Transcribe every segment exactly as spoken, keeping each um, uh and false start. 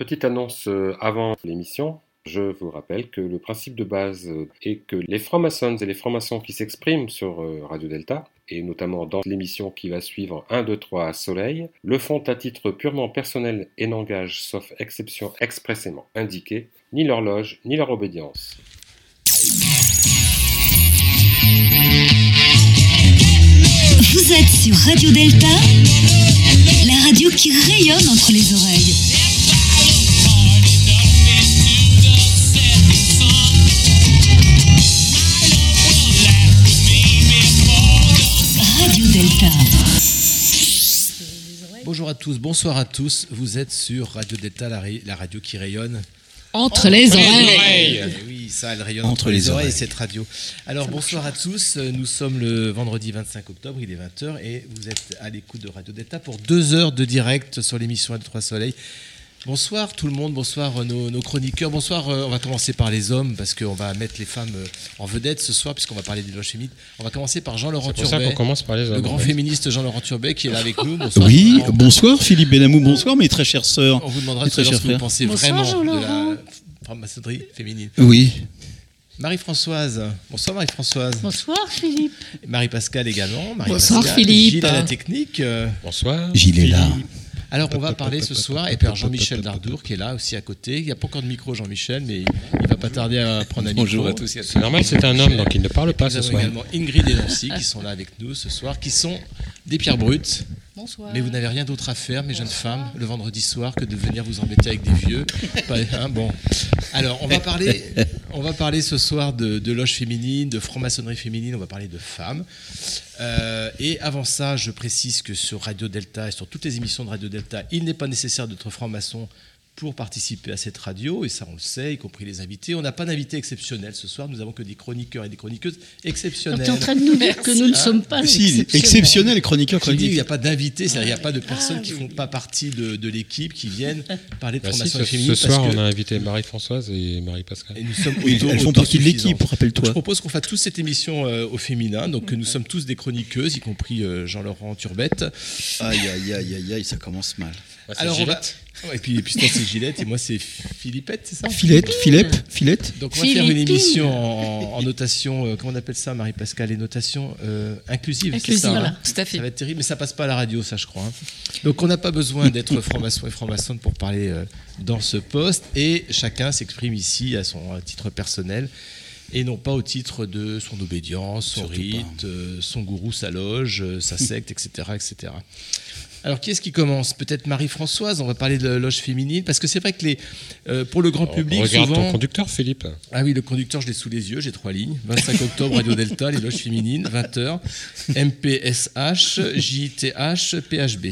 Petite annonce avant l'émission. Je vous rappelle que le principe de base est que les francs-maçons et les francs-maçons qui s'expriment sur Radio Delta, et notamment dans l'émission qui va suivre un, deux, trois Soleil, le font à titre purement personnel et n'engagent, sauf exception expressément indiquée, ni leur loge, ni leur obédience. Vous êtes sur Radio Delta, la radio qui rayonne entre les oreilles. Radio Delta. Bonjour à tous, bonsoir à tous. Vous êtes sur Radio Delta, la, ra- la radio qui rayonne entre, entre les oreilles. oreilles. Oui, ça, elle rayonne entre, entre les, les oreilles, oreilles, cette radio. Alors, ça bonsoir à tous. Nous sommes le vendredi vingt-cinq octobre, il est vingt heures et vous êtes à l'écoute de Radio Delta pour deux heures de direct sur l'émission un, deux, trois Soleil. Bonsoir tout le monde, bonsoir nos, nos chroniqueurs. Bonsoir, euh, on va commencer par les hommes parce qu'on va mettre les femmes euh, en vedette ce soir puisqu'on va parler des loges féminines. On va commencer par Jean-Laurent Turbet. C'est pour ça qu'on commence par les hommes. Le grand féministe Jean-Laurent Turbet qui est là avec nous. Bonsoir. Oui, bonsoir Philippe Benamou, bonsoir mes très chères sœurs. On vous demandera tout à l'heure ce que vous pensez bonsoir, vraiment Jean-Laurent. De la franc-maçonnerie féminine. Oui. Marie-Françoise. Bonsoir Marie-Françoise. Bonsoir Philippe. Marie-Pascale également. Marie bonsoir Pascal. Philippe. Gilles à la technique. Euh, bonsoir. Gilles est là. Alors, on va parler ce soir, et Père Jean-Michel Dardour qui est là aussi à côté. Il n'y a pas encore de micro, Jean-Michel, mais il ne va pas tarder à prendre un micro. Bonjour à tous. C'est normal, c'est un homme, donc il ne parle pas ce soir. Nous avons également Ingrid et Nancy qui sont là avec nous ce soir, qui sont des pierres brutes. Bonsoir. Mais vous n'avez rien d'autre à faire, mes jeunes femmes, le vendredi soir, que de venir vous embêter avec des vieux. Hein, bon. Alors, on va parler, on va parler ce soir de, de loge féminine, de franc-maçonnerie féminine, on va parler de femmes. Euh, et avant ça, je précise que sur Radio Delta et sur toutes les émissions de Radio Delta, il n'est pas nécessaire d'être franc-maçon pour participer à cette radio, et ça on le sait, y compris les invités. On n'a pas d'invités exceptionnels ce soir, nous n'avons que des chroniqueurs et des chroniqueuses exceptionnels. Tu es en train de nous dire que nous ne ah, sommes pas si, exceptionnels. Exceptionnels, chroniqueurs, chroniqueurs. Il n'y a pas d'invités, c'est-à-dire il n'y a pas de personnes ah, qui ne font pas partie de, de l'équipe, qui viennent parler de bah formation si, féminine. Ce soir, on a invité Marie-Françoise et Marie-Pascale. Et nous sommes oui, auto, elles font partie de l'équipe, rappelle-toi. Donc, je propose qu'on fasse toute cette émission euh, au féminin, donc que nous sommes tous des chroniqueuses, y compris euh, Jean-Laurent Turbette. Aïe, aïe, aïe, aïe, aïe, ça commence mal. Ouais, alors on va... ouais, et puis, et puis toi c'est Gillette et moi c'est Philippette, c'est ça? Philette, Philippe, Philette. Donc on va faire une émission en, en notation, euh, comment on appelle ça Marie-Pascale, les notations euh, inclusives, inclusive, c'est ça, voilà, hein, tout à fait. Ça va être terrible, mais ça passe pas à la radio, ça je crois. Hein. Donc on n'a pas besoin d'être franc-maçon et franc-maçonne pour parler euh, dans ce poste, et chacun s'exprime ici à son à titre personnel. Et non pas au titre de son obédience, son Surtout rite, euh, son gourou, sa loge, euh, sa secte, et cetera, et cetera. Alors, qui est-ce qui commence? Peut-être Marie-Françoise, on va parler de la loge féminine, parce que c'est vrai que les, euh, pour le grand Alors, public, regarde souvent... ton conducteur, Philippe. Ah oui, le conducteur, je l'ai sous les yeux, j'ai trois lignes. vingt-cinq octobre, Radio Delta, les loges féminines, vingt heures, M P S H, J T H, P H B.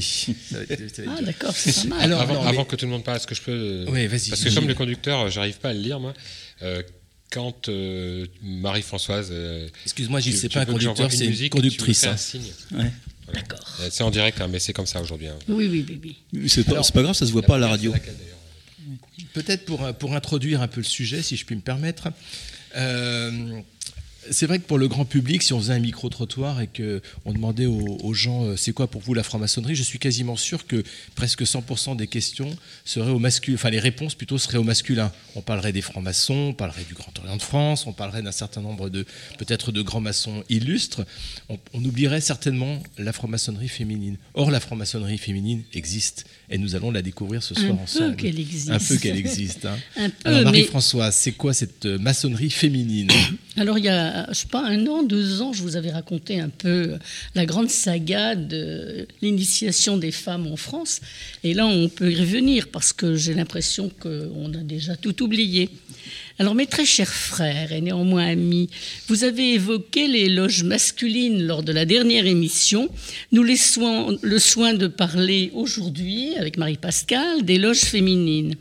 Ah d'accord, c'est pas mal. Alors, avant, non, avant mais... que tout le monde parle, est-ce que je peux... Oui, vas-y. Parce que comme le conducteur, j'arrive pas à le lire, moi. Euh, Quand euh, Marie-Françoise... Euh, Excuse-moi, Gilles, c'est pas un conducteur, c'est une conductrice. Un signe. Ouais. Voilà. D'accord. Euh, c'est en direct, hein, mais c'est comme ça aujourd'hui. Hein. Oui, oui, oui. oui. C'est pas, Alors, c'est pas grave, ça se voit pas à la radio. Laquelle, peut-être pour, pour introduire un peu le sujet, si je puis me permettre... Euh, c'est vrai que pour le grand public, si on faisait un micro-trottoir et qu'on demandait aux, aux gens euh, c'est quoi pour vous la franc-maçonnerie, je suis quasiment sûr que presque cent pour cent des questions seraient au masculin, enfin les réponses plutôt seraient au masculin. On parlerait des francs-maçons, on parlerait du Grand Orient de France, on parlerait d'un certain nombre de, peut-être de grands maçons illustres. On, on oublierait certainement la franc-maçonnerie féminine. Or, la franc-maçonnerie féminine existe et nous allons la découvrir ce soir un ensemble. Un peu qu'elle existe. Un peu qu'elle existe. Hein. Un peu, Alors Marie-Françoise, mais... c'est quoi cette maçonnerie féminine? Alors il y a, je sais pas, un an, deux ans, je vous avais raconté un peu la grande saga de l'initiation des femmes en France. Et là, on peut y revenir parce que j'ai l'impression qu'on a déjà tout oublié. Alors, mes très chers frères et néanmoins amis, vous avez évoqué les loges masculines lors de la dernière émission. Nous laissons le soin de parler aujourd'hui, avec Marie-Pascale, des loges féminines.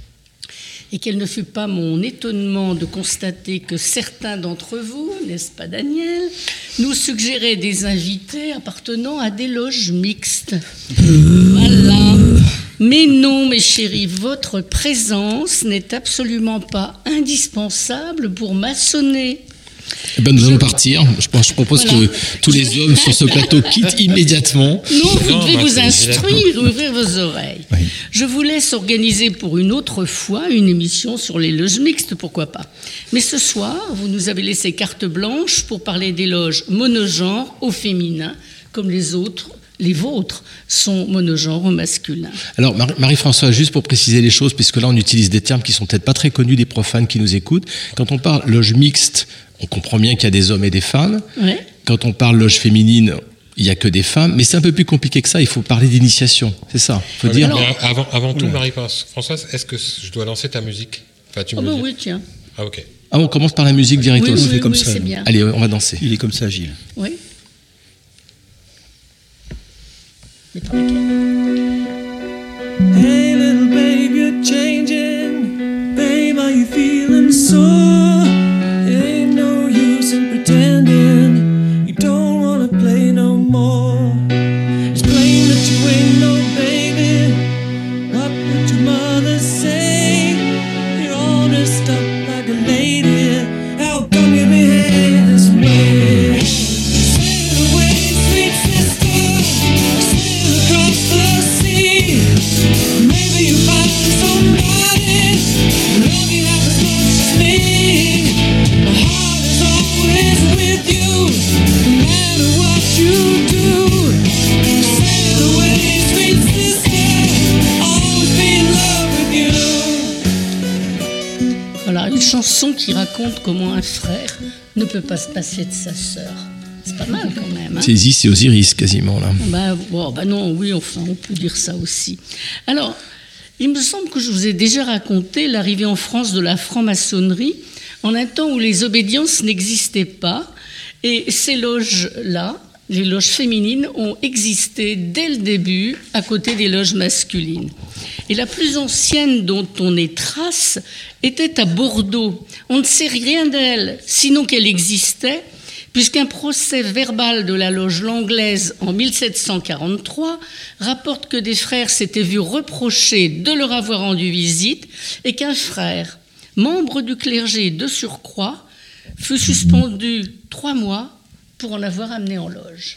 Et quel ne fut pas mon étonnement de constater que certains d'entre vous, n'est-ce pas Daniel, nous suggéraient des invités appartenant à des loges mixtes. Voilà. Mais non, mes chéris, votre présence n'est absolument pas indispensable pour maçonner. Eh ben, nous allons partir. Je, je propose voilà. que tous les hommes sur ce plateau quittent immédiatement. Non, vous non, devez moi, vous instruire, ouvrir vos oreilles. Oui. Je vous laisse organiser pour une autre fois une émission sur les loges mixtes, pourquoi pas. Mais ce soir, vous nous avez laissé carte blanche pour parler des loges monogenres au féminin, comme les autres. Les vôtres sont monogenres au masculin. Alors, Marie-Françoise, juste pour préciser les choses, puisque là, on utilise des termes qui sont peut-être pas très connus des profanes qui nous écoutent. Quand on parle loge mixte, on comprend bien qu'il y a des hommes et des femmes. Ouais. Quand on parle loge féminine, il n'y a que des femmes. Mais c'est un peu plus compliqué que ça. Il faut parler d'initiation. C'est ça. Il faut ouais, dire. Alors, avant, avant tout, Marie-Françoise, est-ce que je dois lancer ta musique? Enfin, tu oh me bah dis. oui, tiens. Ah, ok. Ah, on commence par la musique directement. Oui, oui, on fait comme oui, ça. C'est bien. Allez, on va danser. Il est comme ça, Gilles. Oui. Mais par lequel? Hey little babe, you're changing. Babe, are you feeling sore? It ain't no use in pretending you don't wanna play no more. It's plain that you ain't no baby. What would your mother say? You're all dressed up like a lady. How come you behave this way? Sail away, sweet sister. Sail across the sea. Maybe you find somebody love you half as much as me. My heart is always with you, no matter what you do. Sail away, sweet sister, always be in love with you. Voilà, une chanson qui raconte comment un frère ne peut pas se passer de sa sœur. C'est pas mal quand même. Hein. C'est Isis et Osiris quasiment là. Ben, bon, ben non, oui, enfin, on peut dire ça aussi. Alors, il me semble que je vous ai déjà raconté l'arrivée en France de la franc-maçonnerie en un temps où les obédiences n'existaient pas. Et ces loges-là, les loges féminines, ont existé dès le début à côté des loges masculines. Et la plus ancienne dont on ait trace était à Bordeaux. On ne sait rien d'elle, sinon qu'elle existait, puisqu'un procès verbal de la loge Langlaise en mille sept cent quarante-trois rapporte que des frères s'étaient vus reprocher de leur avoir rendu visite et qu'un frère, membre du clergé de surcroît, fut suspendu trois mois pour en avoir amené en loge.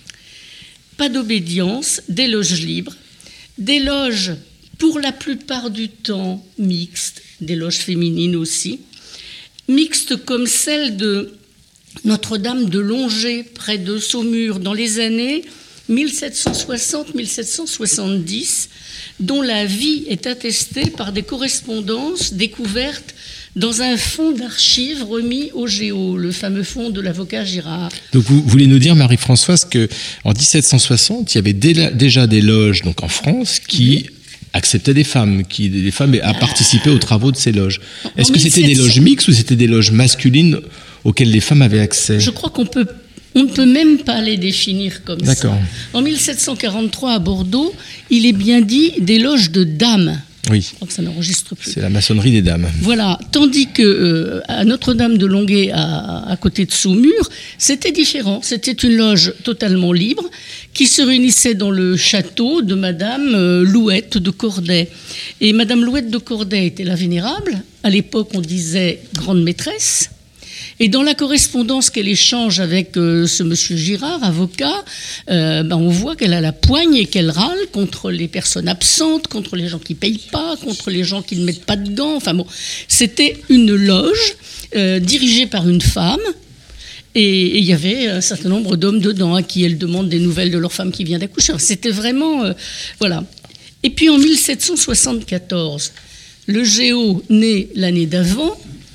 Pas d'obédience, des loges libres, des loges pour la plupart du temps mixtes, des loges féminines aussi, mixtes comme celle de Notre-Dame de Longers, près de Saumur, dans les années mille sept cent soixante à mille sept cent soixante-dix, dont la vie est attestée par des correspondances découvertes dans un fonds d'archives remis au Géo, le fameux fonds de l'avocat Girard. Donc vous voulez nous dire, Marie-Françoise, qu'en dix-sept cent soixante, il y avait déjà des loges donc en France qui... Oui. acceptaient des femmes, qui des femmes à participer aux travaux de ces loges. Est-ce que c'était des loges mixtes ou c'était des loges masculines auxquelles les femmes avaient accès? Je crois qu'on peut, on ne peut même pas les définir comme D'accord. ça. En mille sept cent quarante-trois à Bordeaux, il est bien dit des loges de dames. Oui. Je crois que ça n'enregistre plus. C'est la maçonnerie des dames. Voilà. Tandis que euh, à Notre-Dame de Longueuil, à, à côté de Saumur, c'était différent. C'était une loge totalement libre qui se réunissait dans le château de Madame euh, Louette de Corday. Et Madame Louette de Corday était la vénérable. À l'époque, on disait grande maîtresse. Et dans la correspondance qu'elle échange avec euh, ce monsieur Girard, avocat, euh, ben on voit qu'elle a la poigne et qu'elle râle contre les personnes absentes, contre les gens qui ne payent pas, contre les gens qui ne mettent pas de gants. Enfin bon, c'était une loge euh, dirigée par une femme. Et il y avait un certain nombre d'hommes dedans à qui elle demande des nouvelles de leur femme qui vient d'accoucher. C'était vraiment... Euh, voilà. Et puis en mille sept cent soixante-quatorze, le Géo, né l'année d'avant,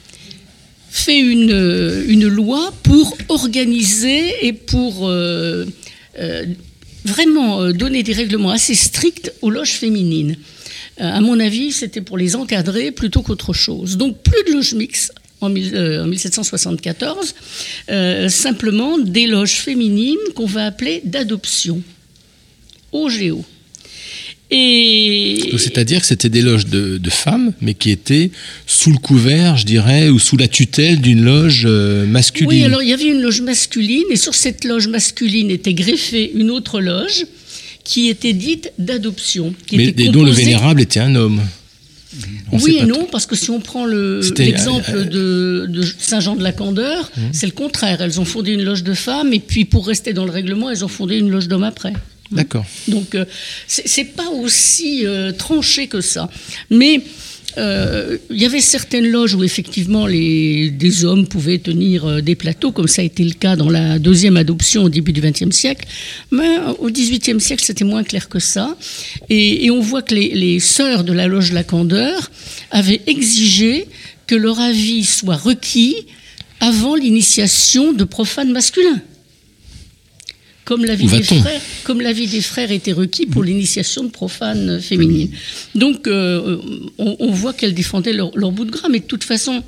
fait une, une loi pour organiser et pour euh, euh, vraiment donner des règlements assez stricts aux loges féminines. Euh, à mon avis, c'était pour les encadrer plutôt qu'autre chose. Donc plus de loges mixtes en, mille, euh, en mille sept cent soixante-quatorze, euh, simplement des loges féminines qu'on va appeler d'adoption, au Géo. Et... Donc, c'est-à-dire que c'était des loges de, de femmes, mais qui étaient sous le couvert, je dirais, ou sous la tutelle d'une loge euh, masculine. Oui, alors il y avait une loge masculine, et sur cette loge masculine était greffée une autre loge qui était dite d'adoption. Qui mais était composée... dont le vénérable était un homme. On Oui sait et pas non, parce que si on prend le, C'était, l'exemple euh, de, de Saint-Jean-de-la-Candeur, Mmh. c'est le contraire. Elles ont fondé une loge de femmes et puis pour rester dans le règlement, elles ont fondé une loge d'hommes après. D'accord. Donc euh, c'est, c'est pas aussi euh, tranché que ça. Mais euh, il y avait certaines loges où effectivement les, des hommes pouvaient tenir euh, des plateaux, comme ça a été le cas dans la deuxième adoption au début du vingtième siècle. Mais euh, au dix-huitième siècle, c'était moins clair que ça. Et, et on voit que les, les sœurs de la loge de la Candeur avaient exigé que leur avis soit requis avant l'initiation de profanes masculins. Comme l'avis, des frères, comme l'avis des frères était requis pour l'initiation de profanes féminines. Donc, euh, on, on voit qu'elles défendaient leur, leur bout de gras. Mais de toute façon,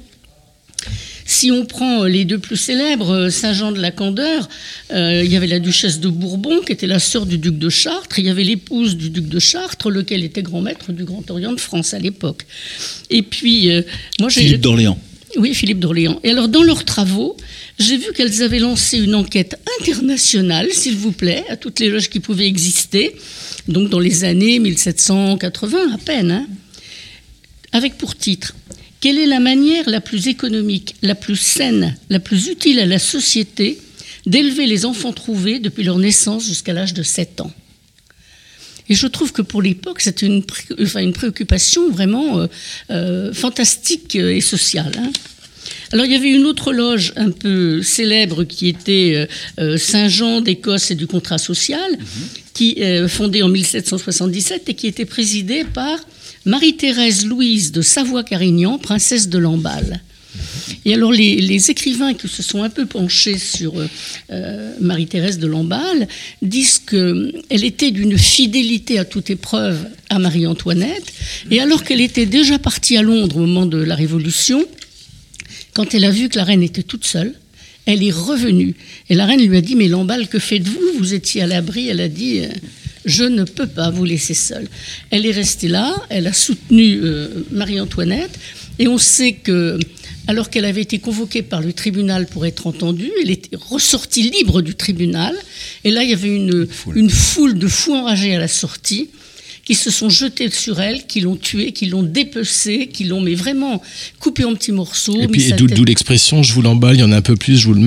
si on prend les deux plus célèbres, Saint-Jean de la Candeur, euh, il y avait la duchesse de Bourbon, qui était la sœur du duc de Chartres. Il y avait l'épouse du duc de Chartres, lequel était grand maître du Grand Orient de France à l'époque. Et puis, euh, moi, j'ai... Philippe d'Orléans. Oui, Philippe d'Orléans. Et alors, dans leurs travaux, j'ai vu qu'elles avaient lancé une enquête internationale, s'il vous plaît, à toutes les loges qui pouvaient exister, donc dans les années mille sept cent quatre-vingts à peine, hein, avec pour titre « Quelle est la manière la plus économique, la plus saine, la plus utile à la société d'élever les enfants trouvés depuis leur naissance jusqu'à l'âge de sept ans ?» Et je trouve que pour l'époque, c'était une, pré... enfin, une préoccupation vraiment euh, euh, fantastique et sociale. Hein. Alors, il y avait une autre loge un peu célèbre qui était euh, Saint-Jean d'Écosse et du contrat social, mmh. qui euh, fondée en mille sept cent soixante-dix-sept et qui était présidée par Marie-Thérèse Louise de Savoie-Carignan, princesse de Lamballe. Et alors, les, les écrivains qui se sont un peu penchés sur euh, Marie-Thérèse de Lamballe disent qu'elle était d'une fidélité à toute épreuve à Marie-Antoinette. Et alors qu'elle était déjà partie à Londres au moment de la Révolution, quand elle a vu que la reine était toute seule, elle est revenue. Et la reine lui a dit « Mais Lamballe, que faites-vous ? Vous étiez à l'abri. » Elle a dit « Je ne peux pas vous laisser seule. » Elle est restée là, elle a soutenu euh, Marie-Antoinette. Et on sait que, alors qu'elle avait été convoquée par le tribunal pour être entendue, elle était ressortie libre du tribunal. Et là, il y avait une foule, une foule de fous enragés à la sortie qui se sont jetés sur elle, qui l'ont tuée, qui l'ont dépecée, qui l'ont mais vraiment coupée en petits morceaux. Et puis, et d'où, d'où l'expression « je vous l'emballe, il y en a un peu plus, je vous le mets ».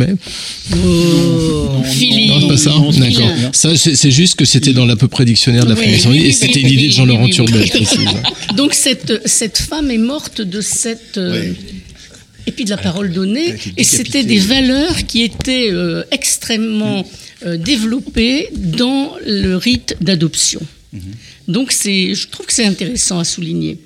Oh, Philippe. Non, c'est pas ça. Non, d'accord. Ça, c'est, c'est juste que c'était dans l'à peu près dictionnaire de la oui, Freemaçonnerie, oui, et oui, c'était oui, une idée oui, de Jean-Laurent oui, oui, Turbet, oui. je précise. Donc cette, cette femme est morte de cette... Euh, oui. Et puis de la parole donnée, et c'était des valeurs qui étaient euh, extrêmement euh, développées dans le rite d'adoption. Mm-hmm. Donc c'est, je trouve que c'est intéressant à souligner.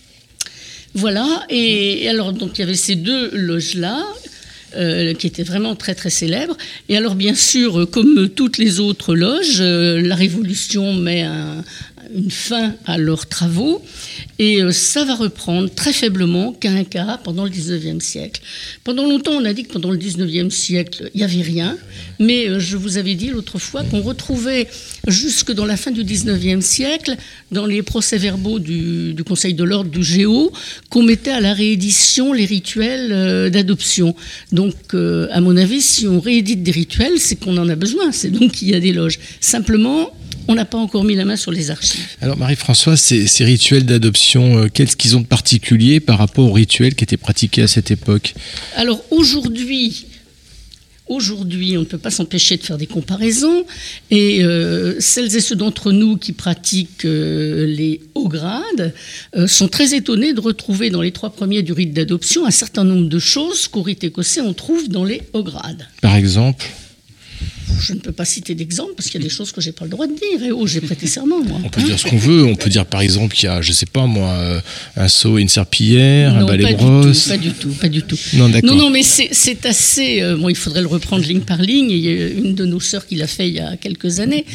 Voilà, et, et alors donc il y avait ces deux loges-là, euh, qui étaient vraiment très très célèbres. Et alors bien sûr, comme toutes les autres loges, euh, la Révolution met un, une fin à leurs travaux, et euh, ça va reprendre très faiblement qu'un quart pendant le dix-neuvième siècle. Pendant longtemps, on a dit que pendant le dix-neuvième siècle, il n'y avait rien, mais euh, je vous avais dit l'autre fois qu'on retrouvait jusque dans la fin du dix-neuvième siècle, dans les procès-verbaux du, du Conseil de l'Ordre du Géo, qu'on mettait à la réédition les rituels euh, d'adoption. Donc, euh, à mon avis, si on réédite des rituels, c'est qu'on en a besoin, c'est donc qu'il y a des loges. Simplement, on n'a pas encore mis la main sur les archives. Alors Marie-Françoise, ces, ces rituels d'adoption, euh, qu'est-ce qu'ils ont de particulier par rapport aux rituels qui étaient pratiqués à cette époque ? Alors aujourd'hui, aujourd'hui, on ne peut pas s'empêcher de faire des comparaisons, et euh, celles et ceux d'entre nous qui pratiquent euh, les hauts grades euh, sont très étonnés de retrouver dans les trois premiers du rite d'adoption un certain nombre de choses qu'au rite écossais on trouve dans les hauts grades. Par exemple ? Je ne peux pas citer d'exemple parce qu'il y a des choses que je n'ai pas le droit de dire. Et oh, j'ai prêté serment, moi. On peut hein dire ce qu'on veut. On peut dire, par exemple, qu'il y a, je ne sais pas moi, un seau et une serpillière, non, un balai brosse. Pas du tout, pas du tout. Non, d'accord. Non, non, mais c'est, c'est assez... Euh, bon, il faudrait le reprendre ligne par ligne. Il y a une de nos sœurs qui l'a fait il y a quelques années.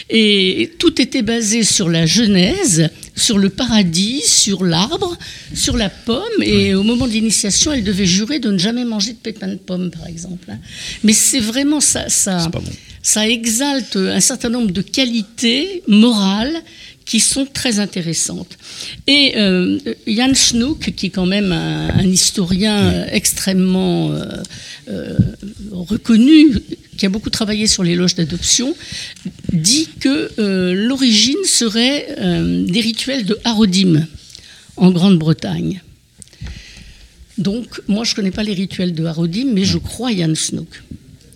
Et tout était basé sur la Genèse, sur le paradis, sur l'arbre, sur la pomme. Et ouais. Au moment de l'initiation, elle devait jurer de ne jamais manger de pépins de pomme, par exemple. Mais c'est vraiment ça... ça c'est pas bon. Ça exalte un certain nombre de qualités morales qui sont très intéressantes. Et euh, Jan Snoek, qui est quand même un, un historien extrêmement euh, euh, reconnu, qui a beaucoup travaillé sur les loges d'adoption, dit que euh, l'origine serait euh, des rituels de Harodim. en Grande-Bretagne. Donc, moi, je ne connais pas les rituels de Harodim, mais je crois à Jan Snoek.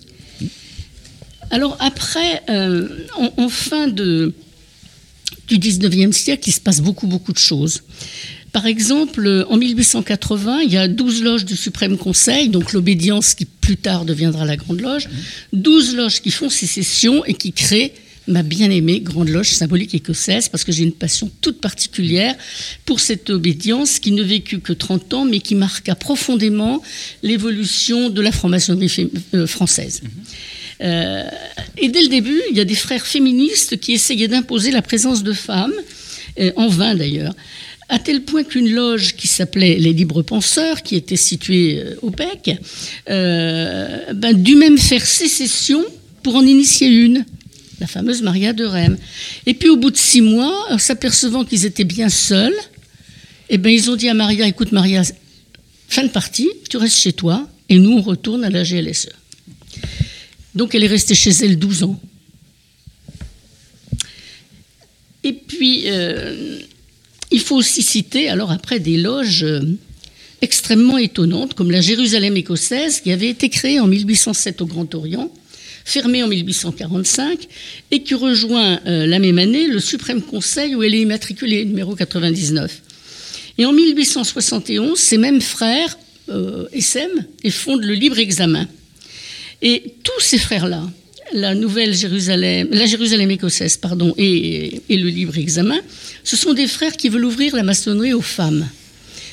Alors après, euh, en, en fin de, du dix-neuvième siècle, il se passe beaucoup, beaucoup de choses. Par exemple, en mille huit cent quatre-vingts, il y a douze loges du Suprême Conseil, donc l'obédience qui plus tard deviendra la Grande Loge, douze loges qui font sécession et qui créent ma bien-aimée Grande Loge symbolique écossaise, parce que j'ai une passion toute particulière pour cette obédience qui ne vécut que trente ans, mais qui marqua profondément l'évolution de la franc-maçonnerie fé- euh, française. Mmh. Euh, et dès le début, il y a des frères féministes qui essayaient d'imposer la présence de femmes, euh, en vain d'ailleurs, à tel point qu'une loge qui s'appelait les Libres Penseurs, qui était située euh, au P E C, euh, ben, dut même faire sécession pour en initier une, la fameuse Maria de Rheims. Et puis au bout de six mois, en s'apercevant qu'ils étaient bien seuls, eh ben, ils ont dit à Maria, écoute Maria, fin de partie, tu restes chez toi, et nous on retourne à la G L S E. Donc elle est restée chez elle douze ans. Et puis, euh, il faut aussi citer, alors après, des loges euh, extrêmement étonnantes, comme la Jérusalem écossaise, qui avait été créée en mille huit cent sept au Grand Orient, fermée en mille huit cent quarante-cinq, et qui rejoint euh, la même année le Suprême Conseil où elle est immatriculée, numéro quatre-vingt-dix-neuf. Et en mille huit cent soixante et onze, ces mêmes frères euh, essaiment et fondent le Libre Examen. Et tous ces frères-là, la Nouvelle Jérusalem, la Jérusalem écossaise, pardon, et, et le Libre Examen, ce sont des frères qui veulent ouvrir la maçonnerie aux femmes. Pourquoi ?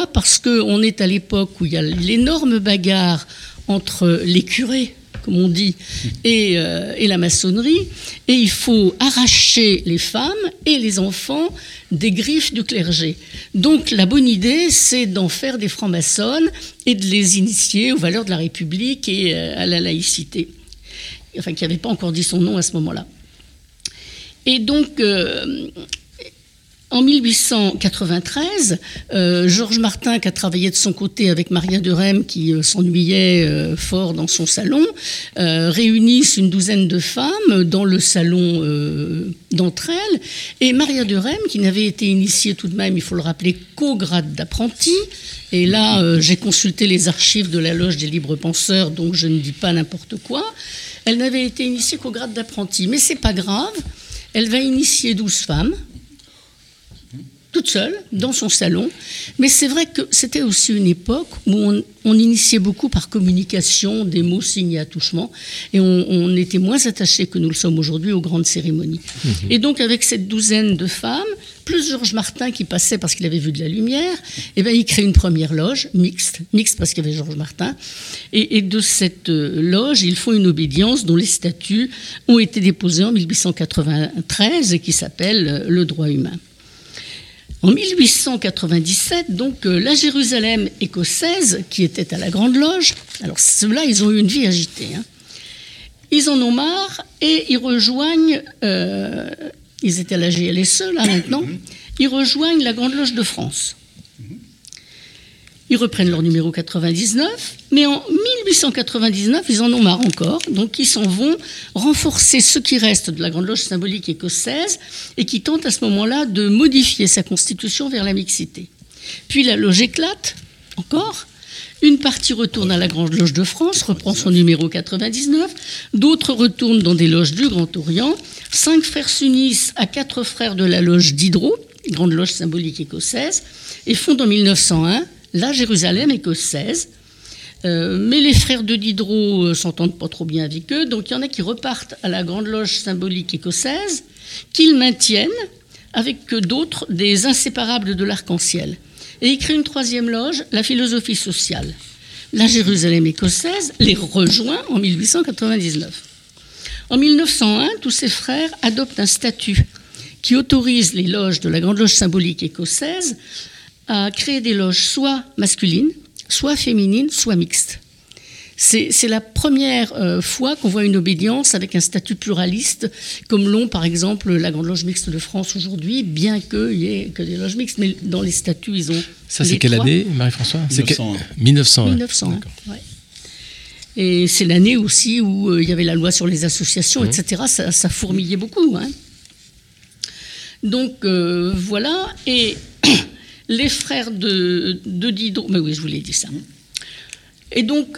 Parce qu'on est à l'époque où il y a l'énorme bagarre entre les curés, comme on dit, et, euh, et la maçonnerie, et il faut arracher les femmes et les enfants des griffes du clergé. Donc la bonne idée, c'est d'en faire des francs-maçonnes et de les initier aux valeurs de la République et euh, à la laïcité. Enfin, qui n'avait pas encore dit son nom à ce moment-là. Et donc, euh, en mille huit cent quatre-vingt-treize, euh, Georges Martin, qui a travaillé de son côté avec Maria de Rheims, qui euh, s'ennuyait euh, fort dans son salon, euh, réunissent une douzaine de femmes dans le salon euh, d'entre elles. Et Maria de Rheims, qui n'avait été initiée tout de même, il faut le rappeler, qu'au grade d'apprenti. Et là, euh, j'ai consulté les archives de la Loge des Libres Penseurs, donc je ne dis pas n'importe quoi. Elle n'avait été initiée qu'au grade d'apprenti. Mais c'est pas grave, elle va initier douze femmes, toute seule, dans son salon. Mais c'est vrai que c'était aussi une époque où on, on initiait beaucoup par communication, des mots, signes et attouchements, et on, on était moins attachés que nous le sommes aujourd'hui aux grandes cérémonies. Mmh. Et donc avec cette douzaine de femmes, plus Georges Martin qui passait parce qu'il avait vu de la lumière, eh ben, il crée une première loge, mixte, mixte parce qu'il y avait Georges Martin, et, et de cette loge, ils font une obédience dont les statuts ont été déposés en mille huit cent quatre-vingt-treize et qui s'appelle le droit humain. En mille huit cent quatre-vingt-dix-sept, donc, euh, la Jérusalem écossaise, qui était à la Grande Loge, alors ceux-là, ils ont eu une vie agitée. Hein. Ils en ont marre et ils rejoignent, euh, ils étaient à la G L S E, là, maintenant, ils rejoignent la Grande Loge de France. Ils reprennent leur numéro quatre-vingt-dix-neuf, mais en mille huit cent quatre-vingt-dix-neuf, ils en ont marre encore, donc ils s'en vont renforcer ce qui reste de la Grande Loge symbolique écossaise et qui tente à ce moment-là de modifier sa constitution vers la mixité. Puis la loge éclate, encore. Une partie retourne à la Grande Loge de France, reprend son numéro quatre-vingt-dix-neuf, d'autres retournent dans des loges du Grand Orient, cinq frères s'unissent à quatre frères de la loge d'Hydro, Grande Loge symbolique écossaise, et fondent en mille neuf cent un la Jérusalem écossaise. Euh, mais les frères de Diderot euh, s'entendent pas trop bien avec eux, donc il y en a qui repartent à la Grande Loge symbolique écossaise, qu'ils maintiennent avec d'autres des inséparables de l'arc-en-ciel. Et ils créent une troisième loge, la philosophie sociale. La Jérusalem écossaise les rejoint en mille huit cent quatre-vingt-dix-neuf. En mille neuf cent un, tous ces frères adoptent un statut qui autorise les loges de la Grande Loge symbolique écossaise à créer des loges soit masculines, soit féminines, soit mixtes. C'est, c'est la première euh, fois qu'on voit une obédience avec un statut pluraliste, comme l'ont par exemple la Grande Loge mixte de France aujourd'hui, bien qu'il n'y ait que des loges mixtes, mais dans les statuts, ils ont... Ça, c'est quelle trois. année, Marie-François ? mille neuf cent un. mille neuf cent un. mille neuf cent un, ouais. Et c'est l'année aussi où euh, il y avait la loi sur les associations, mmh. et cetera. Ça, ça fourmillait beaucoup. Hein. Donc, euh, voilà. Et... les frères de, de Diderot, mais oui, je vous l'ai dit ça. Et donc,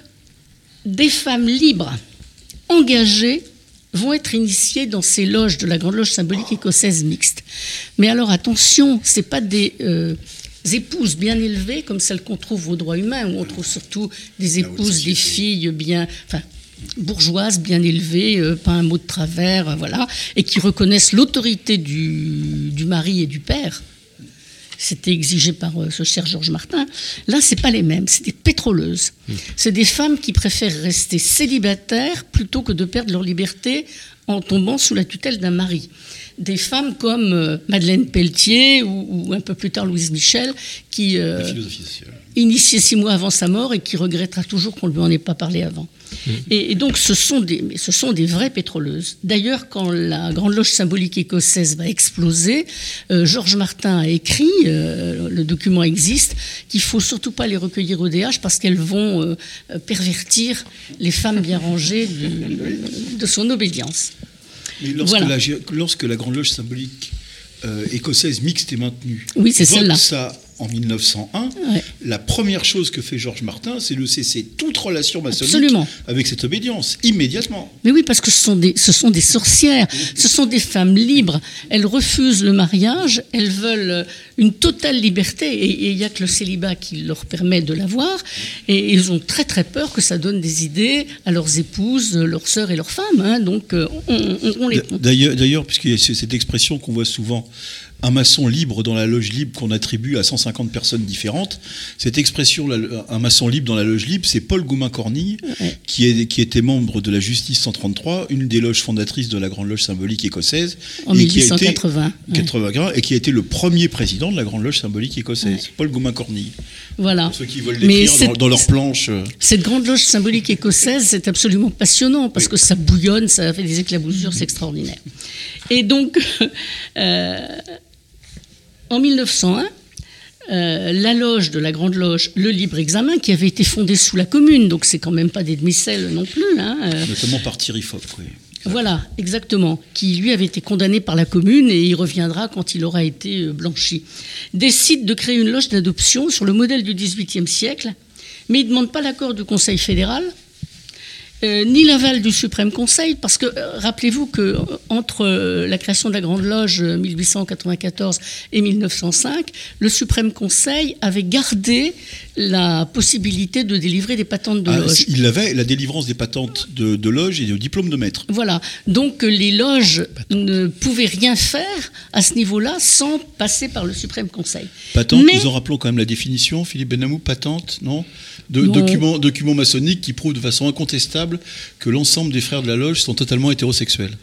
des femmes libres, engagées, vont être initiées dans ces loges de la Grande Loge symbolique écossaise mixte. Mais alors, attention, ce n'est pas des euh, épouses bien élevées, comme celles qu'on trouve aux droits humains, où on trouve surtout des épouses, des filles bien... Enfin, bourgeoises, bien élevées, euh, pas un mot de travers, euh, voilà, et qui reconnaissent l'autorité du, du mari et du père. C'était exigé par euh, ce cher Georges Martin. Là, c'est pas les mêmes, c'est des pétroleuses. Mmh. C'est des femmes qui préfèrent rester célibataires plutôt que de perdre leur liberté en tombant sous la tutelle d'un mari. Des femmes comme euh, Madeleine Pelletier ou, ou un peu plus tard Louise Michel, qui euh, initiée six mois avant sa mort et qui regrettera toujours qu'on ne lui en ait pas parlé avant. Mmh. Et, et donc, ce sont, des, ce sont des vraies pétroleuses. D'ailleurs, quand la Grande Loge symbolique écossaise va exploser, euh, Georges Martin a écrit, euh, le document existe, qu'il ne faut surtout pas les recueillir au D H parce qu'elles vont euh, pervertir les femmes bien rangées de, de son obédience. Mais lorsque, voilà. la, lorsque la Grande Loge symbolique euh, écossaise mixte est maintenue, oui, c'est celle-là. Ça en mille neuf cent un, ouais. La première chose que fait Georges Martin, c'est de cesser toute relation maçonnique Absolument. Avec cette obédience, immédiatement. Mais oui, parce que ce sont des, ce sont des sorcières, ce sont des femmes libres. Elles refusent le mariage, elles veulent une totale liberté, et il n'y a que le célibat qui leur permet de l'avoir, et ils ont très très peur que ça donne des idées à leurs épouses, leurs sœurs et leurs femmes. Hein, donc on, on, on les... D'ailleurs, d'ailleurs, puisqu'il y a cette expression qu'on voit souvent, un maçon libre dans la loge libre qu'on attribue à cent cinquante personnes différentes. Cette expression, un maçon libre dans la loge libre, c'est Paul Goumin-Cornille, ouais. qui, est, qui était membre de la Justice cent trente-trois, une des loges fondatrices de la Grande Loge symbolique écossaise. En mille huit cent quatre-vingts. quatre-vingts ouais. Et qui a été le premier président de la Grande Loge symbolique écossaise, ouais. Paul Goumin-Cornille. Voilà. Pour ceux qui veulent l'écrire dans, dans leurs planches. Cette Grande Loge symbolique écossaise, c'est absolument passionnant, parce oui. que ça bouillonne, ça fait des éclaboussures, c'est extraordinaire. Et donc... Euh, En mille neuf cent un, euh, la loge de la Grande Loge, le Libre Examen, qui avait été fondée sous la Commune, donc c'est quand même pas des demi-sels non plus. Hein, euh, Notamment par Thierry Fock, oui. Voilà, exactement, qui lui avait été condamné par la Commune et il reviendra quand il aura été blanchi. Décide de créer une loge d'adoption sur le modèle du dix-huitième siècle, mais il ne demande pas l'accord du Conseil fédéral, Euh, ni l'aval du Suprême Conseil, parce que euh, rappelez-vous qu'entre euh, la création de la Grande Loge euh, mille huit cent quatre-vingt-quatorze et mille neuf cent cinq, le Suprême Conseil avait gardé la possibilité de délivrer des patentes de ah, loge. Il avait la délivrance des patentes de, de loge et au diplôme de maître. Voilà, donc les loges Patente. ne pouvaient rien faire à ce niveau-là sans passer par le Suprême Conseil. Patente, Mais... nous en rappelons quand même la définition, Philippe Benamou, patente, non de, non. Document, document maçonnique qui prouve de façon incontestable que l'ensemble des frères de la loge sont totalement hétérosexuels.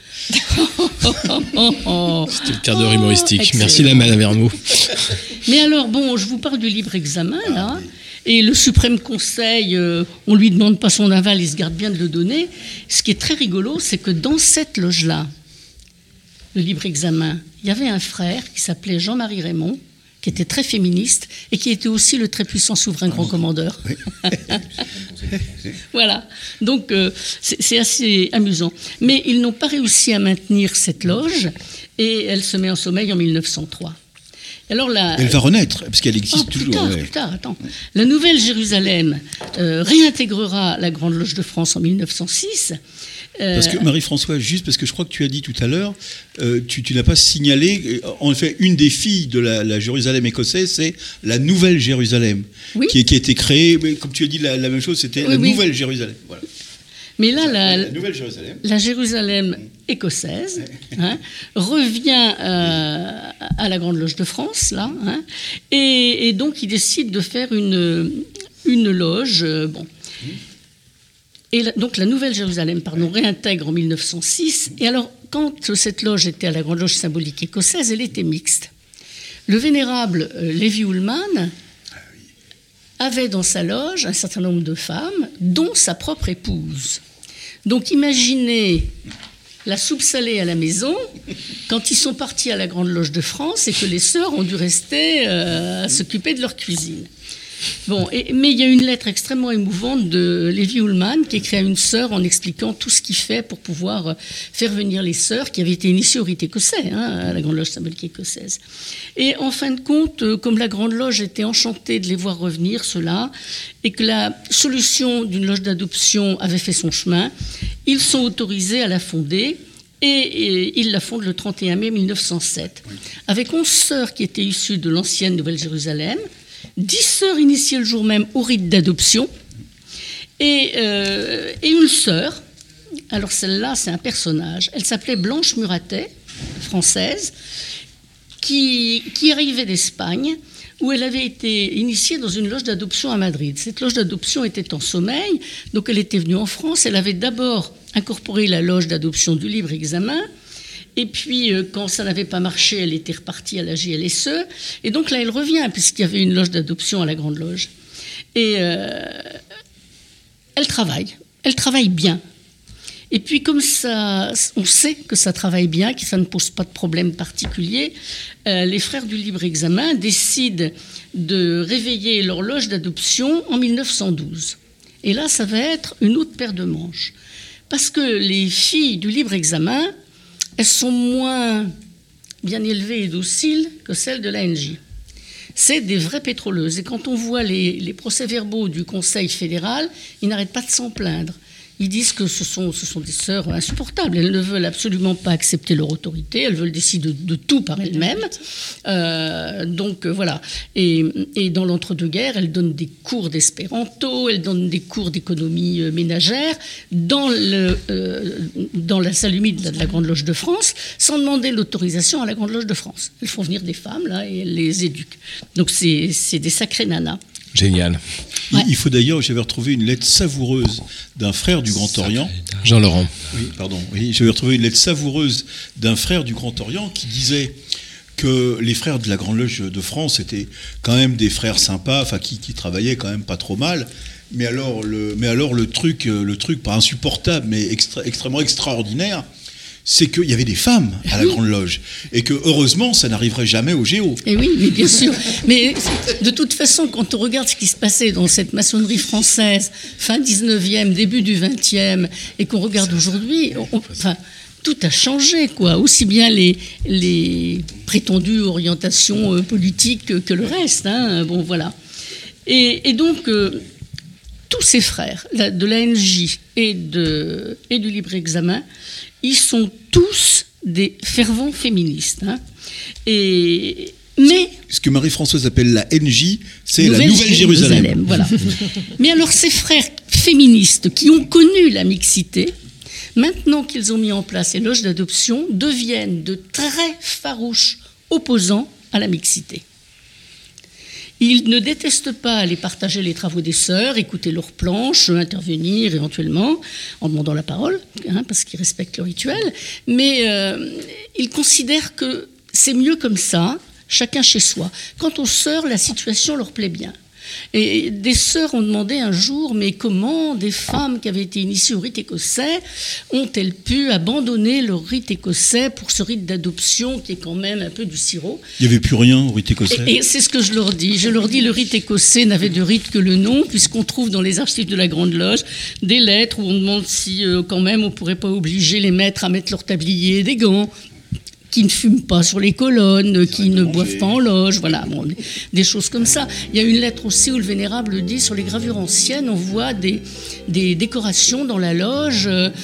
C'était le quart d'heure humoristique. Oh, merci la Madame Vermeau. Mais alors, bon, je vous parle du Libre Examen, là. Ah, oui. Et le Suprême Conseil, euh, on ne lui demande pas son aval, il se garde bien de le donner. Ce qui est très rigolo, c'est que dans cette loge-là, le Libre Examen, il y avait un frère qui s'appelait Jean-Marie Raymond, qui était très féministe et qui était aussi le très puissant souverain grand commandeur. Oui. Voilà. Donc, euh, c'est, c'est assez amusant. Mais ils n'ont pas réussi à maintenir cette loge et elle se met en sommeil en mille neuf cent trois. Alors la... Elle va renaître, parce qu'elle existe oh, plus toujours. Tard, ouais. Plus tard, attends. La Nouvelle Jérusalem euh, réintégrera la Grande Loge de France en mille neuf cent six. Euh... Parce que Marie-Françoise, juste parce que je crois que tu as dit tout à l'heure, euh, tu, tu n'as pas signalé, en effet, une des filles de la, la Jérusalem écossaise, c'est la Nouvelle Jérusalem, oui. qui, qui a été créée, mais comme tu as dit la, la même chose, c'était oui, la oui. Nouvelle Jérusalem. Voilà. Mais là, la, la, Nouvelle Jérusalem, la Jérusalem écossaise hein, revient euh, à la Grande Loge de France, là, hein, et, et donc il décide de faire une, une loge. Euh, bon. Et la, donc la Nouvelle Jérusalem, pardon, réintègre en mille neuf cent six. Et alors, quand cette loge était à la Grande Loge symbolique écossaise, elle était mixte. Le vénérable euh, Lévi Ullmann avait dans sa loge un certain nombre de femmes, dont sa propre épouse. Donc imaginez la soupe salée à la maison quand ils sont partis à la Grande Loge de France et que les sœurs ont dû rester euh, à s'occuper de leur cuisine. Bon, et, mais il y a une lettre extrêmement émouvante de Lévi Ullmann qui écrit à une sœur en expliquant tout ce qu'il fait pour pouvoir faire venir les sœurs qui avaient été initiées au rite écossais, hein, à la Grande Loge symbolique écossaise. Et en fin de compte, comme la Grande Loge était enchantée de les voir revenir, ceux-là, et que la solution d'une loge d'adoption avait fait son chemin, ils sont autorisés à la fonder. Et, et ils la fondent le trente et un mai mille neuf cent sept, avec onze sœurs qui étaient issues de l'ancienne Nouvelle-Jérusalem, dix sœurs initiées le jour même au rite d'adoption, et, euh, et une sœur. Alors celle-là, c'est un personnage. Elle s'appelait Blanche Muratet, française, qui, qui arrivait d'Espagne, où elle avait été initiée dans une loge d'adoption à Madrid. Cette loge d'adoption était en sommeil, donc elle était venue en France. Elle avait d'abord incorporé la loge d'adoption du libre examen, et puis euh, quand ça n'avait pas marché, elle était repartie à la J L S E, et donc là elle revient, puisqu'il y avait une loge d'adoption à la Grande Loge. Et euh, elle travaille, elle travaille bien. Et puis comme ça, on sait que ça travaille bien, que ça ne pose pas de problème particulier, euh, les frères du libre examen décident de réveiller leur loge d'adoption en mille neuf cent douze. Et là, ça va être une autre paire de manches. Parce que les filles du libre examen, elles sont moins bien élevées et dociles que celles de l'A N J. C'est des vraies pétroleuses. Et quand on voit les, les procès-verbaux du Conseil fédéral, ils n'arrêtent pas de s'en plaindre. Ils disent que ce sont, ce sont des sœurs insupportables. Elles ne veulent absolument pas accepter leur autorité. Elles veulent décider de, de tout par elles-mêmes. Euh, donc euh, voilà. Et, et dans l'entre-deux-guerres, elles donnent des cours d'espéranto, elles donnent des cours d'économie euh, ménagère dans, le, euh, dans la salle humide de la, de la Grande Loge de France, sans demander l'autorisation à la Grande Loge de France. Elles font venir des femmes là et elles les éduquent. Donc c'est, c'est des sacrées nanas. Génial. Ouais. Il faut d'ailleurs, j'avais retrouvé une lettre savoureuse d'un frère du Grand Orient. Jean-Laurent. Oui, pardon. Oui, j'avais retrouvé une lettre savoureuse d'un frère du Grand Orient qui disait que les frères de la Grande Loge de France étaient quand même des frères sympas, enfin qui, qui travaillaient quand même pas trop mal. Mais alors le, mais alors le truc, le truc pas insupportable, mais extra, extrêmement extraordinaire, c'est qu'il y avait des femmes à la Grande Loge et que heureusement ça n'arriverait jamais au Géo. Et oui, mais bien sûr. Mais de toute façon, quand on regarde ce qui se passait dans cette maçonnerie française, fin dix-neuvième, début du vingtième, et qu'on regarde aujourd'hui, on, enfin, tout a changé, quoi. Aussi bien les, les prétendues orientations euh, politiques que, que le reste. Hein. Bon, voilà. Et, et donc, euh, tous ces frères la, de l'A N J et, de, et du libre examen, ils sont tous des fervents féministes. Hein. Et, mais, ce que Marie-Françoise appelle la N J, c'est Nouvelle la Nouvelle-Jérusalem. Jérusalem, voilà. Mais alors ces frères féministes qui ont connu la mixité, maintenant qu'ils ont mis en place les loges d'adoption, deviennent de très farouches opposants à la mixité. Ils ne détestent pas aller partager les travaux des sœurs, écouter leurs planches, intervenir éventuellement en demandant la parole, hein, parce qu'ils respectent le rituel, mais euh, ils considèrent que c'est mieux comme ça, chacun chez soi. Quant aux sœurs, la situation leur plaît bien. Et des sœurs ont demandé un jour, mais comment des femmes qui avaient été initiées au rite écossais ont-elles pu abandonner leur rite écossais pour ce rite d'adoption qui est quand même un peu du sirop ? Il n'y avait plus rien au rite écossais. Et, et c'est ce que je leur dis. Je leur dis, le rite écossais n'avait de rite que le nom, puisqu'on trouve dans les archives de la Grande Loge des lettres où on demande si euh, quand même on ne pourrait pas obliger les maîtres à mettre leur tablier et des gants, qui ne fument pas sur les colonnes, qui ne boivent pas en loge, voilà, bon, des choses comme ça. Il y a une lettre aussi où le Vénérable dit, sur les gravures anciennes, on voit des, des décorations dans la loge.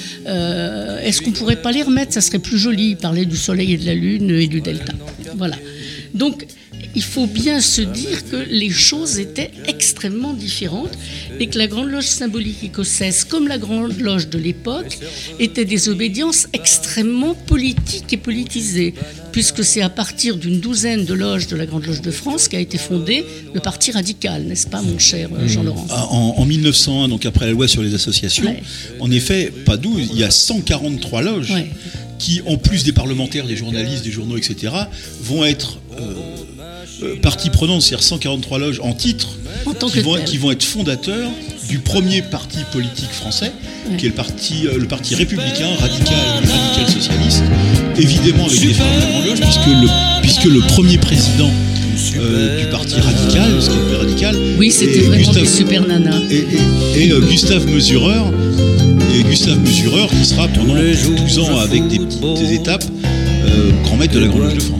Euh, est-ce qu'on ne pourrait pas les remettre ? Ça serait plus joli. Il parlait du soleil et de la lune et du delta. Voilà. Donc, il faut bien se dire que les choses étaient extrêmement différentes et que la Grande Loge symbolique écossaise, comme la Grande Loge de l'époque, étaient des obédiences extrêmement politiques et politisées, puisque c'est à partir d'une douzaine de loges de la Grande Loge de France qu'a été fondé le Parti radical, n'est-ce pas, mon cher Jean-Laurent ? En, en mille neuf cent un, donc après la loi sur les associations, ouais. En effet, pas douze, il y a cent quarante-trois loges ouais. qui, en plus des parlementaires, des journalistes, des journaux, et cetera, vont être... Euh, Euh, partie prenante, c'est-à-dire cent quarante-trois loges en titre, en qui, vont, qui vont être fondateurs du premier parti politique français, ouais. qui est le parti, euh, le parti républicain, radical, radical socialiste, évidemment avec les femmes de la Grande Loge, puisque le, puisque le premier président euh, du parti radical, ce qu'on appelle radical, Oui, c'était Et vraiment Gustave- des super nanas. Et, et- et, euh, Gustave Mesureur, et Gustave Mesureur qui sera pendant douze ans avec des, des étapes euh, grand maître de la Grande Loge de France.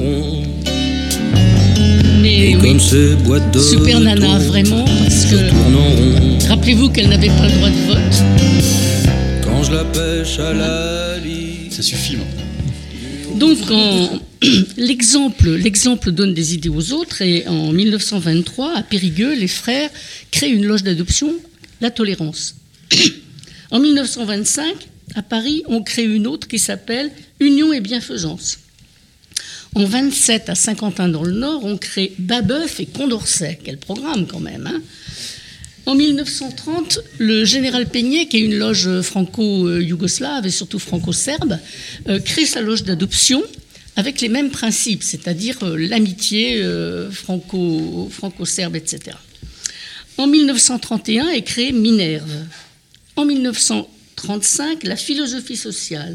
Mais oui, Comme ces boîtes de super nana, loto vraiment, parce que tournent en rond. rappelez-vous qu'elle n'avait pas le droit de vote. Quand je la pêche à la ligne. Ça suffit maintenant. Donc, en- l'exemple, l'exemple donne des idées aux autres, et en mille neuf cent vingt-trois, à Périgueux, les frères créent une loge d'adoption, la Tolérance. En mille neuf cent vingt-cinq, à Paris, on crée une autre qui s'appelle Union et Bienfaisance. En vingt-sept, à Saint-Quentin dans le Nord, on crée Babeuf et Condorcet. Quel programme quand même, hein. En mille neuf cent trente, le général Peigné, qui est une loge franco-yougoslave et surtout franco-serbe, euh, crée sa loge d'adoption avec les mêmes principes, c'est-à-dire euh, l'amitié euh, franco, franco-serbe, et cetera. En mille neuf cent trente et un est créée Minerve. En mille neuf cent trente-cinq, la philosophie sociale.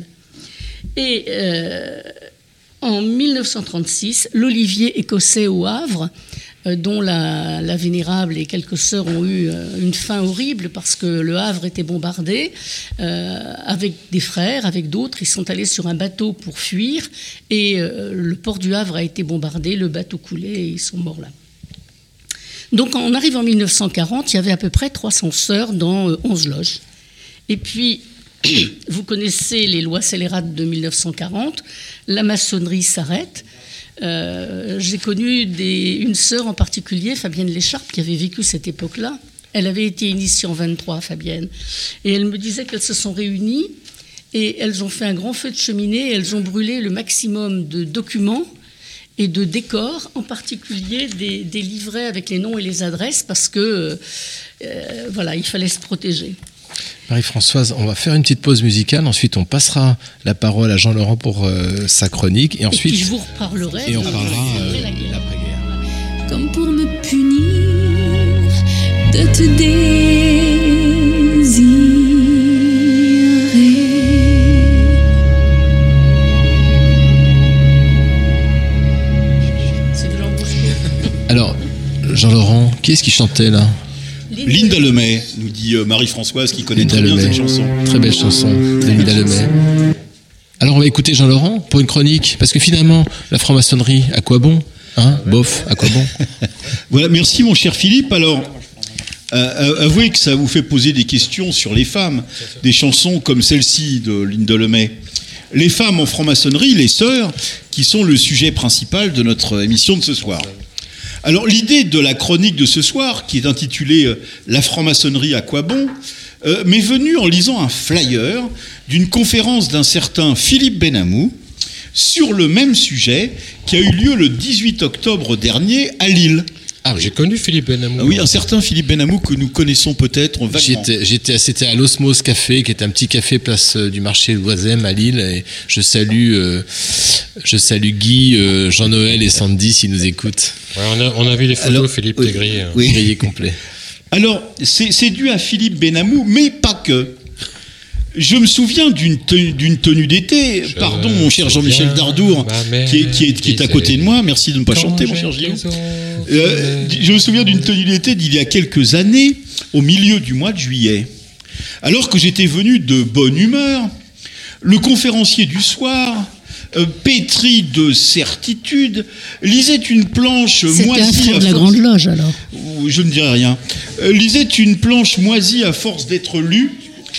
Et euh, en mille neuf cent trente-six, l'Olivier écossais au Havre, euh, dont la, la Vénérable et quelques sœurs ont eu euh, une fin horrible parce que le Havre était bombardé, euh, avec des frères, avec d'autres. Ils sont allés sur un bateau pour fuir et euh, le port du Havre a été bombardé, le bateau coulé et ils sont morts là. Donc on arrive en mille neuf cent quarante, il y avait à peu près trois cents sœurs dans euh, onze loges. Et puis, vous connaissez les lois scélérates de mille neuf cent quarante, la maçonnerie s'arrête. Euh, j'ai connu des, une sœur en particulier, Fabienne Lécharpe, qui avait vécu cette époque-là. Elle avait été initiée en vingt-trois, Fabienne. Et elle me disait qu'elles se sont réunies et elles ont fait un grand feu de cheminée et elles ont brûlé le maximum de documents et de décors, en particulier des, des livrets avec les noms et les adresses, parce que euh, voilà, il fallait se protéger. Marie-Françoise, on va faire une petite pause musicale. Ensuite, on passera la parole à Jean-Laurent pour euh, sa chronique. Et ensuite, et puis je vous reparlerai. et on de- parlera de euh, l'après-guerre. l'après-guerre. Comme pour me punir de te désirer. C'est de l'embauche. Alors, Jean-Laurent, qui est-ce qui chantait là? Linda Lemay, nous dit euh, Marie-Françoise qui connaît Linda très bien Lemay. cette chanson. Très belle chanson de Linda Lemay. Alors, on va écouter Jean-Laurent pour une chronique, parce que finalement, la franc-maçonnerie, à quoi bon? Hein? Bof, à quoi bon? Voilà, merci mon cher Philippe. Alors, euh, avouez que ça vous fait poser des questions sur les femmes, des chansons comme celle-ci de Linda Lemay. Les femmes en franc-maçonnerie, les sœurs, qui sont le sujet principal de notre émission de ce soir. Alors, l'idée de la chronique de ce soir, qui est intitulée euh, « La franc-maçonnerie, à quoi bon ?», euh, m'est venue en lisant un flyer d'une conférence d'un certain Philippe Benamou sur le même sujet qui a eu lieu le dix-huit octobre dernier à Lille. Ah, j'ai connu Philippe Benamou. Ah oui, un certain Philippe Benamou que nous connaissons peut-être vaguement. J'étais, j'étais, c'était à l'Osmose Café, qui est un petit café place euh, du marché Loisem à Lille. Et je salue, euh, je salue Guy, euh, Jean-Noël et Sandy s'ils nous écoutent. Ouais, on, a, on a vu les photos, Alors, Philippe, oui, t'es grillé. hein. oui. Grillé complet. Alors, c'est, c'est dû à Philippe Benamou, mais pas que. Je me souviens d'une tenue, d'une tenue d'été, Je pardon mon cher Jean-Michel souviens, Dardour, ma mère qui est, qui, est, qui est à côté de moi, merci de ne pas Quand chanter mon j'ai cher Gilles. les autres, Euh, je me souviens d'une tenue d'été d'il y a quelques années, au milieu du mois de juillet. Alors que j'étais venu de bonne humeur, le conférencier du soir, euh, pétri de certitude, lisait une planche C'était un moisie frère à de la force- Grande Loge, alors. Ouh, je ne dirai rien. Euh, lisait une planche moisie à force d'être lue.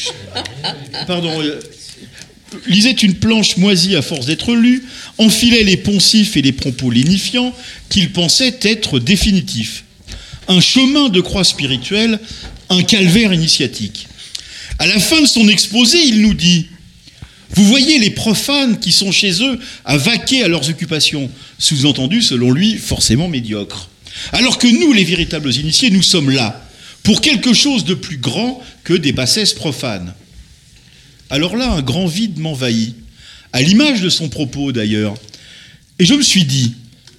Pardon. euh, lisait une planche moisie à force d'être lue, enfilait les poncifs et les propos lénifiants qu'il pensait être définitifs. Un chemin de croix spirituelle, un calvaire initiatique. À la fin de son exposé, il nous dit « Vous voyez les profanes qui sont chez eux à vaquer à leurs occupations, sous-entendu, selon lui, forcément médiocres. Alors que nous, les véritables initiés, nous sommes là, pour quelque chose de plus grand que des bassesses profanes. » Alors là, un grand vide m'envahit, à l'image de son propos d'ailleurs. Et je me suis dit,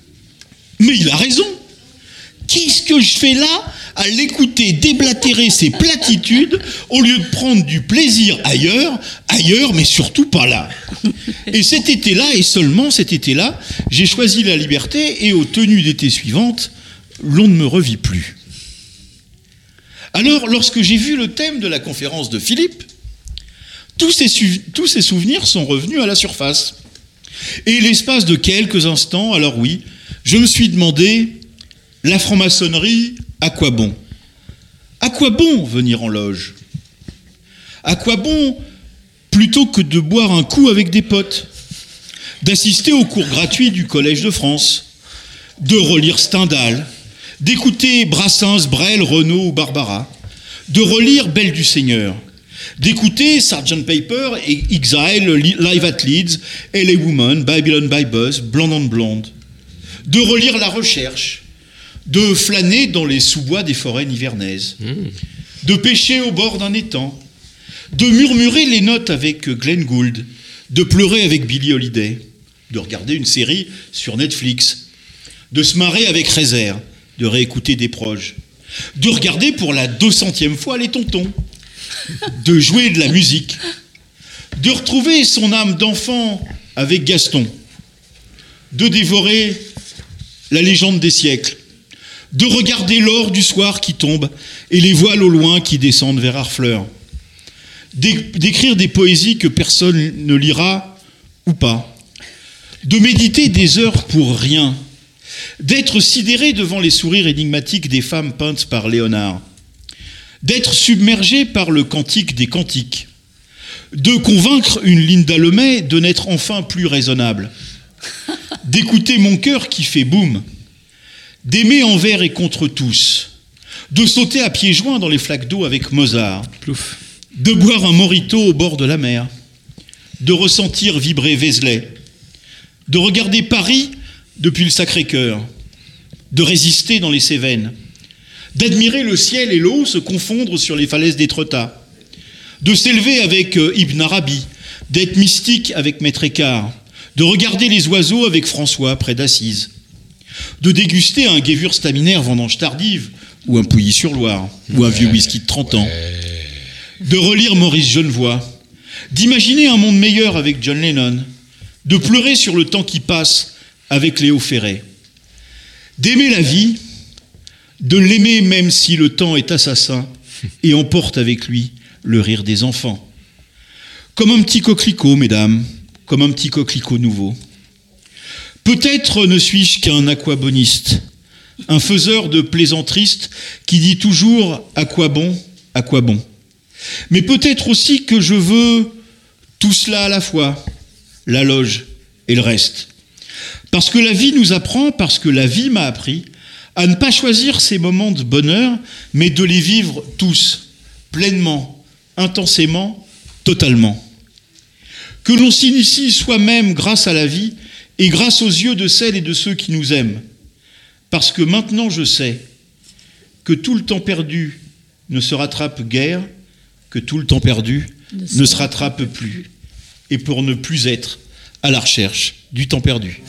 mais il a raison. Qu'est-ce que je fais là à l'écouter déblatérer ses platitudes au lieu de prendre du plaisir ailleurs, ailleurs, mais surtout pas là. Et cet été-là, et seulement cet été-là, j'ai choisi la liberté et aux tenues d'été suivantes, l'on ne me revit plus. Alors, lorsque j'ai vu le thème de la conférence de Philippe, tous ces, su- tous ces souvenirs sont revenus à la surface. Et l'espace de quelques instants, alors oui, je me suis demandé, la franc-maçonnerie, à quoi bon ? À quoi bon venir en loge ? À quoi bon, plutôt que de boire un coup avec des potes, d'assister aux cours gratuits du Collège de France, de relire Stendhal, d'écouter Brassens, Brel, Renaud ou Barbara, de relire Belle du Seigneur, d'écouter sergeant Pepper et Exile, Live at Leeds, L A Woman, Babylon by Bus, Blonde on Blonde, de relire La Recherche, de flâner dans les sous-bois des forêts nivernaises, mmh. de pêcher au bord d'un étang, de murmurer les notes avec Glenn Gould, de pleurer avec Billie Holiday, de regarder une série sur Netflix, de se marrer avec Rézère, de réécouter des proches, de regarder pour la deux centième fois les tontons, de jouer de la musique, de retrouver son âme d'enfant avec Gaston, de dévorer la légende des siècles, de regarder l'or du soir qui tombe et les voiles au loin qui descendent vers Harfleur, d'écrire des poésies que personne ne lira ou pas, de méditer des heures pour rien, d'être sidéré devant les sourires énigmatiques des femmes peintes par Léonard, d'être submergé par le cantique des cantiques, de convaincre une Linda Lemay de n'être enfin plus raisonnable, d'écouter mon cœur qui fait boum, d'aimer envers et contre tous, de sauter à pieds joints dans les flaques d'eau avec Mozart, Plouf. De boire un mojito au bord de la mer, de ressentir vibrer Vézelay, de regarder Paris depuis le Sacré-Cœur, de résister dans les Cévennes, d'admirer le ciel et l'eau se confondre sur les falaises d'Étretat, de s'élever avec Ibn Arabi, d'être mystique avec Maître Écart, de regarder les oiseaux avec François près d'Assise, de déguster un Gewürztraminer vendange tardive, ou un Pouilly-sur-Loire, ou un vieux whisky de trente ans, de relire Maurice Genevoix, d'imaginer un monde meilleur avec John Lennon, de pleurer sur le temps qui passe avec Léo Ferré, d'aimer la vie, de l'aimer même si le temps est assassin et emporte avec lui le rire des enfants. Comme un petit coquelicot, mesdames, comme un petit coquelicot nouveau. Peut-être ne suis-je qu'un aquaboniste, un faiseur de plaisanteristes qui dit toujours « à quoi bon, à quoi bon ». Mais peut-être aussi que je veux tout cela à la fois, la loge et le reste. Parce que la vie nous apprend, parce que la vie m'a appris, à ne pas choisir ces moments de bonheur, mais de les vivre tous, pleinement, intensément, totalement. Que l'on s'initie soi-même grâce à la vie et grâce aux yeux de celles et de ceux qui nous aiment. Parce que maintenant je sais que tout le temps perdu ne se rattrape guère, que tout le temps perdu ne se, ne se rattrape plus, et pour ne plus être à la recherche du temps perdu.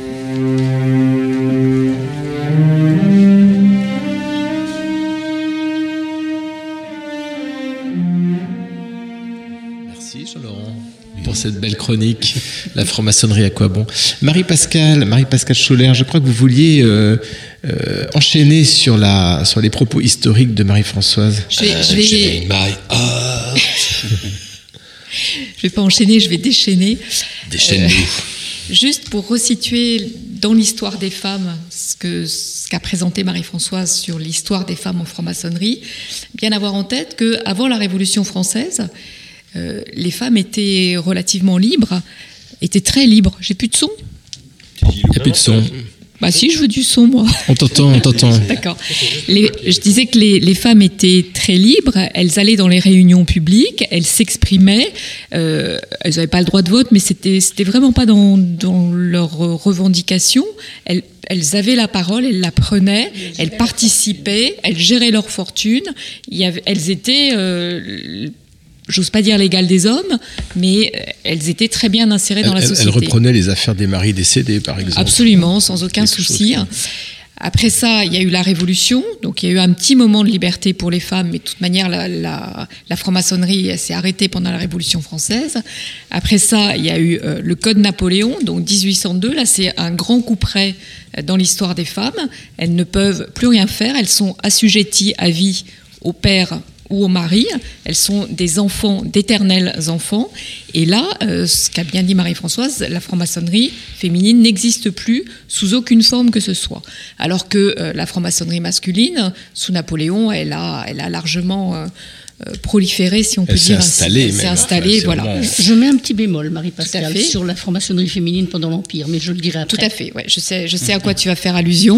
Merci Jean-Laurent pour cette belle chronique, la franc-maçonnerie à quoi bon. Marie-Pascale, Marie-Pascale Scholler, je crois que vous vouliez euh, euh, enchaîner sur, la, sur les propos historiques de Marie-Françoise. Je vais, je vais... My heart. Je vais pas enchaîner, je vais déchaîner. Déchaîne-nous. Euh, juste pour resituer dans l'histoire des femmes ce, que, ce qu'a présenté Marie-Françoise sur l'histoire des femmes en franc-maçonnerie, bien avoir en tête qu'avant la Révolution française, euh, les femmes étaient relativement libres, étaient très libres. J'ai plus de son ? Il n'y a plus de son. Bah si, je veux du son, moi. On t'entend, on t'entend. D'accord. Les, je disais que les, les femmes étaient très libres, elles allaient dans les réunions publiques, elles s'exprimaient, euh, elles n'avaient pas le droit de vote, mais c'était, c'était vraiment pas dans, dans leurs revendications. Elles, elles avaient la parole, elles la prenaient, elles participaient, elles géraient leur fortune. Il y avait, elles étaient... Euh, j'ose pas dire l'égale des hommes, mais elles étaient très bien insérées elle, dans la elle, société. Elles reprenaient les affaires des maris décédés, par exemple. Absolument, sans aucun Quelque souci. chose. Après ça, il y a eu la Révolution, donc il y a eu un petit moment de liberté pour les femmes, mais de toute manière, la, la, la franc-maçonnerie s'est arrêtée pendant la Révolution française. Après ça, il y a eu euh, le Code Napoléon, donc dix-huit cent deux, là c'est un grand coup près dans l'histoire des femmes. Elles ne peuvent plus rien faire, elles sont assujetties à vie au père ou au mari, elles sont des enfants, d'éternels enfants. Et là, euh, ce qu'a bien dit Marie-Françoise, la franc-maçonnerie féminine n'existe plus sous aucune forme que ce soit. Alors que euh, la franc-maçonnerie masculine, sous Napoléon, elle a, elle a largement euh, euh, proliféré, si on peut elle dire. Elle s'est installée. Elle s'est installée, enfin, voilà. Vraiment... Je mets un petit bémol, Marie-Pascale, sur la franc-maçonnerie féminine pendant l'Empire, mais je le dirai après. Tout à fait, ouais, je sais, je sais à quoi tu vas faire allusion.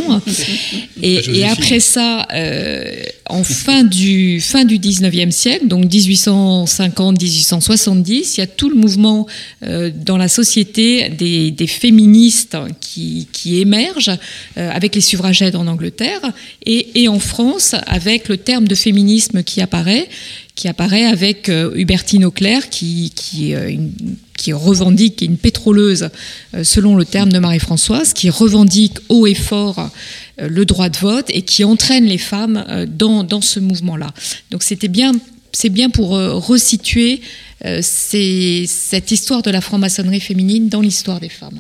Et, et après ça, euh, en fin du, fin du dix-neuvième siècle, donc dix-huit cent cinquante à dix-huit cent soixante-dix, il y a tout le mouvement euh, dans la société des, des féministes qui, qui émergent euh, avec les suffragettes en Angleterre et, et en France avec le terme de féminisme qui apparaît, qui apparaît avec euh, Hubertine Auclair qui, qui, euh, une, qui revendique, qui est une pétroleuse euh, selon le terme de Marie-Françoise, qui revendique haut et fort euh, le droit de vote et qui entraîne les femmes euh, dans, dans ce mouvement-là. Donc c'était bien, c'est bien pour euh, resituer euh, ces, cette histoire de la franc-maçonnerie féminine dans l'histoire des femmes.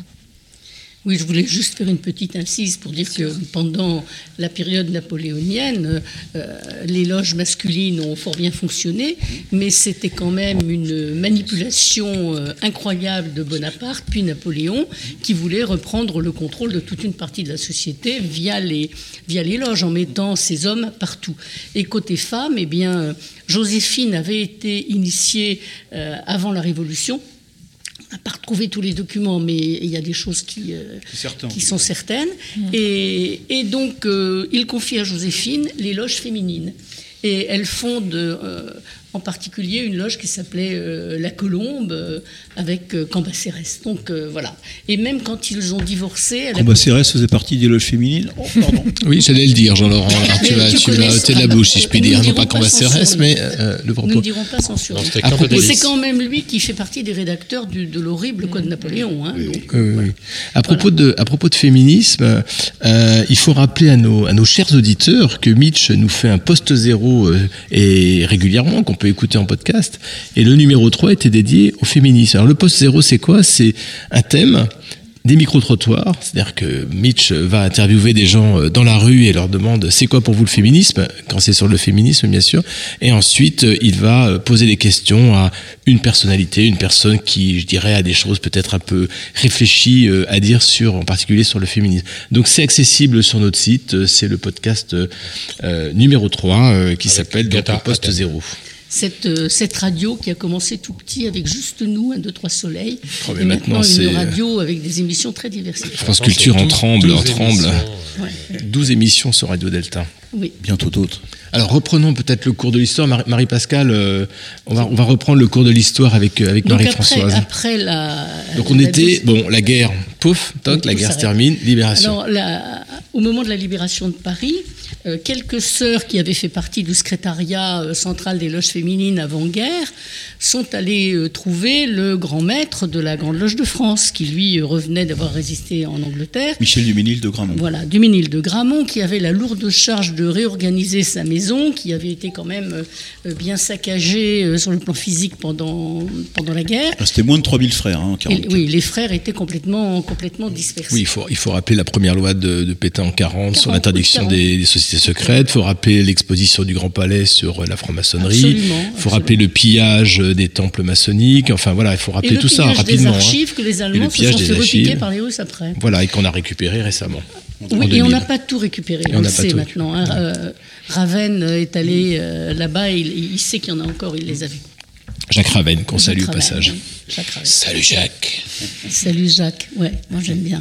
Oui, je voulais juste faire une petite incise pour dire que pendant la période napoléonienne, euh, les loges masculines ont fort bien fonctionné, mais c'était quand même une manipulation euh, incroyable de Bonaparte, puis Napoléon, qui voulait reprendre le contrôle de toute une partie de la société via les, via les loges, en mettant ces hommes partout. Et côté femmes, eh bien, Joséphine avait été initiée euh, avant la Révolution. On n'a pas retrouvé tous les documents, mais il y a des choses qui, euh, certain, qui sont certaines. Mmh. Et, et donc, euh, il confie à Joséphine les loges féminines. Et elle fonde euh, en particulier une loge qui s'appelait euh, La Colombe, euh, avec euh, Cambacérès. Donc euh, voilà. Et même quand ils ont divorcé... Cambacérès faisait partie des loges féminines. Oh, pardon. Oui, j'allais le dire, Jean-Laurent. Alors, tu vas, tu vas ôter la bouche, si je puis dire. Non pas Cambacérès, mais euh, le propos. Nous ne dirons pas censure. C'est quand même lui qui fait partie des rédacteurs du, de l'horrible Code Napoléon. Hein, oui, donc, oui, voilà. oui. À propos, voilà. de, à propos de féminisme, euh, il faut rappeler à nos, à nos chers auditeurs que Mitch nous fait un poste zéro euh, et régulièrement, qu'on peut écouter en podcast. Et le numéro trois était dédié au féminisme. Alors le poste zéro, c'est quoi ? C'est un thème, des micro-trottoirs, c'est-à-dire que Mitch va interviewer des gens dans la rue et leur demande « c'est quoi pour vous le féminisme ?» quand c'est sur le féminisme, bien sûr. Et ensuite, il va poser des questions à une personnalité, une personne qui, je dirais, a des choses peut-être un peu réfléchies à dire sur, en particulier sur le féminisme. Donc c'est accessible sur notre site, c'est le podcast euh, numéro trois euh, qui Avec s'appelle donc, le poste zéro. Cette, cette radio qui a commencé tout petit avec juste nous, un, deux, trois soleils, oh, et maintenant, maintenant une radio avec des émissions très diversifiées. France Culture en tremble, en tremble. Ouais. douze émissions sur Radio Delta. Oui. Bientôt d'autres. Alors reprenons peut-être le cours de l'histoire. Marie- Marie-Pascale, euh, on, va, on va reprendre le cours de l'histoire avec, euh, avec Donc Marie-Françoise. Après, après la... Donc on la était, deuxième... bon, la guerre, pouf, toc, oui, la guerre s'arrête. se termine, libération. Alors, la, au moment de la libération de Paris, euh, quelques sœurs qui avaient fait partie du secrétariat euh, central des loges féminines avant-guerre sont allées euh, trouver le grand maître de la Grande Loge de France, qui lui euh, revenait d'avoir résisté en Angleterre. Michel Duménil de Gramont. Voilà, Duménil de Gramont, qui avait la lourde charge de réorganiser sa maison, qui avait été quand même euh, bien saccagée euh, sur le plan physique pendant, pendant la guerre. C'était moins de trois mille frères. Hein, Et, oui, les frères étaient complètement, complètement dispersés. Oui, il faut, il faut rappeler la première loi de, de Pétain en quarante sur quarante, l'interdiction quarante. des, des sociétés secrètes. Il faut rappeler l'exposition du Grand Palais sur la franc-maçonnerie. Absolument, Il faut absolument. rappeler le pillage des temples maçonniques. Enfin voilà, il faut rappeler tout ça rapidement. Et le pillage des archives hein. que les Allemands se sont fait repiquer par les Russes après. Voilà, et qu'on a récupéré récemment. Oui, et on n'a pas tout récupéré, et on, on le sait tout maintenant. Hein. Euh, Ravenne est allé euh, là-bas, et il, il sait qu'il y en a encore, il les a vus. Jacques Ravenne, qu'on salue Jacques au Ravenne, passage. oui. Jacques Ravenne. Salut Jacques. Salut Jacques, ouais, moi j'aime bien.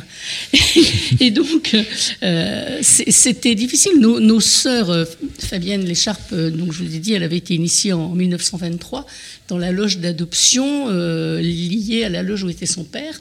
Et donc, euh, c'était difficile. Nos, nos sœurs, euh, Fabienne Lécharpe, euh, donc je vous ai dit, elle avait été initiée en mille neuf cent vingt-trois dans la loge d'adoption euh, liée à la loge où était son père.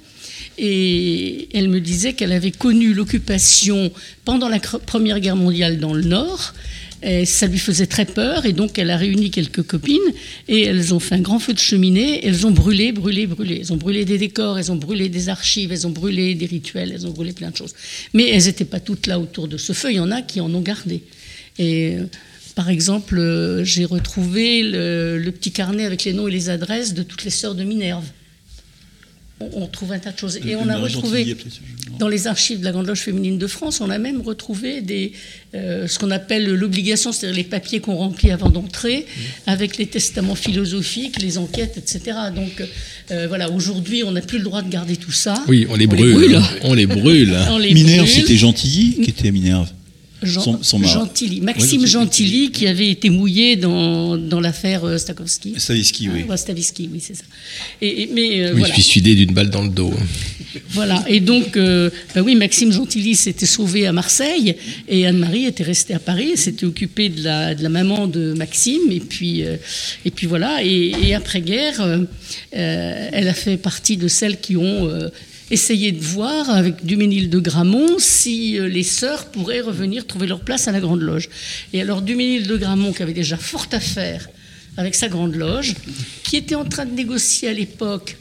Et elle me disait qu'elle avait connu l'occupation pendant la Première Guerre mondiale dans le Nord. Et ça lui faisait très peur, et donc elle a réuni quelques copines, et elles ont fait un grand feu de cheminée, elles ont brûlé, brûlé, brûlé. Elles ont brûlé des décors, elles ont brûlé des archives, elles ont brûlé des rituels, elles ont brûlé plein de choses. Mais elles n'étaient pas toutes là autour de ce feu, il y en a qui en ont gardé. Et par exemple, j'ai retrouvé le, le petit carnet avec les noms et les adresses de toutes les sœurs de Minerve. on trouve un tas de choses. Et Le- on a Marie retrouvé, Gentilly appelait ce jeu. dans les archives de la Grande Loge féminine de France, on a même retrouvé des, euh, ce qu'on appelle l'obligation, c'est-à-dire les papiers qu'on remplit avant d'entrer, avec les testaments philosophiques, les enquêtes, et cetera. Donc euh, voilà, aujourd'hui, on n'a plus le droit de garder tout ça. Oui, on les On les brûle. brûle. On les brûle. On les Minerve, brûle. c'était Gentilly qui était Minerve. Jean, son- son mari. Gentilly, Maxime Ouais, Gentilly, qui avait été mouillé dans, dans l'affaire euh, Stakowski. Stavisky, oui. Ah, Stavisky, oui, c'est ça. Et, et- mais euh, Oui, voilà. je suis suicidé d'une balle dans le dos. Voilà, et donc, euh, ben oui, Maxime Gentilly s'était sauvé à Marseille et Anne-Marie était restée à Paris, s'était occupée de la, de la maman de Maxime, et puis, euh, et puis voilà, et, et après-guerre, euh, euh, elle a fait partie de celles qui ont euh, essayé de voir avec Duménil de Gramont si euh, les sœurs pourraient revenir trouver leur place à la Grande Loge. Et alors Duménil de Gramont, qui avait déjà fort à faire avec sa Grande Loge, qui était en train de négocier à l'époque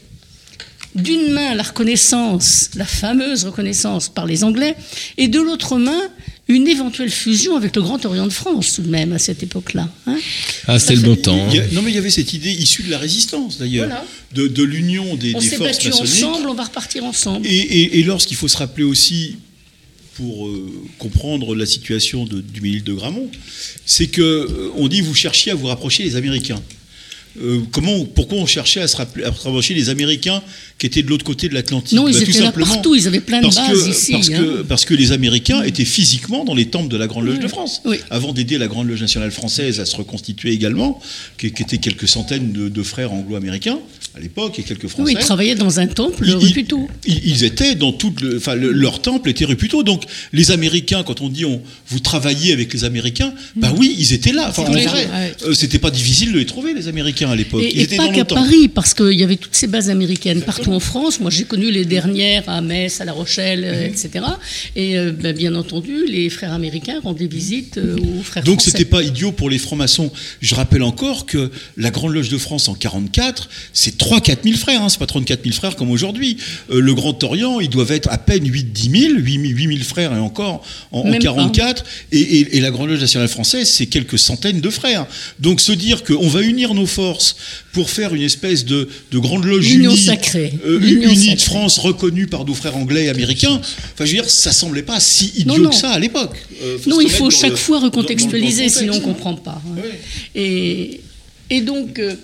d'une main la reconnaissance, la fameuse reconnaissance par les Anglais, et de l'autre main une éventuelle fusion avec le Grand Orient de France, tout de même, à cette époque-là. Hein. Ah, c'était le bon temps. Il y a- non, mais il y avait cette idée issue de la résistance, d'ailleurs, Voilà. de, de l'union des, On des s'est forces battus maçonniques. ensemble, on va repartir ensemble. Et, et, et lorsqu'il faut se rappeler aussi, pour euh, comprendre la situation de, du Duménil de Gramont, c'est que euh, on dit vous cherchiez à vous rapprocher des Américains. Euh, comment, pourquoi on cherchait à se, rappeler, à se rapprocher des Américains qui étaient de l'autre côté de l'Atlantique? Non, ils Bah, tout étaient là simplement partout, ils avaient plein de parce bases que, ici. Parce, hein. que, parce que les Américains étaient physiquement dans les temples de la Grande Loge Oui, de France, oui. avant d'aider la Grande Loge nationale française à se reconstituer également, qui, qui étaient quelques centaines de, de frères anglo-américains à l'époque et quelques Français. Oui, ils travaillaient dans un temple Ils- rue Puteaux. Ils, ils étaient dans tout le, enfin, le- leur temple était rue Puteaux. Donc les Américains, quand on dit on, vous travaillez avec les Américains, bah oui, ils étaient là. Enfin, en Ils étaient vrai, là, ouais. euh, c'était pas difficile de les trouver les Américains à l'époque. Ils Et, et étaient pas dans qu'à nos temples. Paris, parce qu'il y avait toutes ces bases américaines partout en France. Moi, j'ai connu les dernières à Metz, à La Rochelle, euh, et cetera. Et euh, ben, bien entendu, les frères américains rendaient visite euh, aux frères Donc français. c'était pas idiot pour les francs-maçons. Je rappelle encore que la Grande Loge de France en quarante-quatre, c'est trois à quatre mille frères, hein, c'est pas trente-quatre mille frères comme aujourd'hui. Euh, le Grand Orient, ils doivent être à peine huit à dix mille, huit mille frères et encore en, en Même pas. quarante-quatre. Et, et- et la Grande Loge nationale française, c'est quelques centaines de frères. Donc se dire qu'on va unir nos forces pour faire une espèce de, de Grande Loge L'union unie, sacrée. euh, L'union unie de sacrée. France reconnue par nos frères anglais et américains, enfin je veux dire, ça semblait pas si idiot Non, non. que ça à l'époque. Euh, Non, se il remettre faut dans chaque le- fois dans- dans- dans le recontextualiser, contexte. sinon on ne comprend pas. hein. Ouais. Et, et donc, euh,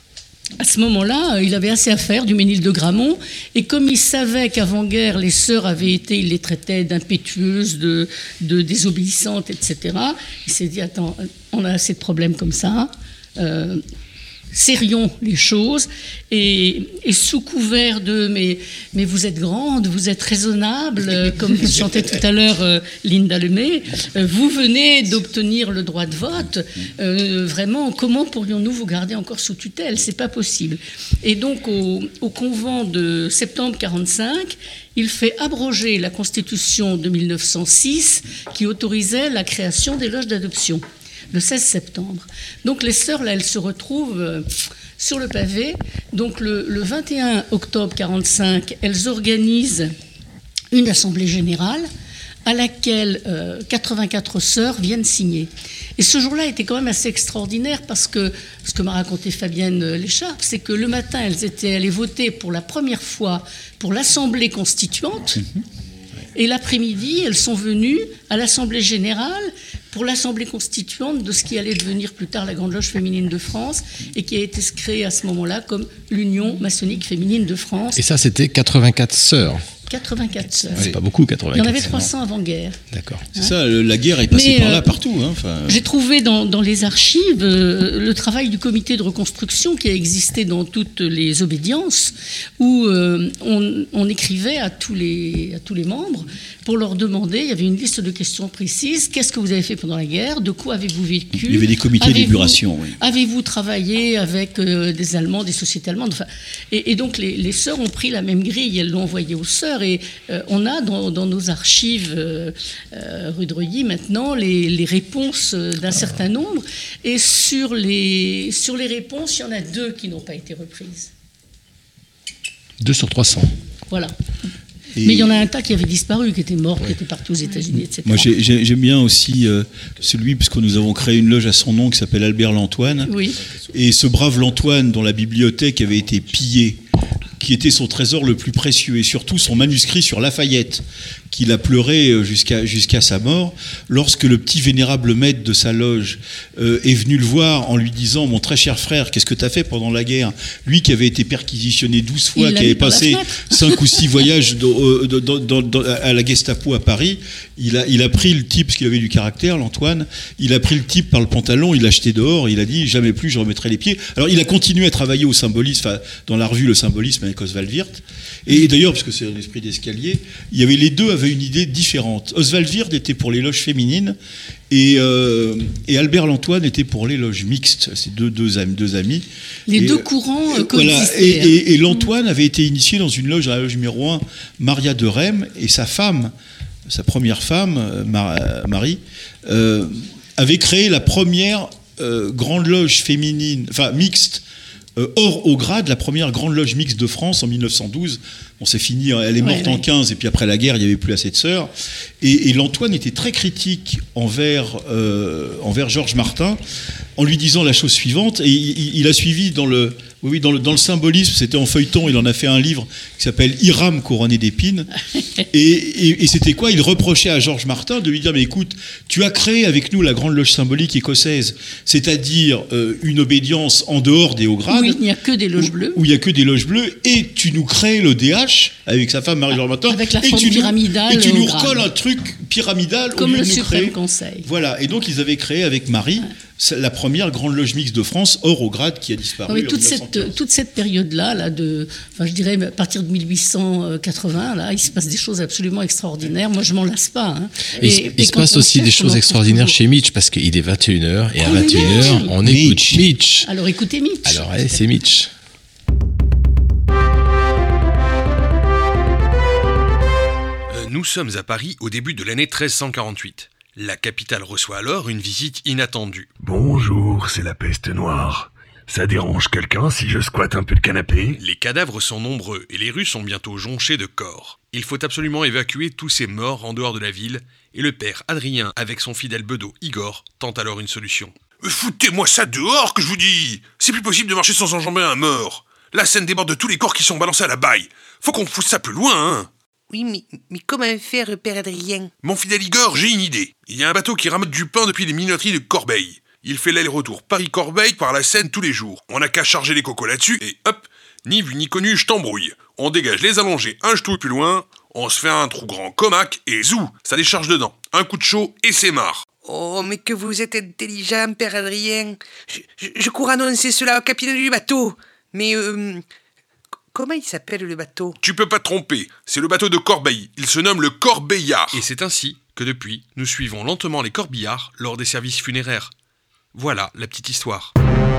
à ce moment-là, euh, il avait assez à faire, Duménil de Gramont, et comme il savait qu'avant-guerre, les sœurs avaient été, il les traitait d'impétueuses, de, de désobéissantes, et cetera, il s'est dit, attends, on a assez de problèmes comme ça, euh, serrions les choses, et, et sous couvert de mais, mais vous êtes grande, vous êtes raisonnable, euh, comme chantait tout à l'heure euh, Linda Lemay, euh, vous venez d'obtenir le droit de vote, euh, vraiment, comment pourrions-nous vous garder encore sous tutelle? C'est pas possible. Et donc, au, au convent de septembre quarante-cinq, il fait abroger la Constitution de mille neuf cent six qui autorisait la création des loges d'adoption. Le seize septembre. Donc les sœurs, là, elles se retrouvent euh, sur le pavé. Donc le, le vingt et un octobre quarante-cinq, elles organisent une assemblée générale à laquelle euh, quatre-vingt-quatre sœurs viennent signer. Et ce jour-là était quand même assez extraordinaire parce que ce que m'a raconté Fabienne Lécharpe, c'est que le matin, elles étaient allées voter pour la première fois pour l'assemblée constituante. Et l'après-midi, elles sont venues à l'Assemblée générale pour l'Assemblée constituante de ce qui allait devenir plus tard la Grande Loge féminine de France et qui a été créée à ce moment-là comme l'Union maçonnique féminine de France. Et ça, c'était quatre-vingt-quatre sœurs. quatre-vingt-quatre sœurs. C'est pas beaucoup, Il quatre-vingt-quatre. y en avait sœurs. trois cents avant-guerre. D'accord. C'est ça, le- la guerre est passée Mais, par euh, là partout. Hein, enfin, J'ai trouvé dans, dans les archives euh, le travail du comité de reconstruction qui a existé dans toutes les obédiences, où euh, on, on écrivait à tous, les, à tous les membres pour leur demander, il y avait une liste de questions précises, qu'est-ce que vous avez fait pendant la guerre, de quoi avez-vous vécu, il y avait des comités Avez-vous- d'épuration. Oui. Avez-vous travaillé avec euh, des Allemands, des sociétés allemandes, enfin, et, et donc les, les sœurs ont pris la même grille, elles l'ont envoyée aux sœurs, et euh, on a dans, dans nos archives euh, euh, rue de Reuilly maintenant les, les réponses euh, d'un certain nombre, et sur les, sur les réponses, il y en a deux qui n'ont pas été reprises. deux sur trois cents. Voilà. Et Mais il y en a un tas qui avait disparu, qui était mort, qui était partout aux États-Unis, et cetera. moi, j'ai- j'ai- j'aime bien aussi euh, celui, puisque nous avons créé une loge à son nom qui s'appelle Albert Lantoine. Oui. Et ce brave Lantoine, dont la bibliothèque avait été pillée qui était son trésor le plus précieux, et surtout son manuscrit sur Lafayette, qu'il a pleuré jusqu'à jusqu'à sa mort, lorsque le petit vénérable maître de sa loge euh, est venu le voir en lui disant « Mon très cher frère, qu'est-ce que tu as fait pendant la guerre ?» Lui qui avait été perquisitionné douze fois, qui avait passé cinq ou six voyages dans, dans, dans, dans, à la Gestapo à Paris, il a, il a pris le type, parce qu'il avait du caractère, l'Antoine, il a pris le type par le pantalon, il l'a jeté dehors, il a dit « Jamais plus je remettrai les pieds ». Alors il a continué à travailler au symbolisme, dans la revue Le Symbolisme avec Oswald Wirth, et d'ailleurs, parce que c'est un esprit d'escalier, il y avait les deux avaient une idée différente. Oswald Wirth était pour les loges féminines et, euh, et Albert Lantoine était pour les loges mixtes. C'est deux, deux, amis, deux amis. Les et, deux courants euh, voilà, coexistaient. et, et, et Lantoine avait été initié dans une loge, à la loge numéro un, Maria de Rem, et sa femme, sa première femme, Marie, euh, avait créé la première euh, grande loge féminine, enfin mixte, Euh, Or au grade, la première grande loge mixte de France en mille neuf cent douze. Bon, c'est fini, elle est morte ouais, en ouais. quinze, et puis après la guerre, il n'y avait plus assez de sœurs. Et, et l'Antoine était très critique envers, euh, envers Georges Martin, en lui disant la chose suivante, et il, il a suivi dans le, oui, dans le, dans le symbolisme, c'était en feuilleton, il en a fait un livre qui s'appelle Hiram couronné d'épines. Et, et, et c'était quoi? Il reprochait à Georges Martin de lui dire, mais écoute, tu as créé avec nous la grande loge symbolique écossaise, c'est-à-dire euh, une obédience en dehors des hauts grades. Où il n'y a que des loges bleues. Où il n'y a que des loges bleues, et tu nous crées le D H avec sa femme Marie-Georges Martin. Avec la et forme tu pyramidale. nous, et tu nous grade. recolles un truc pyramidal comme au lieu le de nous Suprême créer. Conseil. Voilà, et donc ils avaient créé avec Marie ouais. la première grande loge mixte de France, Or au grade, qui a disparu. Oui, toute, cette, toute cette période-là, là, de, enfin, je dirais à partir de mille huit cent quatre-vingts, là, il se passe des choses absolument extraordinaires. Moi, je m'en lasse pas. Hein. Et, et, il et se passe aussi des choses extraordinaires chez Mitch, parce qu'il est vingt et une heures, et à vingt et une heures, on écoute Mitch. Alors écoutez Mitch. Alors, allez, c'est Mitch. Nous sommes à Paris au début de l'année treize cent quarante-huit. La capitale reçoit alors une visite inattendue. Bonjour, c'est la peste noire. Ça dérange quelqu'un si je squatte un peu le canapé? Les cadavres sont nombreux et les rues sont bientôt jonchées de corps. Il faut absolument évacuer tous ces morts en dehors de la ville, et le père Adrien, avec son fidèle bedeau Igor, tente alors une solution. Foutez-moi ça dehors, que je vous dis! C'est plus possible de marcher sans enjamber un mort. La Seine déborde de tous les corps qui sont balancés à la baille. Faut qu'on pousse ça plus loin, hein! Oui, mais, mais comment faire, père Adrien? Mon fidèle Igor, j'ai une idée. Il y a un bateau qui ramasse du pain depuis les minoteries de Corbeil. Il fait l'aller-retour Paris-Corbeil par la Seine tous les jours. On n'a qu'à charger les cocos là-dessus, et hop, ni vu ni connu, je t'embrouille. On dégage les allongés un jetou plus loin, on se fait un trou grand comac, et zou, ça décharge dedans. Un coup de chaud, et c'est marre. Oh, mais que vous êtes intelligent, père Adrien. Je, je, je cours annoncer cela au capitaine du bateau. Mais, euh... comment il s'appelle le bateau? Tu peux pas te tromper, c'est le bateau de Corbeil, il se nomme le Corbeillard. Et c'est ainsi que depuis, nous suivons lentement les corbillards lors des services funéraires. Voilà la petite histoire.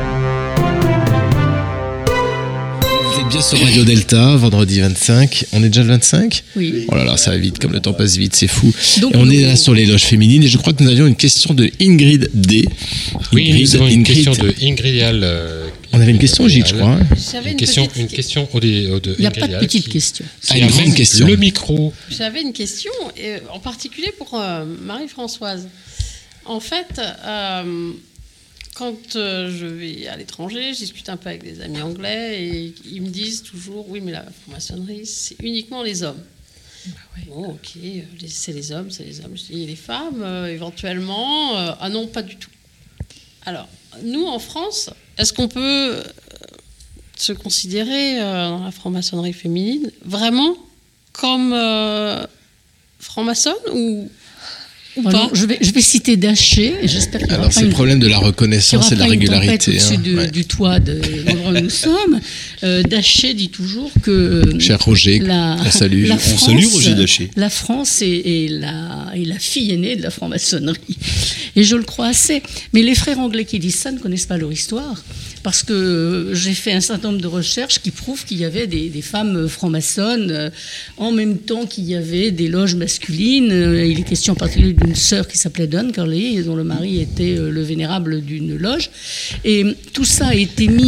Vous êtes bien sur Radio Delta, vendredi vingt-cinq. On est déjà le vingt-cinq? Oui. Oh là là, ça va vite, comme le temps passe vite, c'est fou. Donc, et on nous... est là sur les loges féminines, et je crois que nous avions une question de Ingrid D. Oui, Ingrid, nous avons une Ingrid. question de Ingrid Al. Euh, on avait une question, Gilles, je crois. Hein. J'avais une, une, question, petite... une question au de, au de Il n'y a Ingrid pas de petite qui... question. Ah, une grande question. Le micro. J'avais une question, et en particulier pour euh, Marie-Françoise. En fait, euh, quand euh, je vais à l'étranger, je discute un peu avec des amis anglais, et ils me disent toujours, oui, mais la franc-maçonnerie, c'est uniquement les hommes. Bah ouais. Bon, ok, les, c'est les hommes, c'est les hommes. Je dis, les femmes, euh, éventuellement, euh, ah non, pas du tout. Alors, nous, en France, est-ce qu'on peut euh, se considérer euh, dans la franc-maçonnerie féminine vraiment comme euh, franc-maçonne ou, ou pas? Alors, je, vais, je vais citer Daché, et j'espère qu'il y aura Alors, pas c'est une... le problème de la reconnaissance et de la régularité. Au-dessus hein. du, ouais. du toit de l'endroit où nous sommes. Euh, Daché dit toujours que... Cher Roger, la, on salue. La on France, salue Roger Daché. La France est, est, la, est la fille aînée de la franc-maçonnerie. Et je le crois assez. Mais les frères anglais qui disent ça ne connaissent pas leur histoire. Parce que j'ai fait un certain nombre de recherches qui prouvent qu'il y avait des, des femmes franc-maçonnes euh, en même temps qu'il y avait des loges masculines. Euh, il est question en particulier d'une sœur qui s'appelait Dunkerley, dont le mari était euh, le vénérable d'une loge. Et tout ça a été mis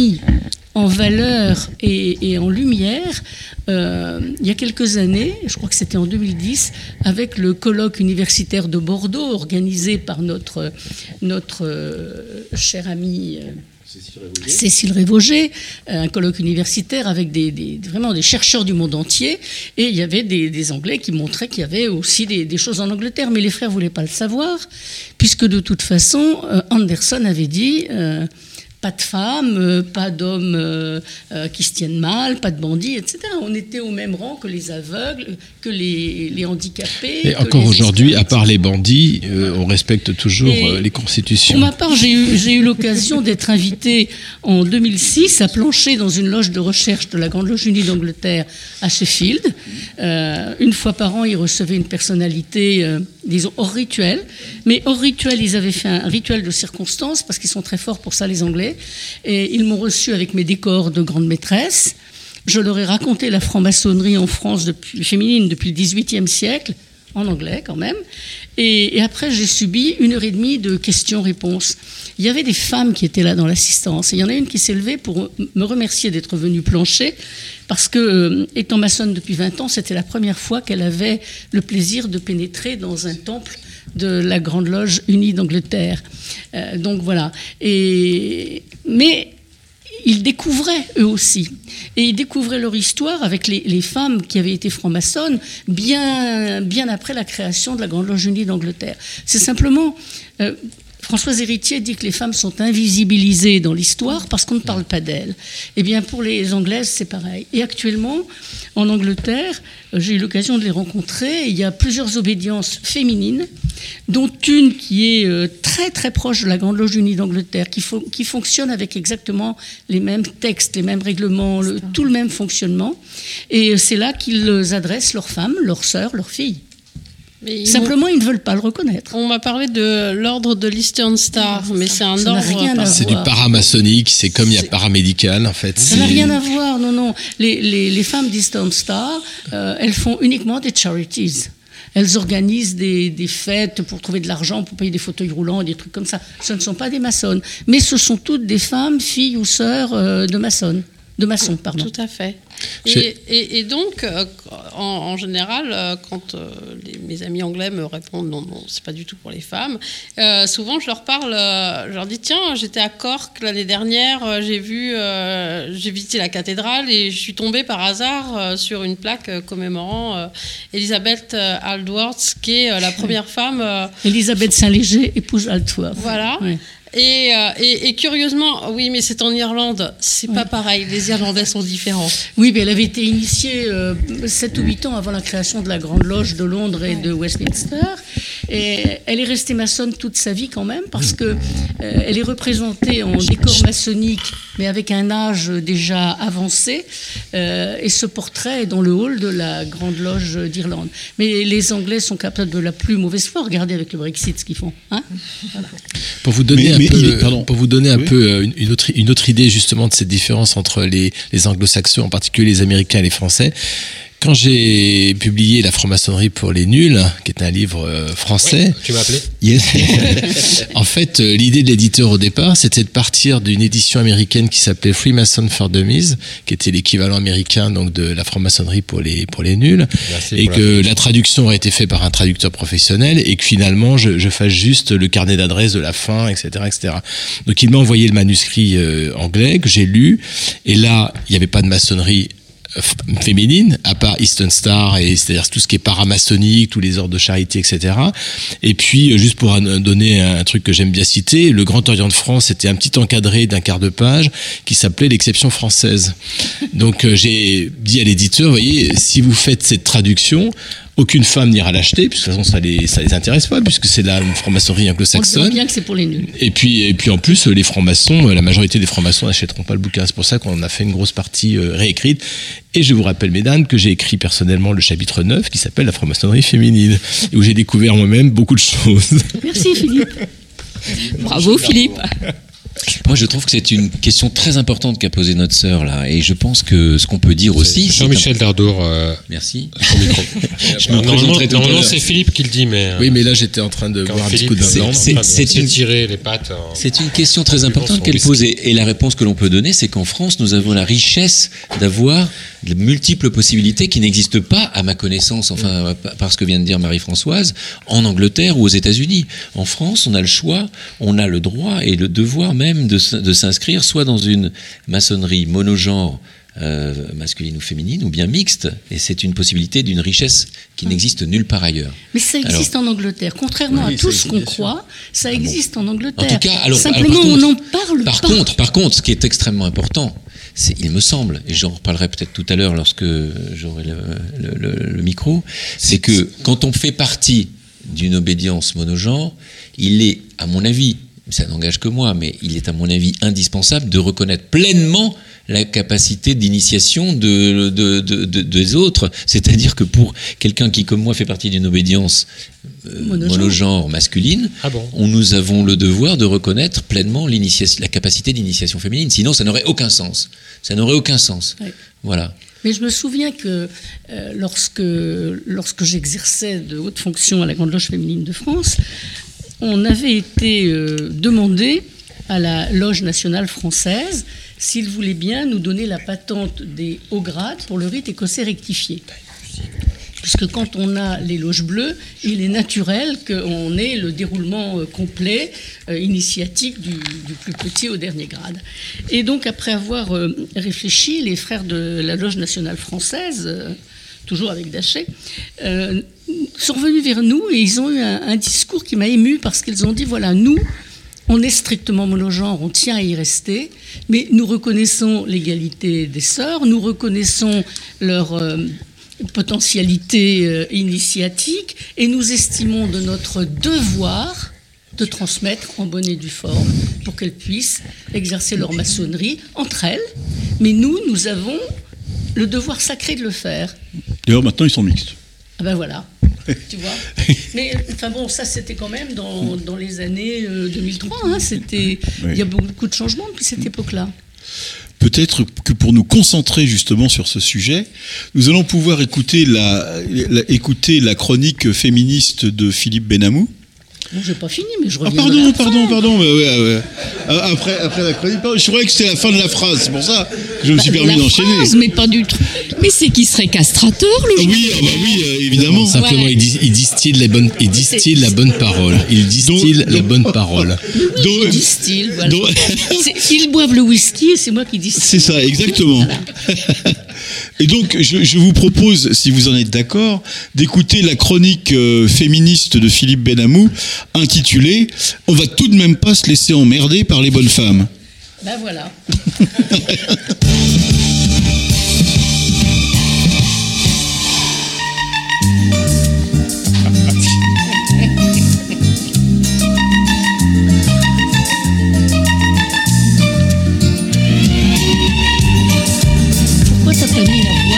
en valeur et, et en lumière euh, il y a quelques années, je crois que c'était en deux mille dix, avec le colloque universitaire de Bordeaux organisé par notre, notre euh, chère amie euh, Cécile Révauger, un colloque universitaire avec des, des, vraiment des chercheurs du monde entier, et il y avait des, des Anglais qui montraient qu'il y avait aussi des, des choses en Angleterre, mais les frères ne voulaient pas le savoir, puisque de toute façon, euh, Anderson avait dit... Euh, pas de femmes, euh, pas d'hommes euh, euh, qui se tiennent mal, pas de bandits, et cetera. On était au même rang que les aveugles, que les, les handicapés. Et encore aujourd'hui, à part les bandits, euh, on respecte toujours et euh, les constitutions. Pour ma part, j'ai eu, j'ai eu l'occasion d'être invitée en deux mille six à plancher dans une loge de recherche de la Grande Loge Unie d'Angleterre à Sheffield. Euh, une fois par an, ils recevaient une personnalité, euh, disons, hors rituel. Mais hors rituel, ils avaient fait un rituel de circonstance, parce qu'ils sont très forts pour ça, les Anglais. Et ils m'ont reçu avec mes décors de grande maîtresse. Je leur ai raconté la franc-maçonnerie en France depuis, féminine depuis le dix-huitième siècle, en anglais quand même. Et, et après, j'ai subi une heure et demie de questions-réponses. Il y avait des femmes qui étaient là dans l'assistance. Et il y en a une qui s'est levée pour me remercier d'être venue plancher, parce que, euh, étant maçonne depuis vingt ans, c'était la première fois qu'elle avait le plaisir de pénétrer dans un temple de la Grande Loge Unie d'Angleterre. Euh, donc voilà. Et, mais ils découvraient eux aussi. Et ils découvraient leur histoire avec les, les femmes qui avaient été francs-maçonnes bien, bien après la création de la Grande Loge Unie d'Angleterre. C'est simplement... Euh, Françoise Héritier dit que les femmes sont invisibilisées dans l'histoire parce qu'on ne parle pas d'elles. Eh bien, pour les Anglaises, c'est pareil. Et actuellement, en Angleterre, j'ai eu l'occasion de les rencontrer. Il y a plusieurs obédiences féminines, dont une qui est très, très proche de la Grande Loge Unie d'Angleterre, qui, fo- qui fonctionne avec exactement les mêmes textes, les mêmes règlements, le, tout le même fonctionnement. Et c'est là qu'ils adressent leurs femmes, leurs sœurs, leurs filles. Mais simplement, ils ne veulent pas le reconnaître. On m'a parlé de l'ordre de l'Eastern Star, mais c'est un ordre... Rien à c'est voir. Du paramaçonnique, c'est comme il y a paramédical, en fait. Ça n'a rien à voir, non, non. Les, les, les femmes d'Eastern Star, euh, elles font uniquement des charities. Elles organisent des, des fêtes pour trouver de l'argent, pour payer des fauteuils roulants, des trucs comme ça. Ce ne sont pas des maçonnes. Mais ce sont toutes des femmes, filles ou sœurs euh, de maçonnes. De maçons, pardon. Tout à fait. Et, et, et donc, euh, en, en général, euh, quand euh, les, mes amis anglais me répondent non, non, c'est pas du tout pour les femmes, euh, souvent je leur parle, euh, je leur dis tiens, j'étais à Cork l'année dernière, euh, j'ai vu, euh, j'ai visité la cathédrale et je suis tombée par hasard euh, sur une plaque euh, commémorant euh, Elizabeth euh, Aldworth, qui est euh, la première femme. Euh, Elisabeth Saint-Léger, épouse Aldworth. Voilà. Ouais. Et, euh, et, et curieusement, oui, mais c'est en Irlande, c'est ouais. pas pareil, les Irlandais sont différents. Oui, mais elle avait été initiée euh, sept ou huit ans avant la création de la Grande Loge de Londres et ouais. de Westminster. Et elle est restée maçonne toute sa vie quand même, parce que euh, elle est représentée en décor maçonnique, mais avec un âge déjà avancé. Euh, et ce portrait est dans le hall de la Grande Loge d'Irlande. Mais les Anglais sont capables de la plus mauvaise foi. Regardez avec le Brexit ce qu'ils font. Hein voilà. Pour vous donner mais, un peu, est, pour vous donner un oui. peu une, une, autre, une autre idée justement de cette différence entre les, les anglo-saxons, en particulier les Américains et les Français. Quand j'ai publié La franc-maçonnerie pour les nuls, qui est un livre euh, français... Ouais, tu m'as appelé yes. En fait, euh, l'idée de l'éditeur au départ, c'était de partir d'une édition américaine qui s'appelait Freemason for Dummies, qui était l'équivalent américain donc de La franc-maçonnerie pour les, pour les nuls, Merci et que la, la traduction aurait été faite par un traducteur professionnel, et que finalement, je, je fasse juste le carnet d'adresse de la fin, et cetera, et cetera. Donc, il m'a envoyé le manuscrit euh, anglais, que j'ai lu, et là, il n'y avait pas de maçonnerie féminine, à part Eastern Star, et c'est-à-dire tout ce qui est paramaçonnique, tous les ordres de charité, et cetera. Et puis, juste pour donner un truc que j'aime bien citer, le Grand Orient de France, c'était un petit encadré d'un quart de page qui s'appelait l'exception française. Donc, j'ai dit à l'éditeur, vous voyez, si vous faites cette traduction, aucune femme n'ira l'acheter, puisque de toute façon ça les ça les intéresse pas, puisque c'est la franc-maçonnerie anglo-saxonne. On sait bien que c'est pour les nuls. Et puis et puis en plus les francs-maçons, la majorité des francs-maçons n'achèteront pas le bouquin. C'est pour ça qu'on a fait une grosse partie euh, réécrite. Et je vous rappelle, mesdames, que j'ai écrit personnellement le chapitre neuf qui s'appelle La franc-maçonnerie féminine, et où j'ai découvert moi-même beaucoup de choses. Merci Philippe. Bravo Philippe. Moi, je trouve que c'est une question très importante qu'a posée notre sœur là, et je pense que ce qu'on peut dire aussi. Jean-Michel un... Dardour. Euh... Merci. Son micro. je me normalement, normalement c'est Philippe qui le dit, mais. Oui, mais là, j'étais en train de boire un petit coup de vin blanc. C'est, c'est, c'est une... tirer les pattes. En... C'est une question très importante qu'elle pose, et, et la réponse que l'on peut donner, c'est qu'en France, nous avons la richesse d'avoir de multiples possibilités qui n'existent pas, à ma connaissance, enfin, par ce que vient de dire Marie-Françoise, en Angleterre ou aux États-Unis. En France, on a le choix, on a le droit et le devoir même de, de s'inscrire soit dans une maçonnerie monogenre, euh, masculine ou féminine, ou bien mixte, et c'est une possibilité d'une richesse qui n'existe nulle part ailleurs. Mais ça existe alors, en Angleterre, contrairement oui, à tout ce qu'on croit, ça ah existe bon. en Angleterre. En tout cas, alors, simplement alors, contre, on n'en parle par pas. Contre, par contre, ce qui est extrêmement important, c'est, il me semble, et j'en reparlerai peut-être tout à l'heure lorsque j'aurai le, le, le, le micro, c'est que quand on fait partie d'une obédience monogenre, il est, à mon avis, ça n'engage que moi, mais il est à mon avis indispensable de reconnaître pleinement la capacité d'initiation de, de, de, de, des autres. C'est-à-dire que pour quelqu'un qui, comme moi, fait partie d'une obédience euh, monogenre. monogenre masculine, ah bon. on, nous avons le devoir de reconnaître pleinement la capacité d'initiation féminine. Sinon, ça n'aurait aucun sens. Ça n'aurait aucun sens. Oui. Voilà. Mais je me souviens que euh, lorsque, lorsque j'exerçais de hautes fonctions à la Grande Loge féminine de France, on avait été euh, demandé à la Loge nationale française s'il voulait bien nous donner la patente des hauts grades pour le rite écossais rectifié. Puisque quand on a les loges bleues, il est naturel qu'on ait le déroulement euh, complet, euh, initiatique du, du plus petit au dernier grade. Et donc, après avoir euh, réfléchi, les frères de la Loge nationale française, euh, toujours avec Daché, euh, sont revenus vers nous et ils ont eu un, un discours qui m'a ému parce qu'ils ont dit, voilà, nous, on est strictement monogenre, on tient à y rester, mais nous reconnaissons l'égalité des sœurs, nous reconnaissons leur... Euh, potentialité euh, initiatique et nous estimons de notre devoir de transmettre en bonne et due forme pour qu'elles puissent exercer leur maçonnerie entre elles. Mais nous, nous avons le devoir sacré de le faire. D'ailleurs, maintenant, ils sont mixtes. Ah ben voilà, tu vois. Mais enfin bon, ça c'était quand même dans, dans les années euh, deux mille trois. Hein, c'était, oui. Il y a beaucoup de changements depuis cette époque-là. Peut-être que pour nous concentrer justement sur ce sujet, nous allons pouvoir écouter la, la, écouter la chronique féministe de Philippe Benamou. Bon, j'ai pas fini, mais je reviens. Ah pardon, pardon, pardon. Mais ouais, ouais. Après, après la chronique, je croyais que c'était la fin de la phrase. C'est pour ça que je me suis permis la d'enchaîner. Phrase, mais pas du tout. Mais c'est qu'il serait castrateur, le. Oui, ah bah oui, euh, évidemment. Simplement, ouais. il, dis, il distille les bonnes, il distille la bonne parole. Il distille donc, la donc, bonne parole. Oui, donc, il distille. Voilà. Donc, ils boivent le whisky et c'est moi qui distille. C'est ça, exactement. Et donc, je, je vous propose, si vous en êtes d'accord, d'écouter la chronique euh, féministe de Philippe Benamou, intitulée « On va tout de même pas se laisser emmerder par les bonnes femmes ». Ben voilà. Pourquoi t'as pas mis la voix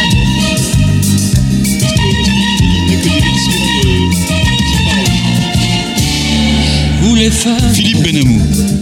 Vous les femmes. Philippe Benamou.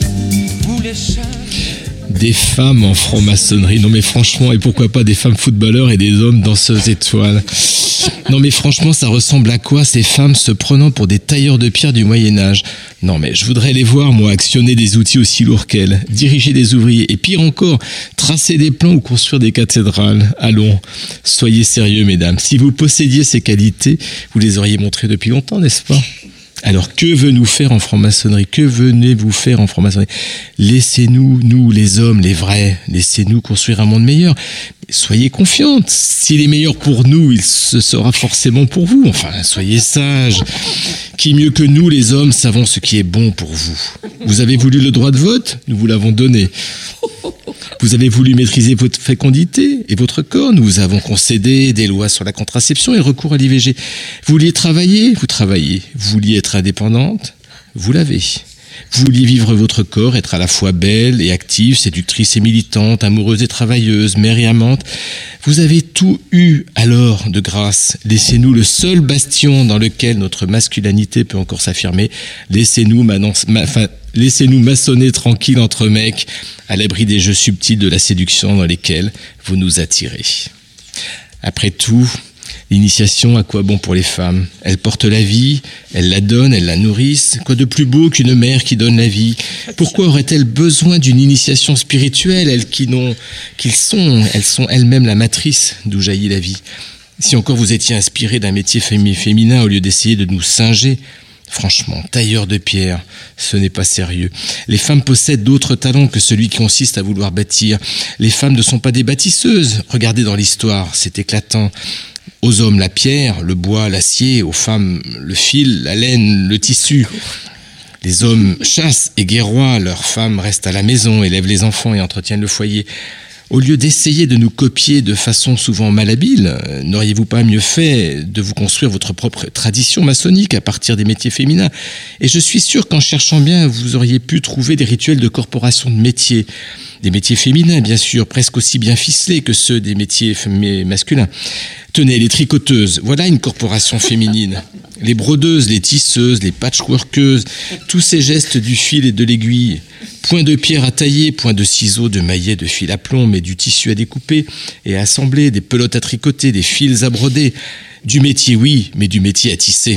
Des femmes en franc-maçonnerie. Non mais franchement, et pourquoi pas des femmes footballeurs et des hommes danseuses étoiles. Non mais franchement, ça ressemble à quoi ces femmes se prenant pour des tailleurs de pierre du Moyen-Âge? Non mais je voudrais les voir, moi, actionner des outils aussi lourds qu'elles, diriger des ouvriers, et pire encore, tracer des plans ou construire des cathédrales. Allons, soyez sérieux, mesdames. Si vous possédiez ces qualités, vous les auriez montrées depuis longtemps, n'est-ce pas? Alors, que venez-vous faire en franc-maçonnerie? Que venez-vous faire en franc-maçonnerie? Laissez-nous, nous, les hommes, les vrais, laissez-nous construire un monde meilleur. Soyez confiantes. S'il est meilleur pour nous, il se sera forcément pour vous. Enfin, soyez sages. Qui mieux que nous, les hommes, savons ce qui est bon pour vous? Vous avez voulu le droit de vote? Nous vous l'avons donné. Vous avez voulu maîtriser votre fécondité et votre corps? Nous vous avons concédé des lois sur la contraception et recours à l'I V G. Vous vouliez travailler? Vous travaillez. Vous vouliez être indépendante? Vous l'avez. Vous vouliez vivre votre corps, être à la fois belle et active, séductrice et militante, amoureuse et travailleuse, mère et amante. Vous avez tout eu alors de grâce. Laissez-nous le seul bastion dans lequel notre masculinité peut encore s'affirmer. Laissez-nous maintenant, ma, enfin, laissez-nous maçonner tranquille entre mecs, à l'abri des jeux subtils de la séduction dans lesquels vous nous attirez. Après tout, l'initiation, à quoi bon pour les femmes? Elles portent la vie, elles la donnent, elles la nourrissent. Quoi de plus beau qu'une mère qui donne la vie? Pourquoi auraient-elles besoin d'une initiation spirituelle, elles qui n'ont, qu'ils sont, elles sont elles-mêmes la matrice d'où jaillit la vie? Si encore vous étiez inspiré d'un métier féminin au lieu d'essayer de nous singer, franchement, tailleur de pierre, ce n'est pas sérieux. Les femmes possèdent d'autres talents que celui qui consiste à vouloir bâtir. Les femmes ne sont pas des bâtisseuses. Regardez dans l'histoire, c'est éclatant. Aux hommes, la pierre, le bois, l'acier. Aux femmes, le fil, la laine, le tissu. Les hommes chassent et guerroient. Leurs femmes restent à la maison, élèvent les enfants et entretiennent le foyer. Au lieu d'essayer de nous copier de façon souvent malhabile, n'auriez-vous pas mieux fait de vous construire votre propre tradition maçonnique à partir des métiers féminins? Et je suis sûr qu'en cherchant bien, vous auriez pu trouver des rituels de corporation de métiers. Des métiers féminins, bien sûr, presque aussi bien ficelés que ceux des métiers masculins. Tenez, les tricoteuses, voilà une corporation féminine. Les brodeuses, les tisseuses, les patchworkeuses, tous ces gestes du fil et de l'aiguille. Point de pierre à tailler, point de ciseaux, de maillet, de fil à plomb, mais du tissu à découper et à assembler, des pelotes à tricoter, des fils à broder. Du métier, oui, mais du métier à tisser.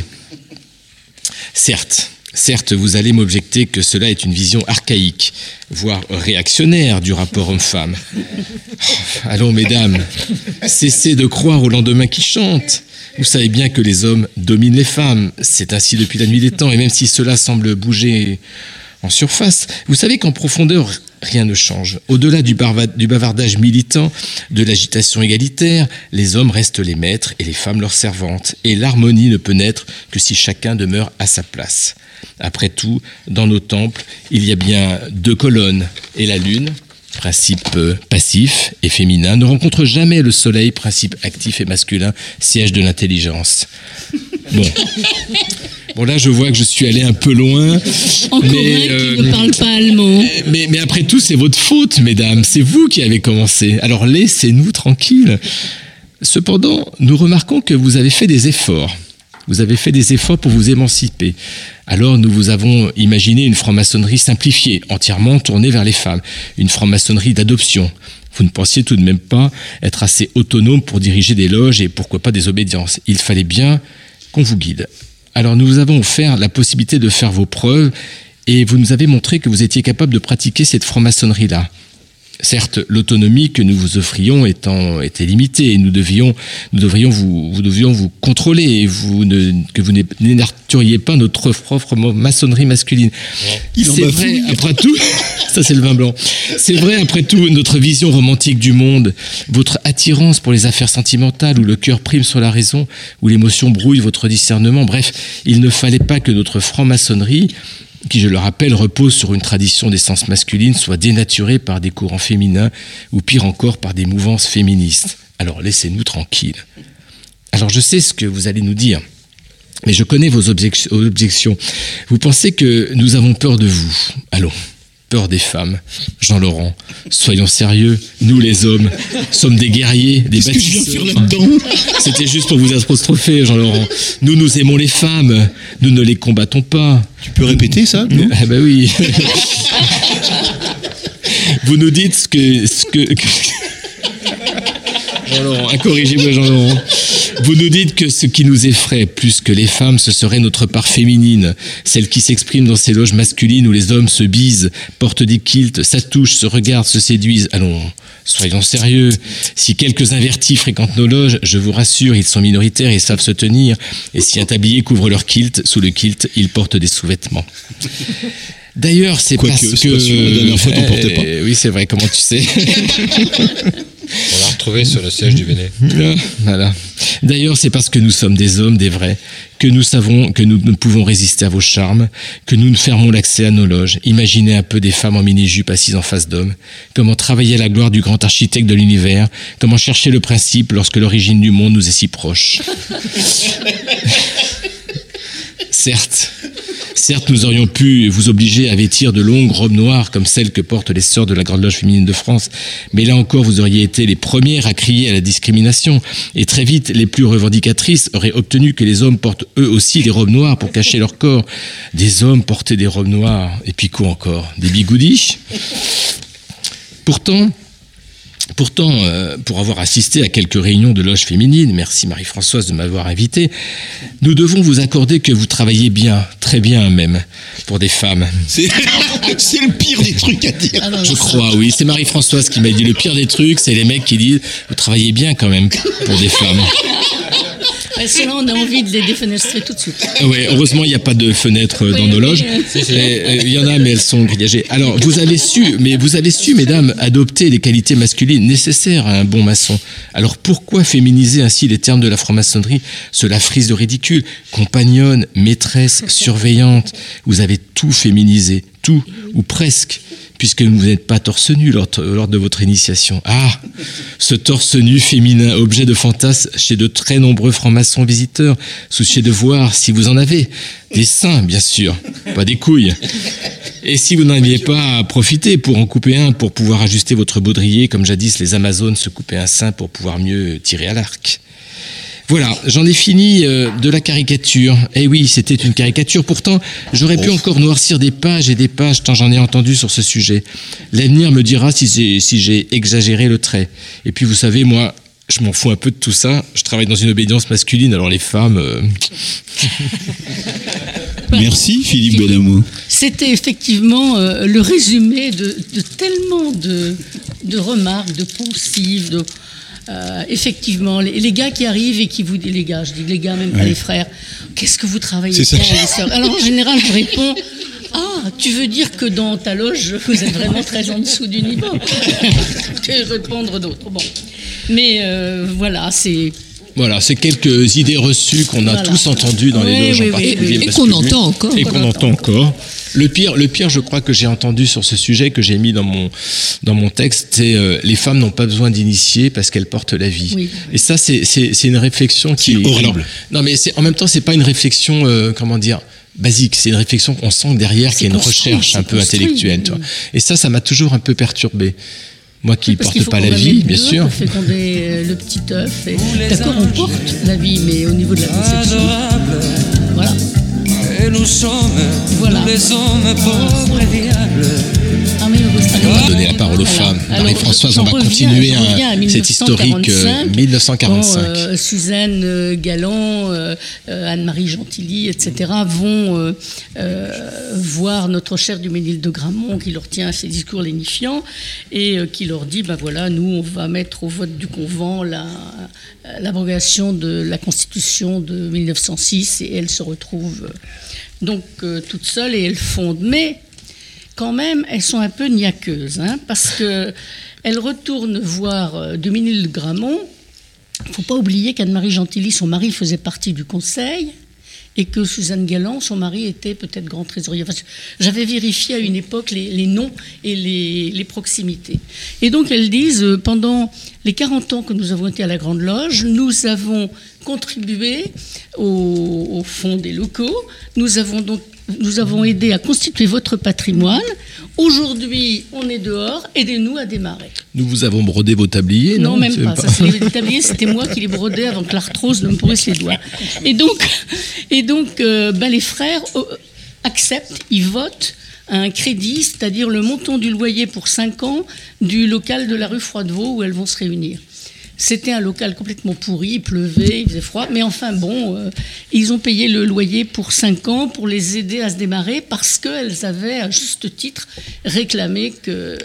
Certes, certes, vous allez m'objecter que cela est une vision archaïque, voire réactionnaire du rapport homme-femme. Allons, mesdames, cessez de croire au lendemain qui chante. Vous savez bien que les hommes dominent les femmes. C'est ainsi depuis la nuit des temps, et même si cela semble bouger en surface, vous savez qu'en profondeur, rien ne change. Au-delà du, barva- du bavardage militant, de l'agitation égalitaire, les hommes restent les maîtres et les femmes leurs servantes. Et l'harmonie ne peut naître que si chacun demeure à sa place. Après tout, dans nos temples, il y a bien deux colonnes, et la lune, principe passif et féminin, ne rencontre jamais le soleil, principe actif et masculin, siège de l'intelligence. Bon. Bon, là, je vois que je suis allé un peu loin. Encore mais, un euh, qui ne parle pas allemand. Mais, mais après tout, c'est votre faute, mesdames. C'est vous qui avez commencé. Alors, laissez-nous tranquilles. Cependant, nous remarquons que vous avez fait des efforts. Vous avez fait des efforts pour vous émanciper. Alors, nous vous avons imaginé une franc-maçonnerie simplifiée, entièrement tournée vers les femmes. Une franc-maçonnerie d'adoption. Vous ne pensiez tout de même pas être assez autonome pour diriger des loges et pourquoi pas des obédiences. Il fallait bien qu'on vous guide. Alors nous vous avons offert la possibilité de faire vos preuves et vous nous avez montré que vous étiez capable de pratiquer cette franc-maçonnerie-là. Certes, l'autonomie que nous vous offrions étant, était limitée et nous devions, nous devrions vous, vous devions vous contrôler et vous ne, que vous n'énarturiez pas notre propre maçonnerie masculine. Ouais. C'est vrai, après tout, ça c'est le vin blanc. C'est vrai, après tout, notre vision romantique du monde, votre attirance pour les affaires sentimentales où le cœur prime sur la raison, où l'émotion brouille votre discernement. Bref, il ne fallait pas que notre franc-maçonnerie, qui, je le rappelle, repose sur une tradition d'essence masculine, soit dénaturée par des courants féminins ou pire encore par des mouvances féministes. Alors laissez-nous tranquilles. Alors je sais ce que vous allez nous dire, mais je connais vos objec- objections. Vous pensez que nous avons peur de vous. Allons, peur des femmes. Jean-Laurent, soyons sérieux, nous les hommes sommes des guerriers, des Qu'est-ce bâtisseurs. que je viens faire là-dedans ? C'était juste pour vous apostropher, Jean-Laurent. Nous, nous aimons les femmes, nous ne les combattons pas. Tu peux répéter ça, non ? Ah bah oui. Vous nous dites ce que... Ce que... Jean-Laurent, incorrigez-moi Jean-Laurent. Vous nous dites que ce qui nous effraie plus que les femmes, ce serait notre part féminine, celle qui s'exprime dans ces loges masculines où les hommes se bisent, portent des kilts, s'attouchent, se regardent, se séduisent. Allons, soyons sérieux. Si quelques invertis fréquentent nos loges, je vous rassure, ils sont minoritaires et savent se tenir. Et si un tablier couvre leur kilt, sous le kilt, ils portent des sous-vêtements. D'ailleurs, c'est Quoique, parce c'est que... pas sûr, la dernière fois, t'en portais pas. Euh, oui, c'est vrai, comment tu sais ? On l'a retrouvé sur le siège du Vénet. Voilà. D'ailleurs, c'est parce que nous sommes des hommes, des vrais, que nous savons que nous ne pouvons résister à vos charmes, que nous ne fermons l'accès à nos loges. Imaginez un peu des femmes en mini-jupe assises en face d'hommes. Comment travailler à la gloire du grand architecte de l'univers. Comment chercher le principe lorsque l'origine du monde nous est si proche. Certes, certes, nous aurions pu vous obliger à vêtir de longues robes noires comme celles que portent les sœurs de la Grande Loge féminine de France. Mais là encore, vous auriez été les premières à crier à la discrimination. Et très vite, les plus revendicatrices auraient obtenu que les hommes portent eux aussi des robes noires pour cacher leur corps. Des hommes portaient des robes noires. Et puis quoi encore? Des bigoudis? Pourtant... Pourtant, euh, pour avoir assisté à quelques réunions de loges féminines, merci Marie-Françoise de m'avoir invité, nous devons vous accorder que vous travaillez bien, très bien même, pour des femmes. C'est, c'est le pire des trucs à dire. Ah non, je crois, oui. C'est Marie-Françoise qui m'a dit le pire des trucs, c'est les mecs qui disent vous travaillez bien quand même pour des femmes. Ouais, sinon, on a envie de les défenestrer tout de suite. Oui, heureusement, il n'y a pas de fenêtres dans oui, nos loges. Il euh, y en a, mais elles sont grillagées. Alors, vous avez su, mais vous avez su, mesdames, adopter les qualités masculines nécessaires à un bon maçon. Alors, pourquoi féminiser ainsi les termes de la franc-maçonnerie? Cela frise de ridicule. Compagnonne, maîtresse, surveillante. Vous avez tout féminisé. Tout, ou presque. Puisque vous n'êtes pas torse nu lors, lors de votre initiation. Ah, ce torse nu féminin, objet de fantasme chez de très nombreux francs-maçons visiteurs, soucieux de voir, si vous en avez, des seins, bien sûr, pas des couilles. Et si vous n'en aviez pas profité pour en couper un, pour pouvoir ajuster votre baudrier, comme jadis les Amazones se coupaient un sein pour pouvoir mieux tirer à l'arc. Voilà, j'en ai fini euh, de la caricature. Eh oui, c'était une caricature. Pourtant, j'aurais pu encore noircir des pages et des pages tant j'en ai entendu sur ce sujet. L'avenir me dira si j'ai, si j'ai exagéré le trait. Et puis, vous savez, moi, je m'en fous un peu de tout ça. Je travaille dans une obédience masculine, alors les femmes... Euh... Merci, Philippe Benamou. C'était effectivement euh, le résumé de, de tellement de, de remarques, de poncifs, de... Euh, effectivement, les, les gars qui arrivent et qui vous disent, les gars, je dis les gars, même pas ouais. les frères, qu'est-ce que vous travaillez bien, les sœurs? Alors en général, je réponds, ah, tu veux dire que dans ta loge, vous êtes vraiment très en dessous du niveau. Je vais répondre d'autres. Bon. Mais euh, voilà, c'est... Voilà, c'est quelques idées reçues qu'on a voilà. tous entendues dans oui, les loges oui, en particulier. Oui, et qu'on entend encore. Et qu'on entend encore. Le pire, le pire, je crois que j'ai entendu sur ce sujet, que j'ai mis dans mon, dans mon texte, c'est euh, les femmes n'ont pas besoin d'initier parce qu'elles portent la vie. Oui. Et ça, c'est, c'est, c'est une réflexion qui est horrible. Alors, non, mais c'est, en même temps, c'est pas une réflexion, euh, comment dire, basique. C'est une réflexion qu'on sent que derrière, c'est qu'il y a une construit, recherche un peu construit, intellectuelle. Oui. Tu vois. Et ça, ça m'a toujours un peu perturbé. Moi qui ne oui, porte pas la vie, bien sûr. On fait féconder le petit œuf. Et... D'accord, on porte la vie, mais au niveau de la conception. Voilà. Et nous sommes voilà. Nous les hommes pauvres et diables. Ah, mais on va donner la parole aux voilà. femmes. Marie-Françoise, on va reviens, continuer un, cet historique euh, dix-neuf cent quarante-cinq. Bon, euh, Suzanne euh, Galland, euh, euh, Anne-Marie Gentilly, et cetera vont euh, euh, voir notre cher du Ménil de Gramont qui leur tient ses discours lénifiants et euh, qui leur dit, ben voilà, nous on va mettre au vote du convent la, l'abrogation de la Constitution de mille neuf cent six et elles se retrouvent euh, donc euh, toutes seules et elles fondent. Mais quand même, elles sont un peu niaqueuses, hein, parce qu'elles retournent voir euh, de Ménil-de-Gramont. Il ne faut pas oublier qu'Anne-Marie Gentilly, son mari, faisait partie du conseil, et que Suzanne Galland, son mari, était peut-être grand trésorier. Enfin, j'avais vérifié à une époque les, les noms et les, les proximités. Et donc, elles disent, euh, pendant les quarante ans que nous avons été à la Grande Loge, nous avons contribué au, au fonds des locaux, nous avons donc Nous avons aidé à constituer votre patrimoine. Aujourd'hui, on est dehors. Aidez-nous à démarrer. Nous vous avons brodé vos tabliers, non? Non, même pas. pas. Ça, c'est les tabliers, c'était moi qui les brodais avant que l'arthrose ne me pourrisse les doigts. Et donc, et donc euh, ben, les frères euh, acceptent, ils votent un crédit, c'est-à-dire le montant du loyer pour cinq ans du local de la rue Froidevaux où elles vont se réunir. C'était un local complètement pourri, il pleuvait, il faisait froid, mais enfin bon, euh, ils ont payé le loyer pour cinq ans pour les aider à se démarrer parce qu'elles avaient, à juste titre, réclamé que,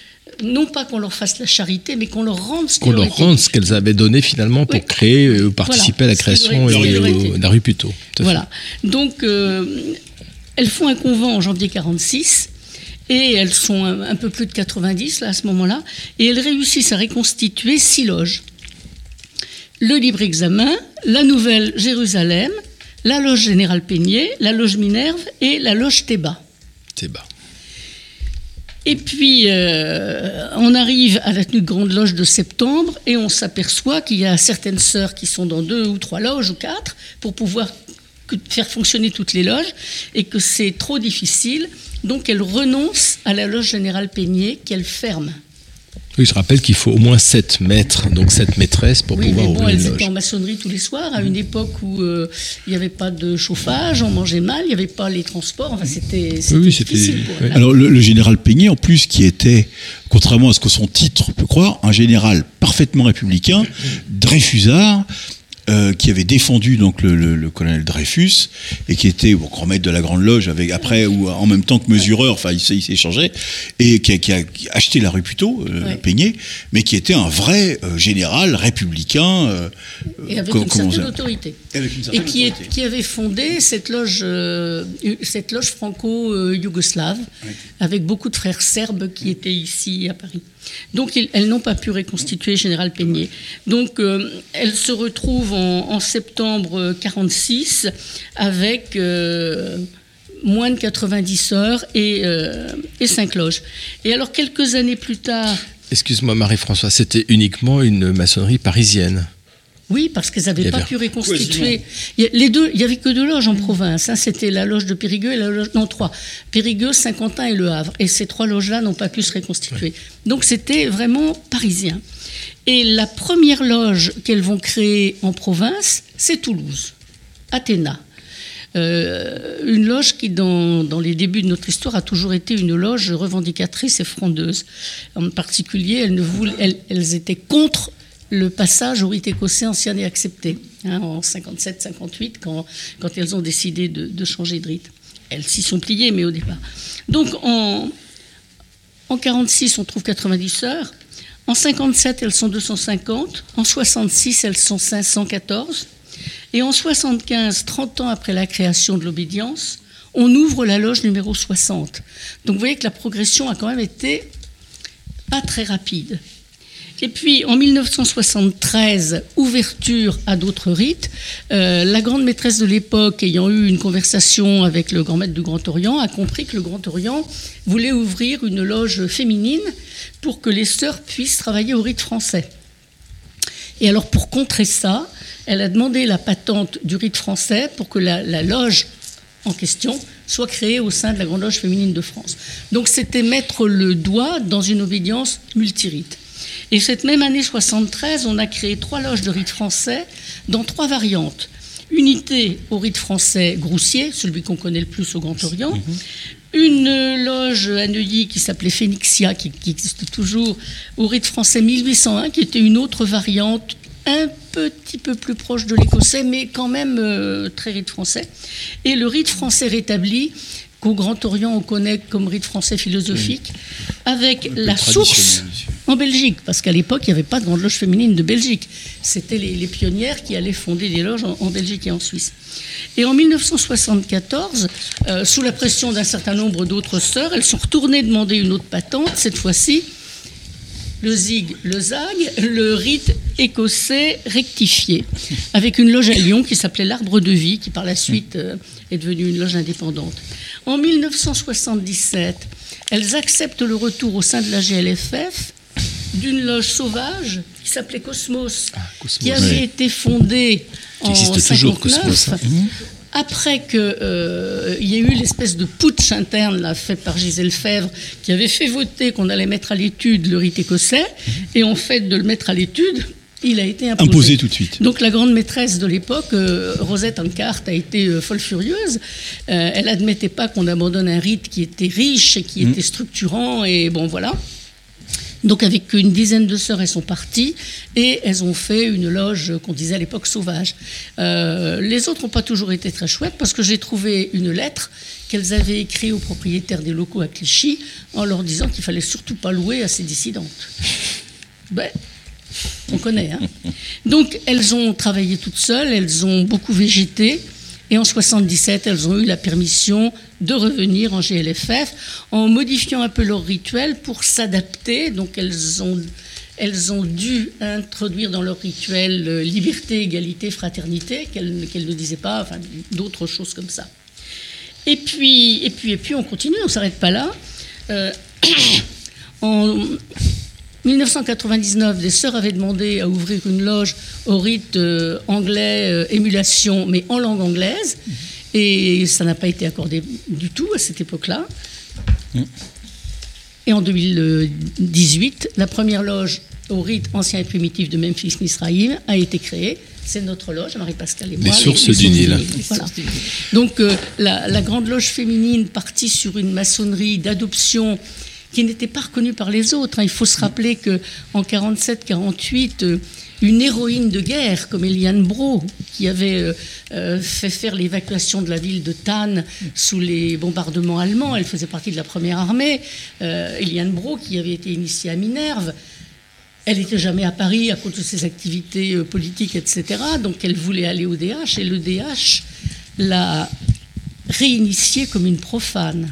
non pas qu'on leur fasse la charité, mais qu'on leur rende ce, qu'on leur rende ce qu'elles avaient donné finalement pour oui. créer ou participer voilà, à la création de la rue Puteaux. Voilà, donc euh, elles font un convent en janvier quarante-six. Et elles sont un, un peu plus de quatre-vingt-dix là, à ce moment-là, et elles réussissent à reconstituer six loges. Le Libre Examen, la Nouvelle Jérusalem, la Loge Générale Peigné, la Loge Minerve et la Loge Théba. Théba. Et puis, euh, on arrive à la tenue de Grande Loge de septembre et on s'aperçoit qu'il y a certaines sœurs qui sont dans deux ou trois loges ou quatre pour pouvoir que de faire fonctionner toutes les loges et que c'est trop difficile. Donc elle renonce à la loge générale Peigné qu'elle ferme. Oui, je rappelle qu'il faut au moins sept maîtres, donc sept maîtresses pour oui, pouvoir mais bon, ouvrir une elles loge. étaient en maçonnerie tous les soirs, à une époque où euh, il n'y avait pas de chauffage, on mangeait mal, il n'y avait pas les transports, enfin c'était, c'était Oui, difficile. c'était- pour elles. Alors le, le général Peigné, en plus, qui était, contrairement à ce que son titre peut croire, un général parfaitement républicain, Dreyfusard, euh, qui avait défendu donc le, le- le colonel Dreyfus et qui était bon, grand maître de la Grande Loge avec après ou en même temps que mesureur, enfin il, s'est- il s'échangeait et qui a, qui a- qui a acheté la rue Puteaux, euh, Ouais. Peigné, mais qui était un vrai euh, général républicain euh, Et avec co- une comment certaine ça- autorité. Avec une Et certaine qui, est- autorité. qui avait fondé cette loge, euh, cette loge franco-yougoslave, avec beaucoup de frères serbes qui étaient ici à Paris. Donc ils- elles n'ont pas pu reconstituer Général Peigné. Donc euh, elles se retrouvent en, en septembre quarante-six avec euh, moins de quatre-vingt-dix sœurs et, euh, et cinq loges. Et alors quelques années plus tard, Excuse-moi Marie-François, c'était uniquement une maçonnerie parisienne. oui, parce qu'elles Il n'avaient y pas avait- pu reconstituer. Il y a- les deux, il y avait que deux loges en province. hein. C'était la loge de Périgueux et la loge, non trois, Périgueux, Saint-Quentin et Le Havre. Et ces trois loges-là n'ont pas pu se reconstituer. Donc c'était vraiment parisien. Et la première loge qu'elles vont créer en province, c'est Toulouse, Athéna. Euh, une loge qui, dans, dans les débuts de notre histoire, a toujours été une loge revendicatrice et frondeuse. En particulier, elles, ne voulaient, elles, elles étaient contre le passage au rite écossais ancien et accepté, hein, en cinquante-sept cinquante-huit, quand, quand elles ont décidé de, de changer de rite. Elles s'y sont pliées, mais au départ. Donc, en, en quarante-six, on trouve quatre-vingt-dix sœurs. En cinquante-sept, elles sont deux cent cinquante. En soixante-six, elles sont cinq cent quatorze. Et en soixante-quinze, trente ans après la création de l'obédience, on ouvre la loge numéro soixante. Donc vous voyez que la progression a quand même été pas très rapide. Et puis en mille neuf cent soixante-treize, ouverture à d'autres rites. Euh, la grande maîtresse de l'époque, ayant eu une conversation avec le grand maître du Grand Orient, a compris que le Grand Orient voulait ouvrir une loge féminine pour que les sœurs puissent travailler au rite français. Et alors pour contrer ça, elle a demandé la patente du rite français pour que la, la loge en question soit créée au sein de la Grande Loge féminine de France. Donc c'était mettre le doigt dans une obédience multirite. Et cette même année soixante-treize, on a créé trois loges de rite français dans trois variantes. Unité au rite français Groussier, celui qu'on connaît le plus au Grand Orient. Une loge à Neuilly qui s'appelait Phénixia, qui, qui existe toujours, au rite français mille huit cent un, qui était une autre variante un petit peu plus proche de l'écossais, mais quand même euh, très rite français. Et le rite français rétabli, qu'au Grand Orient on connaît comme rite français philosophique, avec la source en Belgique, parce qu'à l'époque il n'y avait pas de grande loge féminine de Belgique. C'était les, les pionnières qui allaient fonder des loges en, en Belgique et en Suisse. Et en mille neuf cent soixante-quatorze, euh, sous la pression d'un certain nombre d'autres sœurs, elles sont retournées demander une autre patente, cette fois-ci le zig, le zag, le rite écossais rectifié, avec une loge à Lyon qui s'appelait l'Arbre de Vie, qui par la suite euh, est devenue une loge indépendante. En mille neuf cent soixante-dix-sept, elles acceptent le retour au sein de la G L F F d'une loge sauvage qui s'appelait Cosmos, Ah, Cosmos. qui avait Ouais. été fondée Qui en existe toujours, cinquante-neuf, Cosmos, hein. après qu'il euh, y ait eu l'espèce de putsch interne là, fait par Gisèle Fèvre, qui avait fait voter qu'on allait mettre à l'étude le rite écossais, et en fait de le mettre à l'étude, il a été imposé. Imposé tout de suite. Donc la grande maîtresse de l'époque, euh, Rosette Ancart, a été euh, folle furieuse. Euh, elle admettait pas qu'on abandonne un rite qui était riche et qui Mm. était structurant, et bon voilà. Donc avec une dizaine de sœurs, elles sont parties et elles ont fait une loge qu'on disait à l'époque sauvage. Euh, les autres n'ont pas toujours été très chouettes parce que j'ai trouvé une lettre qu'elles avaient écrite aux propriétaires des locaux à Clichy en leur disant qu'il fallait surtout pas louer à ces dissidentes. Ben, on connaît, hein. Donc elles ont travaillé toutes seules, elles ont beaucoup végété. Et en soixante-dix-sept, elles ont eu la permission de revenir en G L F F en modifiant un peu leur rituel pour s'adapter. Donc elles ont, elles ont dû introduire dans leur rituel euh, liberté, égalité, fraternité, qu'elles qu'elles ne disaient pas, enfin d'autres choses comme ça. Et puis, et puis, et puis on continue, on ne s'arrête pas là. Euh, en, dix-neuf cent quatre-vingt-dix-neuf, des sœurs avaient demandé à ouvrir une loge au rite euh, anglais, euh, émulation, mais en langue anglaise. Et ça n'a pas été accordé du tout à cette époque-là. Mm. Et en deux mille dix-huit, la première loge au rite ancien et primitif de Memphis-Misraïm a été créée. C'est notre loge, Marie-Pascale et moi. Les sources du Nil. Voilà. Donc euh, la, la grande loge féminine partie sur une maçonnerie d'adoption qui n'était pas reconnue par les autres. Hein. Il faut se rappeler qu'en quarante-sept quarante-huit, euh, une héroïne de guerre comme Eliane Bro, qui avait euh, euh, fait faire l'évacuation de la ville de Thann sous les bombardements allemands, elle faisait partie de la première armée, euh, Eliane Bro, qui avait été initiée à Minerve, elle n'était jamais à Paris à cause de ses activités euh, politiques, et cetera. Donc elle voulait aller au D H, et le D H l'a réinitiée comme une profane.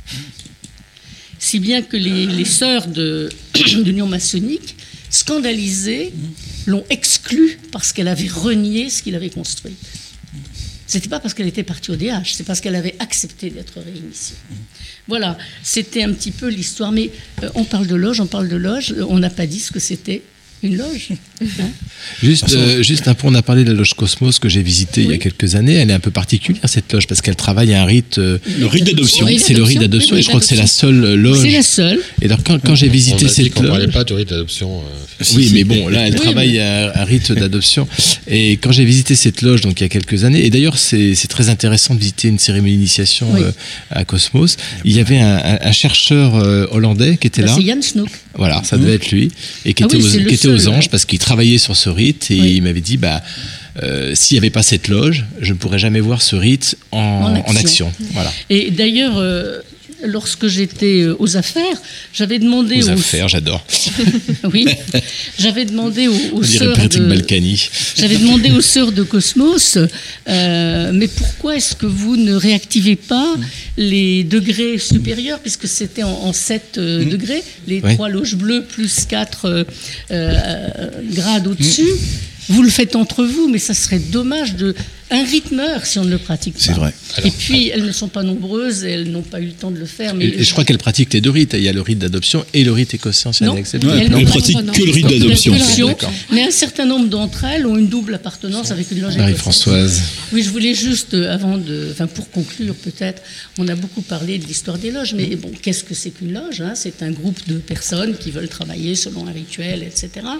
Si bien que les, les sœurs de l'Union maçonnique, scandalisées, l'ont exclue parce qu'elle avait renié ce qu'il avait construit. C'était pas parce qu'elle était partie au D H, c'est parce qu'elle avait accepté d'être réinitiée. Voilà, c'était un petit peu l'histoire. Mais euh, on parle de loge, on parle de loge, on n'a pas dit ce que c'était une loge. Hein juste, euh, juste un point, on a parlé de la loge Cosmos que j'ai visitée oui. il y a quelques années. Elle est un peu particulière, cette loge, parce qu'elle travaille à un rite... Euh, le rite d'adoption. C'est le rite d'adoption, oui, et je crois que c'est la seule loge. C'est la seule. Et alors, quand, quand j'ai visité on cette on loge... On ne parlait pas du rite d'adoption. Euh, oui, mais bon, là, elle oui, travaille mais... à un rite d'adoption. Et quand j'ai visité cette loge, donc il y a quelques années, et d'ailleurs, c'est, c'est très intéressant de visiter une cérémonie d'initiation oui. euh, à Cosmos, il y avait un, un, un chercheur euh, hollandais qui était bah, là. C'est Jan Snoek. Voilà, ça devait être lui. Et qui ah était, oui, aux, qui était seul, aux anges, ouais. parce qu'il travaillait sur ce rite, et oui. il m'avait dit, bah, euh, s'il n'y avait pas cette loge, je ne pourrais jamais voir ce rite en, en action. En action. Voilà. Et d'ailleurs, euh, lorsque j'étais aux affaires, j'avais demandé aux, aux affaires, j'adore. oui, j'avais demandé aux, aux On dirait sœurs Patrick de Balkany. J'avais demandé aux sœurs de Cosmos, euh, mais pourquoi est-ce que vous ne réactivez pas les degrés supérieurs, puisque c'était en, en sept euh, mmh. degrés, les oui. trois loges bleues plus quatre euh, euh, grades au-dessus. Mmh. Vous le faites entre vous, mais ça serait dommage de... Un rite meurt si on ne le pratique pas. C'est vrai. Alors, et puis, elles ne sont pas nombreuses, et elles n'ont pas eu le temps de le faire. Mais et, et je crois qu'elles pratiquent les deux rites. Il y a le rite d'adoption et le rite écossais ancien et accepté. Ouais, on ne pratique que le rite d'adoption. Mais un certain nombre d'entre elles ont une double appartenance avec une loge écossaise. Marie-Françoise. Oui, je voulais juste, avant de... Enfin, pour conclure, peut-être, on a beaucoup parlé de l'histoire des loges, mais bon, qu'est-ce que c'est qu'une loge, hein? C'est un groupe de personnes qui veulent travailler selon un rituel, et cetera.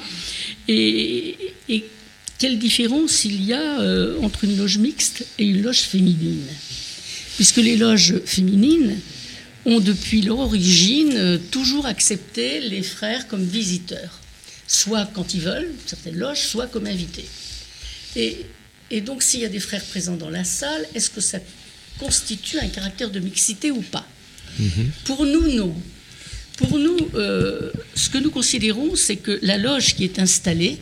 Et... et quelle différence il y a euh, entre une loge mixte et une loge féminine ? Puisque les loges féminines ont, depuis leur origine, euh, toujours accepté les frères comme visiteurs, soit quand ils veulent, certaines loges, soit comme invités. Et, et donc, s'il y a des frères présents dans la salle, est-ce que ça constitue un caractère de mixité ou pas ? Mm-hmm. Pour nous, non. Pour nous, euh, ce que nous considérons, c'est que la loge qui est installée,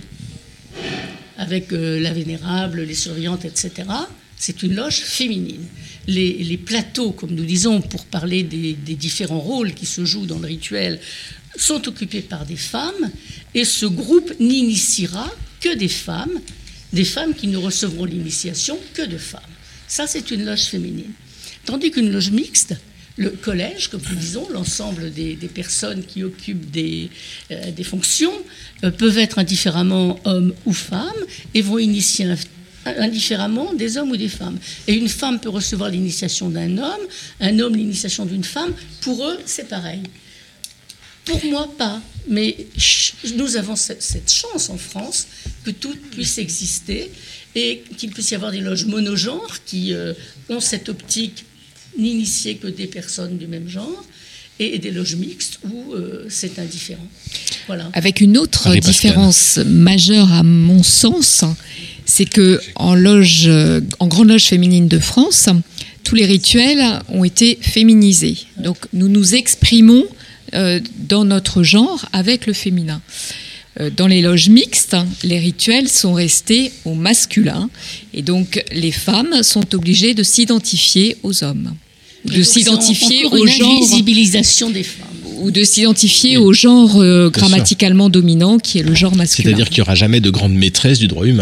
avec euh, la vénérable, les surveillantes, et cetera, c'est une loge féminine. Les, les plateaux, comme nous disons, pour parler des, des différents rôles qui se jouent dans le rituel, sont occupés par des femmes, et ce groupe n'initiera que des femmes, des femmes qui ne recevront l'initiation que de femmes. Ça, c'est une loge féminine. Tandis qu'une loge mixte, le collège, comme nous disons, l'ensemble des, des personnes qui occupent des, euh, des fonctions euh, peuvent être indifféremment hommes ou femmes et vont initier un, indifféremment des hommes ou des femmes. Et une femme peut recevoir l'initiation d'un homme, un homme l'initiation d'une femme. Pour eux, c'est pareil. Pour moi, pas. Mais nous avons cette chance en France que tout puisse exister et qu'il puisse y avoir des loges monogenres qui euh, ont cette optique n'initier que des personnes du même genre, et des loges mixtes où euh, c'est indifférent. Voilà. Avec une autre différence majeure à mon sens, c'est que en loge, en grande loge féminine de France, tous les rituels ont été féminisés. Donc nous nous exprimons euh, dans notre genre avec le féminin. Dans les loges mixtes, les rituels sont restés au masculin, et donc les femmes sont obligées de s'identifier aux hommes. De s'identifier au genre, invisibilisation des femmes, ou de s'identifier oui. au genre euh, grammaticalement dominant qui est le genre masculin. C'est-à-dire qu'il n'y aura jamais de grande maîtresse du droit humain.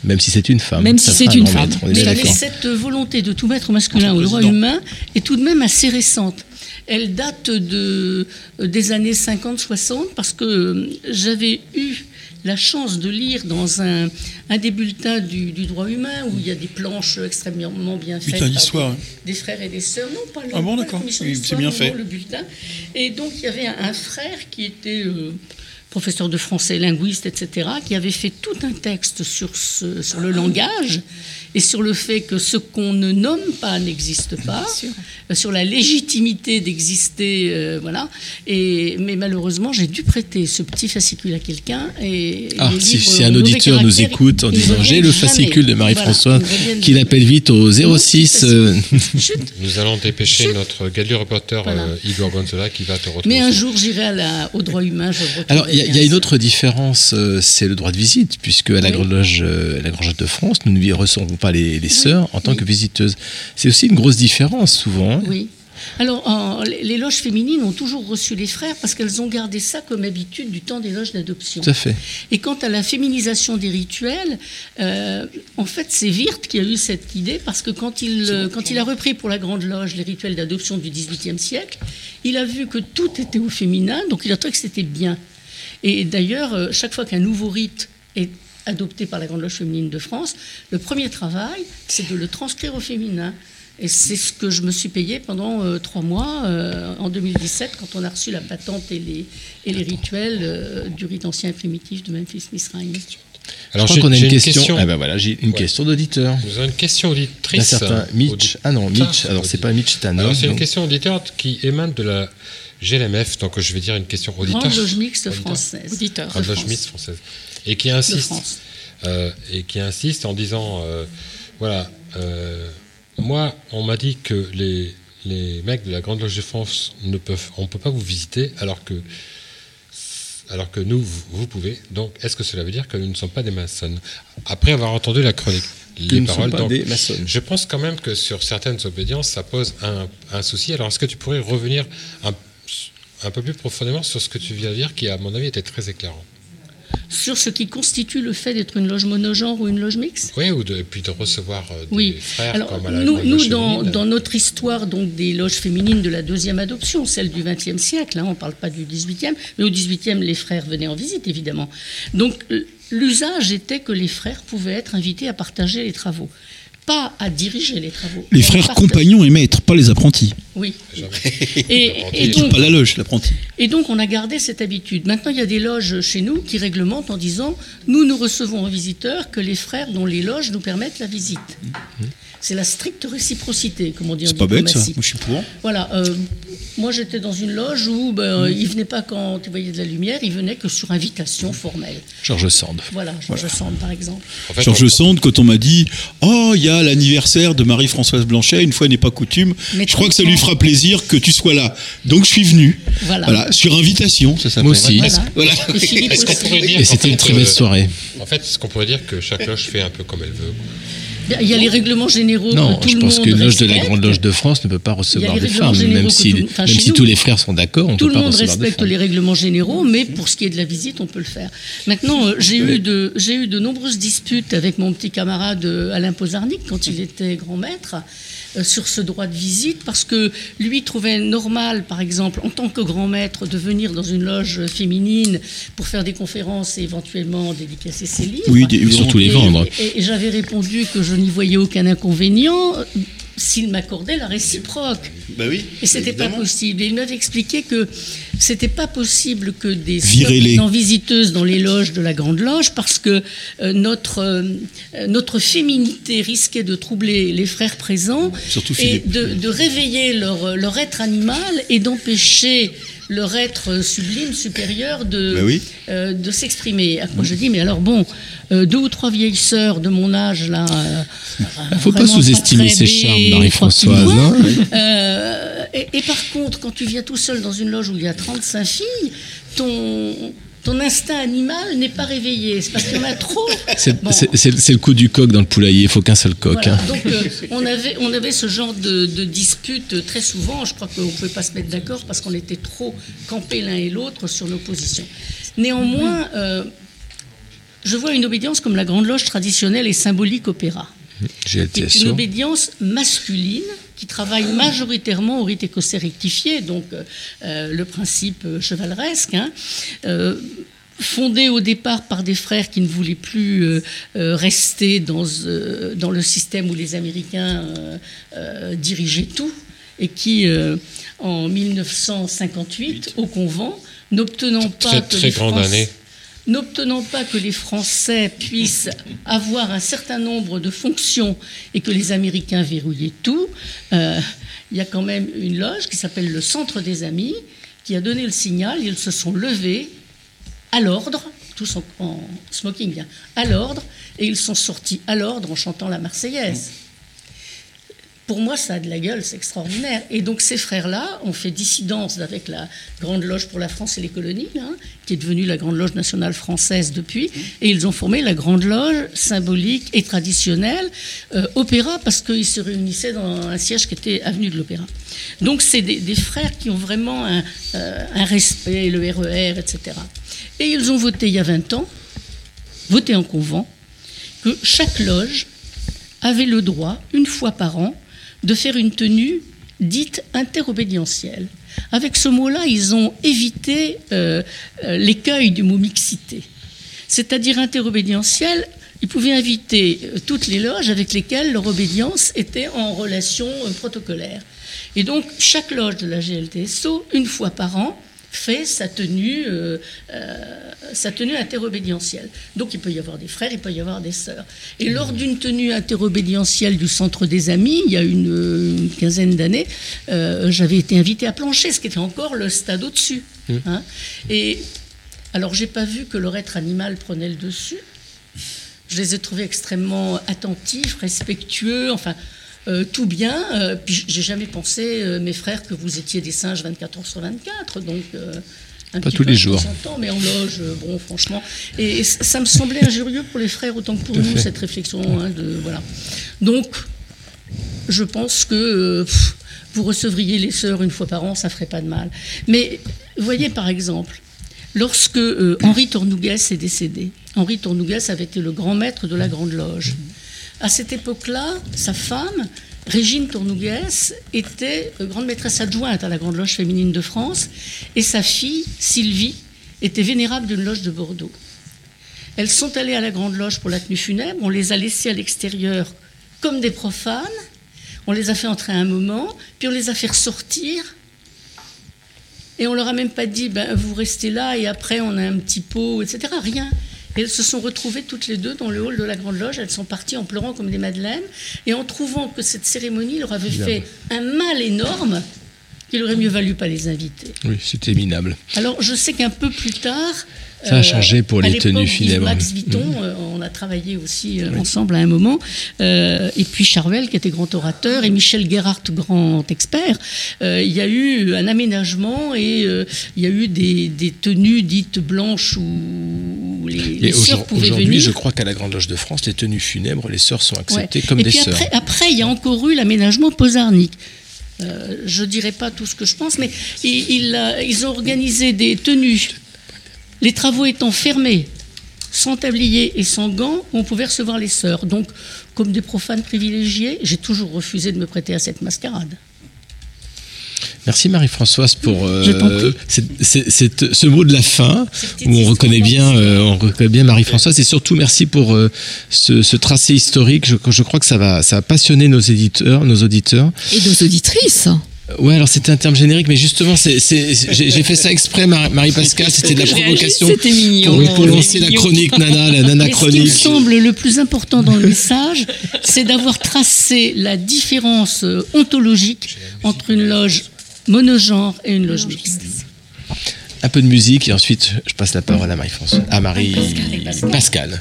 Même si c'est une femme. Même si ça c'est sera un une grand femme. maître, on est Mais, bien mais d'accord. cette volonté de tout mettre au masculin, au droit humain, est tout de même assez récente. Elle date de, des années cinquante soixante, parce que j'avais eu la chance de lire dans un, un des bulletins du, du droit humain, où il y a des planches extrêmement bien faites. Bulletin d'histoire, par hein. Des frères et des sœurs. Non, pas le, Ah bon, pas d'accord. la commission Oui, c'est d'histoire, bien non, fait. non, le bulletin. Et donc, il y avait un, un frère qui était euh, professeur de français, linguiste, et cetera, qui avait fait tout un texte sur, ce, sur le langage et sur le fait que ce qu'on ne nomme pas n'existe pas, euh, sur la légitimité d'exister, euh, voilà. Et, mais malheureusement, j'ai dû prêter ce petit fascicule à quelqu'un. Et Ah, les si, livres si au un mauvais auditeur nous caractère, écoute en ils ne disant j'ai reviennent le jamais. fascicule de Marie-Françoise, Voilà, ils ne reviennent qu'il jamais. appelle vite au zéro six. euh, Nous allons dépêcher notre Gadu reporter Voilà. euh, Igor Gonzola qui va te retrouver. Mais un jour, j'irai à la- au droit humain. Je le retrouverai Alors, il y, a- il y a bien une sûr. autre différence, euh, c'est le droit de visite, puisque à la, Oui. Grande Loge, euh, à la Grande Loge de France, nous ne recevons pas les, les sœurs en tant que visiteuses. C'est aussi une grosse différence, souvent. hein. Oui. Alors, en- les les loges féminines ont toujours reçu les frères parce qu'elles ont gardé ça comme habitude du temps des loges d'adoption. Tout à fait. Et quant à la féminisation des rituels, euh, en fait, c'est Wirth qui a eu cette idée parce que quand il, euh, quand il a repris pour la Grande Loge les rituels d'adoption du dix-huitième siècle, il a vu que tout était au féminin, donc il a trouvé que c'était bien. Et d'ailleurs, euh, chaque fois qu'un nouveau rite est adopté par la Grande Loge féminine de France, le premier travail, c'est de le transcrire au féminin. Et c'est ce que je me suis payé pendant euh, trois mois, euh, en deux mille dix-sept, quand on a reçu la patente et les, et les rituels euh, du rite ancien et primitif de Memphis-Misraïm. Alors, je j'ai- crois qu'on a j'ai une une question. question. Ah ben voilà, j'ai une Ouais. question d'auditeur. Nous avons une question Un auditrice. certain Mitch. Ah non, Mitch. Alors, c'est pas Mitch, c'est un Alors, homme. c'est une donc. question auditeur qui émane de la G L M F, donc je vais dire une question auditeur. Grande loge mixte Auditeur. française. Auditeur. Grande de loge France. mixte française. Et qui De insiste, France. euh, et qui insiste en disant, euh, voilà, euh, moi, on m'a dit que les, les mecs de la Grande Loge de France ne peuvent, on peut pas vous visiter, alors que, alors que nous, vous, vous pouvez. Donc, est-ce que cela veut dire que nous ne sommes pas des maçonnes? Après avoir entendu la chronique, Nous les ne sommes paroles, pas donc, des maçonnes. je pense quand même que sur certaines obédiences, ça pose un, un souci. Alors, est-ce que tu pourrais revenir un, un peu plus profondément sur ce que tu viens de dire, qui, à mon avis, était très éclairant? Sur ce qui constitue le fait d'être une loge monogenre ou une loge mixte? Oui, ou de, et puis de recevoir euh, des Oui. frères Alors, comme à la nous, Grande nous Loge dans, féminine. dans notre histoire donc, des loges féminines de la deuxième adoption, celle du vingtième siècle, hein, on ne parle pas du dix-huitième, mais au dix-huitième, les frères venaient en visite, évidemment. Donc, euh, l'usage était que les frères pouvaient être invités à partager les travaux. Pas à diriger les travaux. Les mais à frères partager. compagnons et maîtres, pas les apprentis. Oui. Jamais. Et, et Qui donc, pas la loge, l'apprenti. Et donc, on a gardé cette habitude. Maintenant, il y a des loges chez nous qui réglementent en disant « Nous ne recevons en visiteur que les frères dont les loges nous permettent la visite. » C'est la stricte réciprocité, comme on dit en C'est pas bête, ça. diplomatie. Moi, je suis pour. Voilà. euh, moi, j'étais dans une loge où ben, ils ne venaient pas quand il voyait de la lumière, ils venaient que sur invitation formelle. Georges Sand. Voilà, Georges Sand, par exemple. En fait, Georges on- Sand, quand on m'a dit « Oh, il y a l'anniversaire de Marie-Françoise Blanchet, une fois n'est pas coutume, Mais je crois que ça lui fera plaisir que tu sois là. » Donc, je suis venu. Voilà. Sur invitation, ça s'appelle. Moi aussi. Voilà. Voilà. Et Philippe Est-ce qu'on aussi. pourrait dire Et c'était qu'en une fait, très belle euh, soirée. En fait, est-ce qu'on pourrait dire que chaque loge fait un peu comme elle veut? Il y a les règlements généraux Non, que tout je le pense monde qu'une loge de la respecte. Grande Loge de France ne peut pas recevoir les des règlements femmes, généraux même que si, tout- enfin, même chez si nous, tous les frères sont d'accord, on ne Tout peut le pas monde recevoir des respecte femmes. les règlements généraux, mais pour ce qui est de la visite, on peut le faire. Maintenant, euh, j'ai eu de, j'ai eu de nombreuses disputes avec mon petit camarade euh, Alain Pozarnik quand il était grand maître euh, sur ce droit de visite, parce que lui trouvait normal, par exemple, en tant que grand maître, de venir dans une loge féminine pour faire des conférences et éventuellement dédicacer ses livres. Oui, des- Surtout les Et- vendre. Et, et j'avais répondu que je n'y voyais aucun inconvénient euh, s'il m'accordait la réciproque. Bah oui. Et c'était pas évidemment. possible. Et il m'avait expliqué que c'était pas possible que des Virez-les. non visiteuses dans les loges de la Grande Loge parce que euh, notre euh, notre féminité risquait de troubler les frères présents Surtout et Philippe. de, de réveiller leur leur être animal et d'empêcher leur être sublime, supérieur, de, Bah oui. euh, de s'exprimer. À quoi je dis, mais alors bon, euh, deux ou trois vieilles sœurs de mon âge, là... Il ne faut pas sous-estimer ses charmes, Marie-Françoise. Hein. Euh, et, et par contre, quand tu viens tout seul dans une loge où il y a trente-cinq filles, ton... Ton instinct animal n'est pas réveillé. C'est parce qu'il y en a trop. C'est Bon. c'est- c'est- c'est le coup du coq dans le poulailler, il faut qu'un seul coq. Voilà. hein. Donc, euh, on, avait, on avait ce genre de, de dispute très souvent. Je crois qu'on ne pouvait pas se mettre d'accord parce qu'on était trop campés l'un et l'autre sur nos positions. Néanmoins, euh, je vois une obédience comme la Grande Loge traditionnelle et symbolique opéra. C'est une obédience masculine qui travaille majoritairement au rite écossais rectifié, donc euh, le principe chevaleresque, hein, euh, fondé au départ par des frères qui ne voulaient plus euh, euh, rester dans, euh, dans le système où les Américains euh, euh, dirigeaient tout, et qui, euh, en mille neuf cent cinquante-huit, au convent, n'obtenant pas très, que très les grande Français, année. N'obtenant pas que les Français puissent avoir un certain nombre de fonctions et que les Américains verrouillaient tout, euh, il y a quand même une loge qui s'appelle le Centre des Amis qui a donné le signal. Ils se sont levés à l'ordre, tous en, en smoking bien, à l'ordre, et ils sont sortis à l'ordre en chantant la Marseillaise. Pour moi, ça a de la gueule, c'est extraordinaire. Et donc, ces frères-là ont fait dissidence avec la Grande Loge pour la France et les colonies, hein, qui est devenue la Grande Loge nationale française depuis, et ils ont formé la Grande Loge symbolique et traditionnelle euh, opéra, parce qu'ils se réunissaient dans un siège qui était avenue de l'Opéra. Donc, c'est des, des frères qui ont vraiment un, euh, un respect, le R E R, et cetera. Et ils ont voté il y a vingt ans, voté en convent, que chaque loge avait le droit, une fois par an, de faire une tenue dite interobédientielle. Avec ce mot-là, ils ont évité euh, euh, l'écueil du mot mixité. C'est-à-dire interobédientielle, ils pouvaient inviter euh, toutes les loges avec lesquelles leur obédience était en relation euh, protocolaire. Et donc, chaque loge de la G L T S O, une fois par an, fait sa tenue, euh, euh, sa tenue interobédientielle. Donc il peut y avoir des frères, il peut y avoir des sœurs. Et lors d'une tenue interobédientielle du Centre des Amis, il y a une, une quinzaine d'années, euh, j'avais été invitée à plancher, ce qui était encore le stade au-dessus. Mmh. Hein. Et alors j'ai pas vu que leur être animal prenait le dessus. Je les ai trouvés extrêmement attentifs, respectueux, enfin... Euh, tout bien, euh, puis j'ai jamais pensé, euh, mes frères, que vous étiez des singes vingt-quatre heures sur vingt-quatre, donc euh, un pas petit tous peu les jours. Temps, mais en loge, euh, bon, franchement. Et, et ça me semblait injurieux pour les frères autant que pour tout nous, fait. cette réflexion. Hein, de, voilà. Donc, je pense que euh, pff, vous recevriez les sœurs une fois par an, ça ferait pas de mal. Mais voyez, par exemple, lorsque euh, Henri Tornouguès est décédé, Henri Tornouguès avait été le grand maître de la Grande Loge. À cette époque-là, sa femme, Régine Tornouguès, était grande maîtresse adjointe à la Grande Loge féminine de France, et sa fille, Sylvie, était vénérable d'une loge de Bordeaux. Elles sont allées à la Grande Loge pour la tenue funèbre, on les a laissées à l'extérieur comme des profanes, on les a fait entrer à un moment, puis on les a fait ressortir, et on leur a même pas dit, ben, vous restez là, et après on a un petit pot, et cetera. Rien. Et elles se sont retrouvées toutes les deux dans le hall de la Grande Loge. Elles sont parties en pleurant comme des madeleines et en trouvant que cette cérémonie leur avait fait un mal énorme qu'il aurait mieux valu pas les inviter. Oui, c'était minable. Alors, je sais qu'un peu plus tard... Ça a changé pour euh, les tenues funèbres. Max Vitton, mmh. euh, on a travaillé aussi euh, oui. ensemble à un moment, euh, et puis Charvel, qui était grand orateur, et Michel Guérard, grand expert. Euh, il y a eu un aménagement et euh, il y a eu des, des tenues dites blanches où les, les sœurs pouvaient venir. Aujourd'hui, je crois qu'à la Grande Loge de France, les tenues funèbres, les sœurs sont acceptées ouais. comme et des sœurs. Après, après, il y a encore eu l'aménagement posarnique. Euh, je ne dirai pas tout ce que je pense, mais ils, ils, ils ont organisé des tenues. Les travaux étant fermés, sans tablier et sans gants, on pouvait recevoir les sœurs. Donc, comme des profanes privilégiés, j'ai toujours refusé de me prêter à cette mascarade. Merci Marie-Françoise pour euh, cette, cette, cette, ce mot de la fin où on reconnaît bien, euh, on reconnaît bien Marie-Françoise, et surtout merci pour euh, ce, ce tracé historique. Je, je crois que ça va, ça va passionner nos éditeurs, nos auditeurs et nos auditrices. Ouais, alors c'était un terme générique, mais justement, c'est, c'est, j'ai, j'ai fait ça exprès, Marie-Pascale, c'était de la provocation c'était mignon, pour, pour lancer la chronique Nana, la Nana chronique. Ce qui me semble le plus important dans le message, c'est d'avoir tracé la différence ontologique entre une loge monogenre et une loge mixte. Un peu de musique et ensuite je passe la parole à Marie-Françoise, à Marie-Pascale.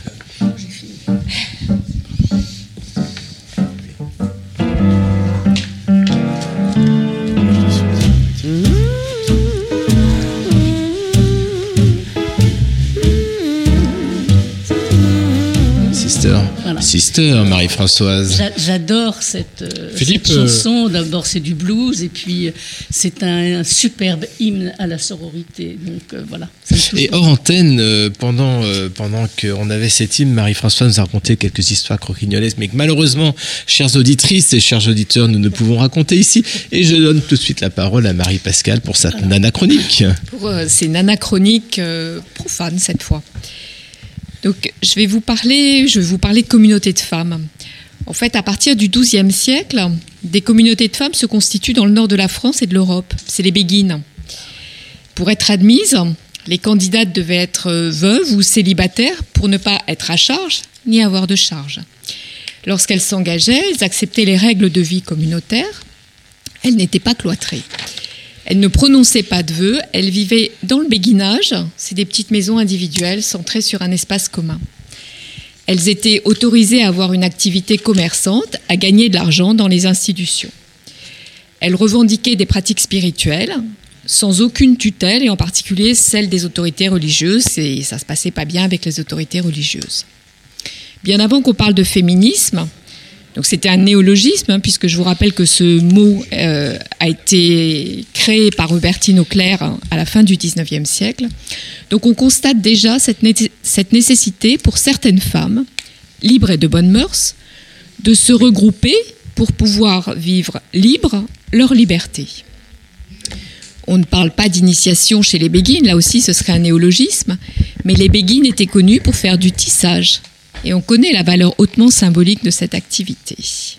Voilà. Sister, Marie-Françoise. J'a- J'adore cette, euh, Philippe, cette chanson. D'abord, c'est du blues, et puis euh, c'est un, un superbe hymne à la sororité. Donc euh, voilà. Ça me touche Et hors antenne, euh, pendant, euh, pendant qu'on avait cette hymne, Marie-Françoise nous a raconté quelques histoires croquignolesques, mais que malheureusement, chères auditrices et chers auditeurs, nous ne pouvons raconter ici. Et je donne tout de suite la parole à Marie-Pascale pour sa nana chronique. Pour euh, ces nanas chroniques euh, profanes cette fois. Donc, je vais vous parler, je vais vous parler de communautés de femmes. En fait, à partir du douzième siècle, des communautés de femmes se constituent dans le nord de la France et de l'Europe. C'est les béguines. Pour être admises, les candidates devaient être veuves ou célibataires pour ne pas être à charge ni avoir de charge. Lorsqu'elles s'engageaient, elles acceptaient les règles de vie communautaire. Elles n'étaient pas cloîtrées. Elles ne prononçaient pas de vœux, elles vivaient dans le béguinage, c'est des petites maisons individuelles centrées sur un espace commun. Elles étaient autorisées à avoir une activité commerçante, à gagner de l'argent dans les institutions. Elles revendiquaient des pratiques spirituelles, sans aucune tutelle, et en particulier celle des autorités religieuses, et ça ne se passait pas bien avec les autorités religieuses. Bien avant qu'on parle de féminisme, donc c'était un néologisme, hein, puisque je vous rappelle que ce mot euh, a été créé par Hubertine Auclair hein, à la fin du dix-neuvième siècle. Donc on constate déjà cette, né- cette nécessité pour certaines femmes, libres et de bonnes mœurs, de se regrouper pour pouvoir vivre libre leur liberté. On ne parle pas d'initiation chez les béguines, là aussi ce serait un néologisme, mais les béguines étaient connues pour faire du tissage. Et on connaît la valeur hautement symbolique de cette activité.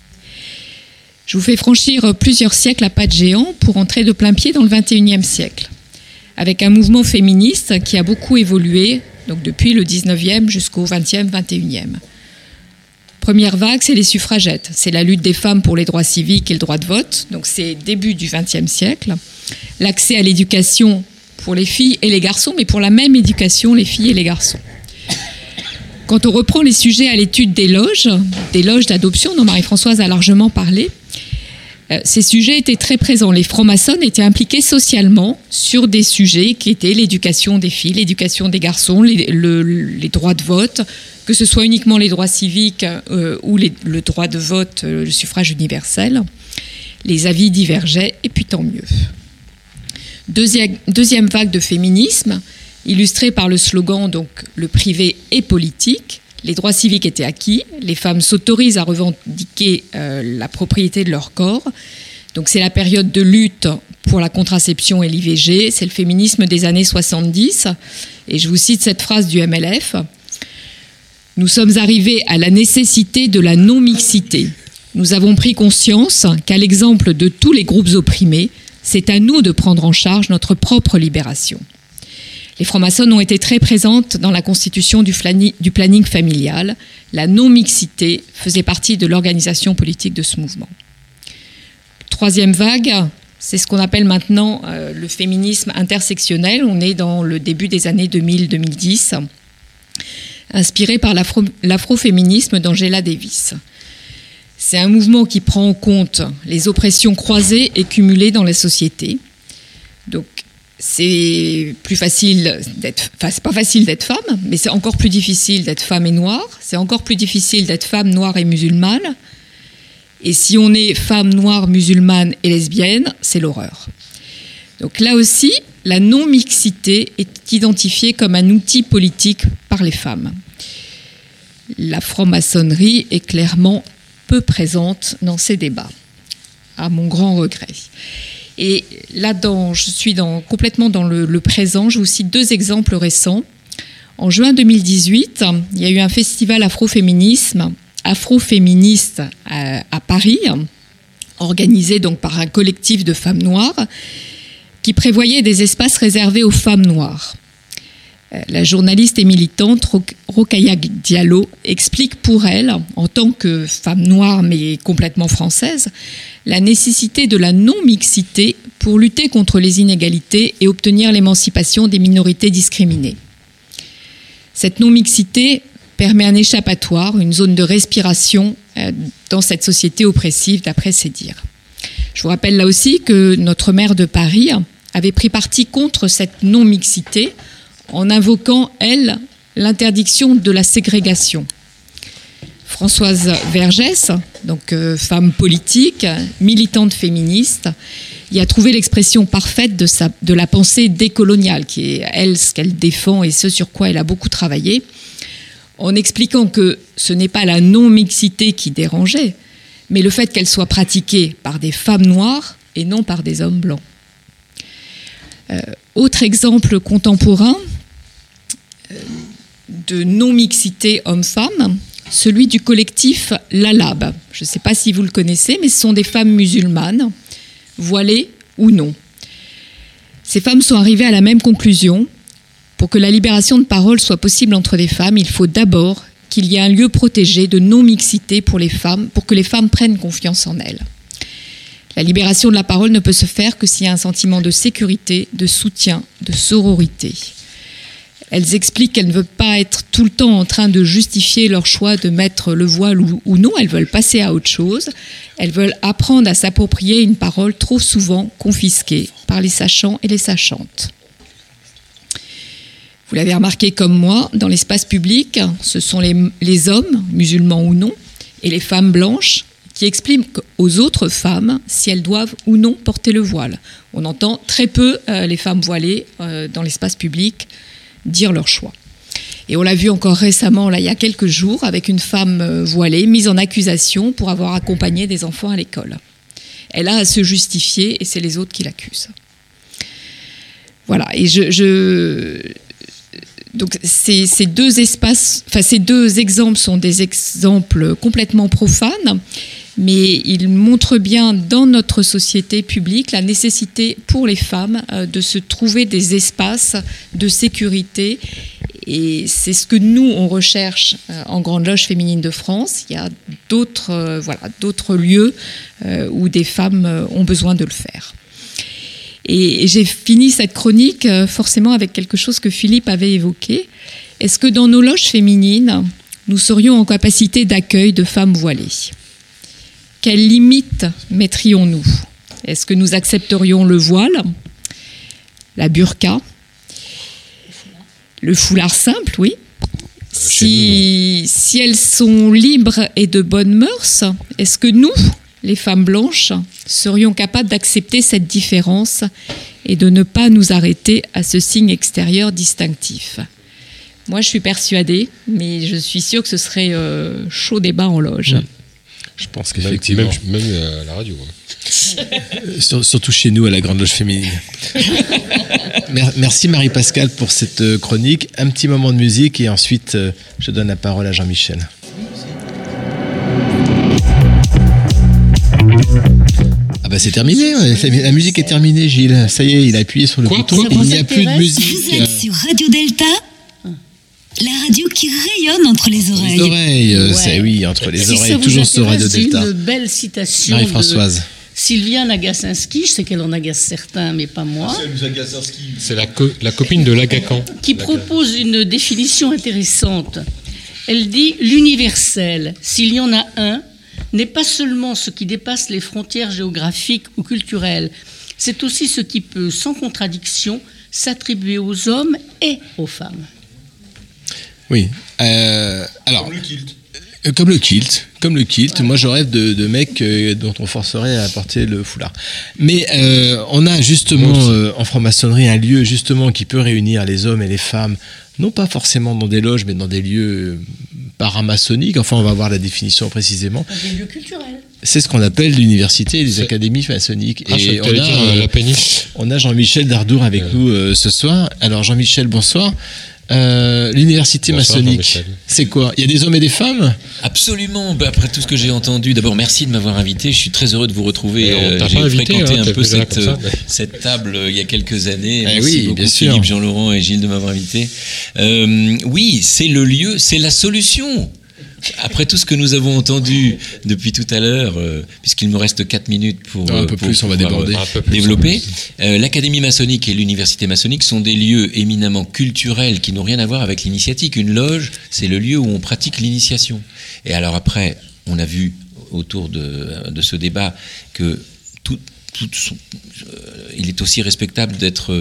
Je vous fais franchir plusieurs siècles à pas de géant pour entrer de plein pied dans le vingt et unième siècle, avec un mouvement féministe qui a beaucoup évolué, donc depuis le dix-neuvième jusqu'au vingtième, vingt et unième. Première vague, c'est les suffragettes. C'est la lutte des femmes pour les droits civiques et le droit de vote, donc c'est début du vingtième siècle. L'accès à l'éducation pour les filles et les garçons, mais pour la même éducation, les filles et les garçons. Quand on reprend les sujets à l'étude des loges, des loges d'adoption dont Marie-Françoise a largement parlé, euh, ces sujets étaient très présents. Les francs-maçons étaient impliqués socialement sur des sujets qui étaient l'éducation des filles, l'éducation des garçons, les, le, les droits de vote, que ce soit uniquement les droits civiques euh, ou les, le droit de vote, euh, le suffrage universel. Les avis divergeaient, et puis tant mieux. Deuxième, deuxième vague de féminisme, illustré par le slogan donc le privé est politique, les droits civiques étaient acquis, les femmes s'autorisent à revendiquer euh, la propriété de leur corps. Donc c'est la période de lutte pour la contraception et l'I V G, c'est le féminisme des années soixante-dix. Et je vous cite cette phrase du M L F. « Nous sommes arrivés à la nécessité de la non-mixité. Nous avons pris conscience qu'à l'exemple de tous les groupes opprimés, c'est à nous de prendre en charge notre propre libération. » Les francs-maçons ont été très présentes dans la constitution du, flani- du planning familial. La non-mixité faisait partie de l'organisation politique de ce mouvement. Troisième vague, c'est ce qu'on appelle maintenant euh, le féminisme intersectionnel. On est dans le début des années deux mille à deux mille dix, inspiré par l'afro- l'afroféminisme d'Angela Davis. C'est un mouvement qui prend en compte les oppressions croisées et cumulées dans la société. Donc, c'est plus facile d'être, enfin c'est pas facile d'être femme, mais c'est encore plus difficile d'être femme et noire. C'est encore plus difficile d'être femme, noire et musulmane. Et si on est femme, noire, musulmane et lesbienne, c'est l'horreur. Donc là aussi, la non-mixité est identifiée comme un outil politique par les femmes. La franc-maçonnerie est clairement peu présente dans ces débats, à mon grand regret. Et là, dans, je suis dans, complètement dans le, le présent. Je vous cite deux exemples récents. En juin deux mille dix-huit, il y a eu un festival afroféminisme, afroféministe à, à Paris, organisé donc par un collectif de femmes noires, qui prévoyait des espaces réservés aux femmes noires. La journaliste et militante Rokhaya Diallo explique pour elle, en tant que femme noire mais complètement française, la nécessité de la non-mixité pour lutter contre les inégalités et obtenir l'émancipation des minorités discriminées. Cette non-mixité permet un échappatoire, une zone de respiration dans cette société oppressive, d'après ses dires. Je vous rappelle là aussi que notre maire de Paris avait pris parti contre cette non-mixité en invoquant, elle, l'interdiction de la ségrégation. Françoise Vergès, donc euh, femme politique, militante féministe, y a trouvé l'expression parfaite de, sa, de la pensée décoloniale, qui est, elle, ce qu'elle défend et ce sur quoi elle a beaucoup travaillé, en expliquant que ce n'est pas la non-mixité qui dérangeait, mais le fait qu'elle soit pratiquée par des femmes noires et non par des hommes blancs. Euh, autre exemple contemporain euh, de non-mixité homme-femme, celui du collectif Lalab. Je ne sais pas si vous le connaissez, mais ce sont des femmes musulmanes, voilées ou non. Ces femmes sont arrivées à la même conclusion. Pour que la libération de parole soit possible entre les femmes, il faut d'abord qu'il y ait un lieu protégé de non-mixité pour les femmes, pour que les femmes prennent confiance en elles. La libération de la parole ne peut se faire que s'il y a un sentiment de sécurité, de soutien, de sororité. Elles expliquent qu'elles ne veulent pas être tout le temps en train de justifier leur choix de mettre le voile ou, ou non, elles veulent passer à autre chose. Elles veulent apprendre à s'approprier une parole trop souvent confisquée par les sachants et les sachantes. Vous l'avez remarqué comme moi, dans l'espace public, ce sont les, les hommes, musulmans ou non, et les femmes blanches qui expriment aux autres femmes si elles doivent ou non porter le voile. On entend très peu euh, les femmes voilées euh, dans l'espace public dire leur choix. Et on l'a vu encore récemment, là, il y a quelques jours, avec une femme euh, voilée mise en accusation pour avoir accompagné des enfants à l'école. Elle a à se justifier et c'est les autres qui l'accusent. Voilà, et je... je Donc ces, ces deux espaces, enfin ces deux exemples sont des exemples complètement profanes, mais ils montrent bien dans notre société publique la nécessité pour les femmes euh, de se trouver des espaces de sécurité. Et c'est ce que nous, on recherche euh, en Grande Loge féminine de France. Il y a d'autres, euh, voilà, d'autres lieux euh, où des femmes euh, ont besoin de le faire. Et j'ai fini cette chronique forcément avec quelque chose que Philippe avait évoqué. Est-ce que dans nos loges féminines, nous serions en capacité d'accueil de femmes voilées ? Quelles limites mettrions-nous ? Est-ce que nous accepterions le voile, la burqa, le foulard simple, oui ? Si, si elles sont libres et de bonnes mœurs, est-ce que nous, les femmes blanches, serions capables d'accepter cette différence et de ne pas nous arrêter à ce signe extérieur distinctif. Moi, je suis persuadée, mais je suis sûre que ce serait euh, chaud débat en loge. Mmh. Je pense qu'effectivement. Même, même à la radio. Hein. Surtout chez nous, à la Grande Loge féminine. Merci Marie-Pascale pour cette chronique. Un petit moment de musique et ensuite, je donne la parole à Jean-Michel. Ah bah c'est terminé, la musique est terminée, Gilles. Ça y est, il a appuyé sur le quoi, bouton. Quoi, il n'y a plus de musique. Vous êtes sur Radio Delta, la radio qui rayonne entre les oreilles. Les oreilles, Ouais. c'est oui, entre les Si oreilles, ça vous toujours sur Radio intéresse, Delta. J'ai une belle citation Marie-Françoise. de Sylviane Agacinski. Je sais qu'elle en agace certains, mais pas moi. C'est la, co- la copine de Lagacan. Qui propose une définition intéressante. Elle dit « L'universel, s'il y en a un, n'est pas seulement ce qui dépasse les frontières géographiques ou culturelles, c'est aussi ce qui peut, sans contradiction, s'attribuer aux hommes et aux femmes. » Oui. Euh, alors, comme le kilt. Euh, comme le kilt. Comme le kilt. Ouais. Moi, je rêve de, de mecs euh, dont on forcerait à porter le foulard. Mais euh, on a justement euh, en franc-maçonnerie un lieu justement qui peut réunir les hommes et les femmes, non pas forcément dans des loges, mais dans des lieux paramaçonniques. Enfin, on va voir la définition précisément. Dans des lieux culturels. C'est ce qu'on appelle l'université, les c'est... académies maçonniques. Ah, et on a, dire, euh, la péniche. On a Jean-Michel Dardour avec euh... nous euh, ce soir. Alors, Jean-Michel, bonsoir. Euh, l'université Bonsoir, maçonnique, c'est quoi ? Il y a des hommes et des femmes ? Absolument. Bah, après tout ce que j'ai entendu, d'abord merci de m'avoir invité. Je suis très heureux de vous retrouver. Euh, j'ai invité, fréquenté hein, un peu cette, ça, mais... cette table il y a quelques années. Eh merci oui, beaucoup bien sûr. Philippe, Jean-Laurent et Gilles de m'avoir invité. Euh, oui, c'est le lieu, c'est la solution. Après tout ce que nous avons entendu depuis tout à l'heure, euh, puisqu'il me reste quatre minutes pour, non, un peu pour, plus, pour on va déborder. Euh, développer, euh, l'Académie maçonnique et l'Université maçonnique sont des lieux éminemment culturels qui n'ont rien à voir avec l'initiatique. Une loge, c'est le lieu où on pratique l'initiation. Et alors après, on a vu autour de, de ce débat que tout, tout son, euh, il est aussi respectable d'être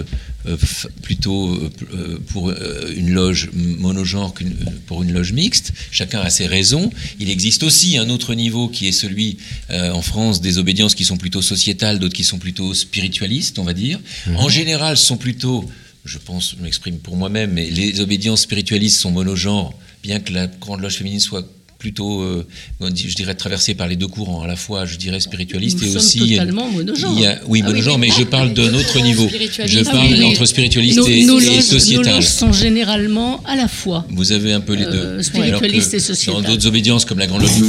euh, f- plutôt euh, pour euh, une loge monogenre que pour une loge mixte. Chacun a ses raisons. Il existe aussi un autre niveau qui est celui euh, en France des obédiences qui sont plutôt sociétales, d'autres qui sont plutôt spiritualistes, on va dire. Mmh. En général, ce sont plutôt, je pense, je m'exprime pour moi-même, mais les obédiences spiritualistes sont monogenres, bien que la grande loge féminine soit plutôt, euh, je dirais, traversé par les deux courants, à la fois, je dirais, spiritualiste Nous et sommes aussi... totalement monogenres. Il y a, oui, Ah monogenre, oui, mais je parle d'un autre niveau. Je Ah parle oui, oui. entre spiritualiste nos, et, nos et loges, sociétal. Nos loges sont généralement à la fois. Vous avez un peu les deux. Euh, spiritualiste et sociétal. Dans d'autres obédiences, comme la Grande Loge de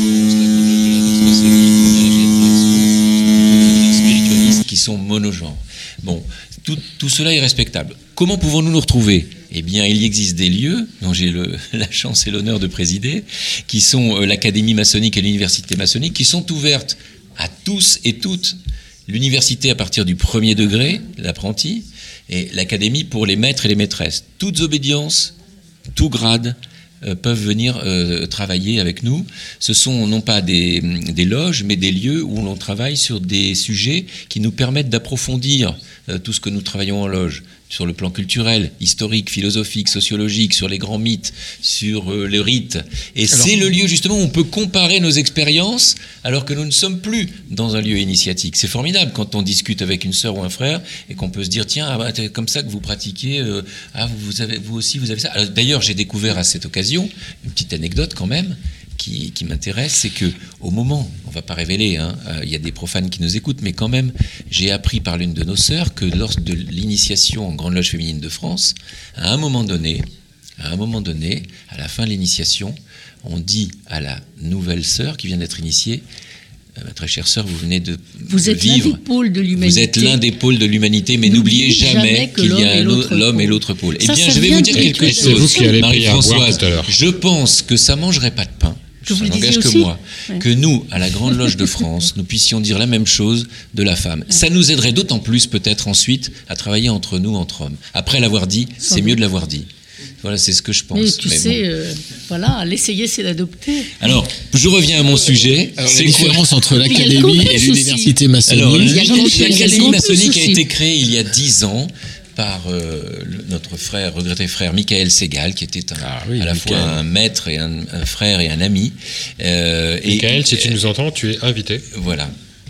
France, spiritualistes qui sont monogenres. Bon, tout, tout cela est respectable. Comment pouvons-nous nous retrouver ? Eh bien, il existe des lieux dont j'ai le, la chance et l'honneur de présider, qui sont euh, l'Académie maçonnique et l'Université maçonnique, qui sont ouvertes à tous et toutes. L'université à partir du premier degré, l'apprenti, et l'Académie pour les maîtres et les maîtresses. Toutes obédiences, tout grade, euh, peuvent venir euh, travailler avec nous. Ce sont non pas des, des loges, mais des lieux où l'on travaille sur des sujets qui nous permettent d'approfondir euh, tout ce que nous travaillons en loge, sur le plan culturel, historique, philosophique, sociologique, sur les grands mythes, sur euh, le rite. Et alors, c'est le lieu justement où on peut comparer nos expériences alors que nous ne sommes plus dans un lieu initiatique. C'est formidable quand on discute avec une sœur ou un frère et qu'on peut se dire tiens, ah bah, c'est comme ça que vous pratiquez, euh, ah, vous, avez, vous aussi vous avez ça. Alors, d'ailleurs, j'ai découvert à cette occasion une petite anecdote quand même qui, qui m'intéresse, c'est que au moment, on va pas révéler, hein, euh, il y a des profanes qui nous écoutent, mais quand même, j'ai appris par l'une de nos sœurs que lors de l'initiation en Grande Loge féminine de France, à un moment donné, à un moment donné, à la fin de l'initiation, on dit à la nouvelle sœur qui vient d'être initiée, euh, ma très chère sœur, vous venez de, vous de êtes vivre. l'un des pôles de l'humanité. Vous êtes l'un des pôles de l'humanité, mais n'oubliez jamais, jamais qu'il y a un autre, l'homme et l'autre pôle. Ça, eh bien, ça je vais vous dire quelque chose. C'est vous qui allez payer à boire tout à l'heure. Je pense que ça mangerait pas de pain. Que ça vous n'engage que aussi. moi, ouais. que nous, à la Grande Loge de France, nous puissions dire la même chose de la femme. Ouais. Ça nous aiderait d'autant plus, peut-être ensuite, à travailler entre nous, entre hommes. Après l'avoir dit, Sans c'est doute. mieux de l'avoir dit. Voilà, c'est ce que je pense. Mais tu Mais sais, bon. euh, voilà, l'essayer, c'est l'adopter. Alors, je reviens à mon sujet. Alors, c'est la différence quoi entre l'Académie et l'Université maçonnique. Alors, il y a l'Académie maçonnique a été créée il y a dix ans par euh, le, notre frère, regretté frère Michael Segal, qui était un, ah oui, à la Michael. fois un maître et un, un frère et un ami. Euh, Michael, et, si tu nous entends, tu es invité. Voilà.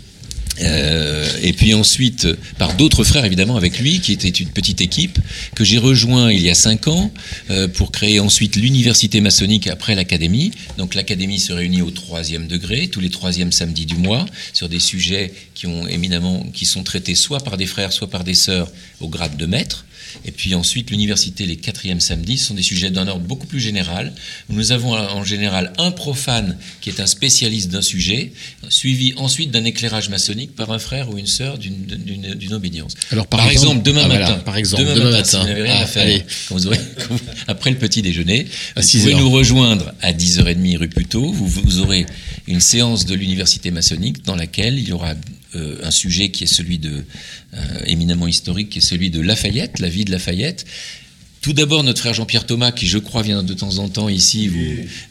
Euh, et puis ensuite, par d'autres frères évidemment avec lui, qui était une petite équipe que j'ai rejoint il y a cinq ans euh, pour créer ensuite l'université maçonnique après l'académie. Donc l'académie se réunit au troisième degré, tous les troisièmes samedis du mois, sur des sujets qui ont éminemment, qui sont traités soit par des frères, soit par des sœurs au grade de maître. Et puis ensuite, l'université, les quatrièmes samedis, sont des sujets d'un ordre beaucoup plus général. Nous avons en général un profane qui est un spécialiste d'un sujet, suivi ensuite d'un éclairage maçonnique par un frère ou une sœur d'une, d'une, d'une obédience. Alors, par, par exemple, exemple, demain ah, matin, voilà, par exemple, demain, demain matin, matin, si vous n'avez rien ah, à faire, allez. Quand vous aurez, quand vous, après le petit déjeuner, à vous six pouvez heures. nous rejoindre à dix heures trente rue Puteaux. Vous, vous aurez une séance de l'université maçonnique dans laquelle il y aura euh, un sujet qui est celui de, euh, éminemment historique, qui est celui de Lafayette, la vie de Lafayette. Tout d'abord, notre frère Jean-Pierre Thomas, qui je crois vient de temps en temps ici, vous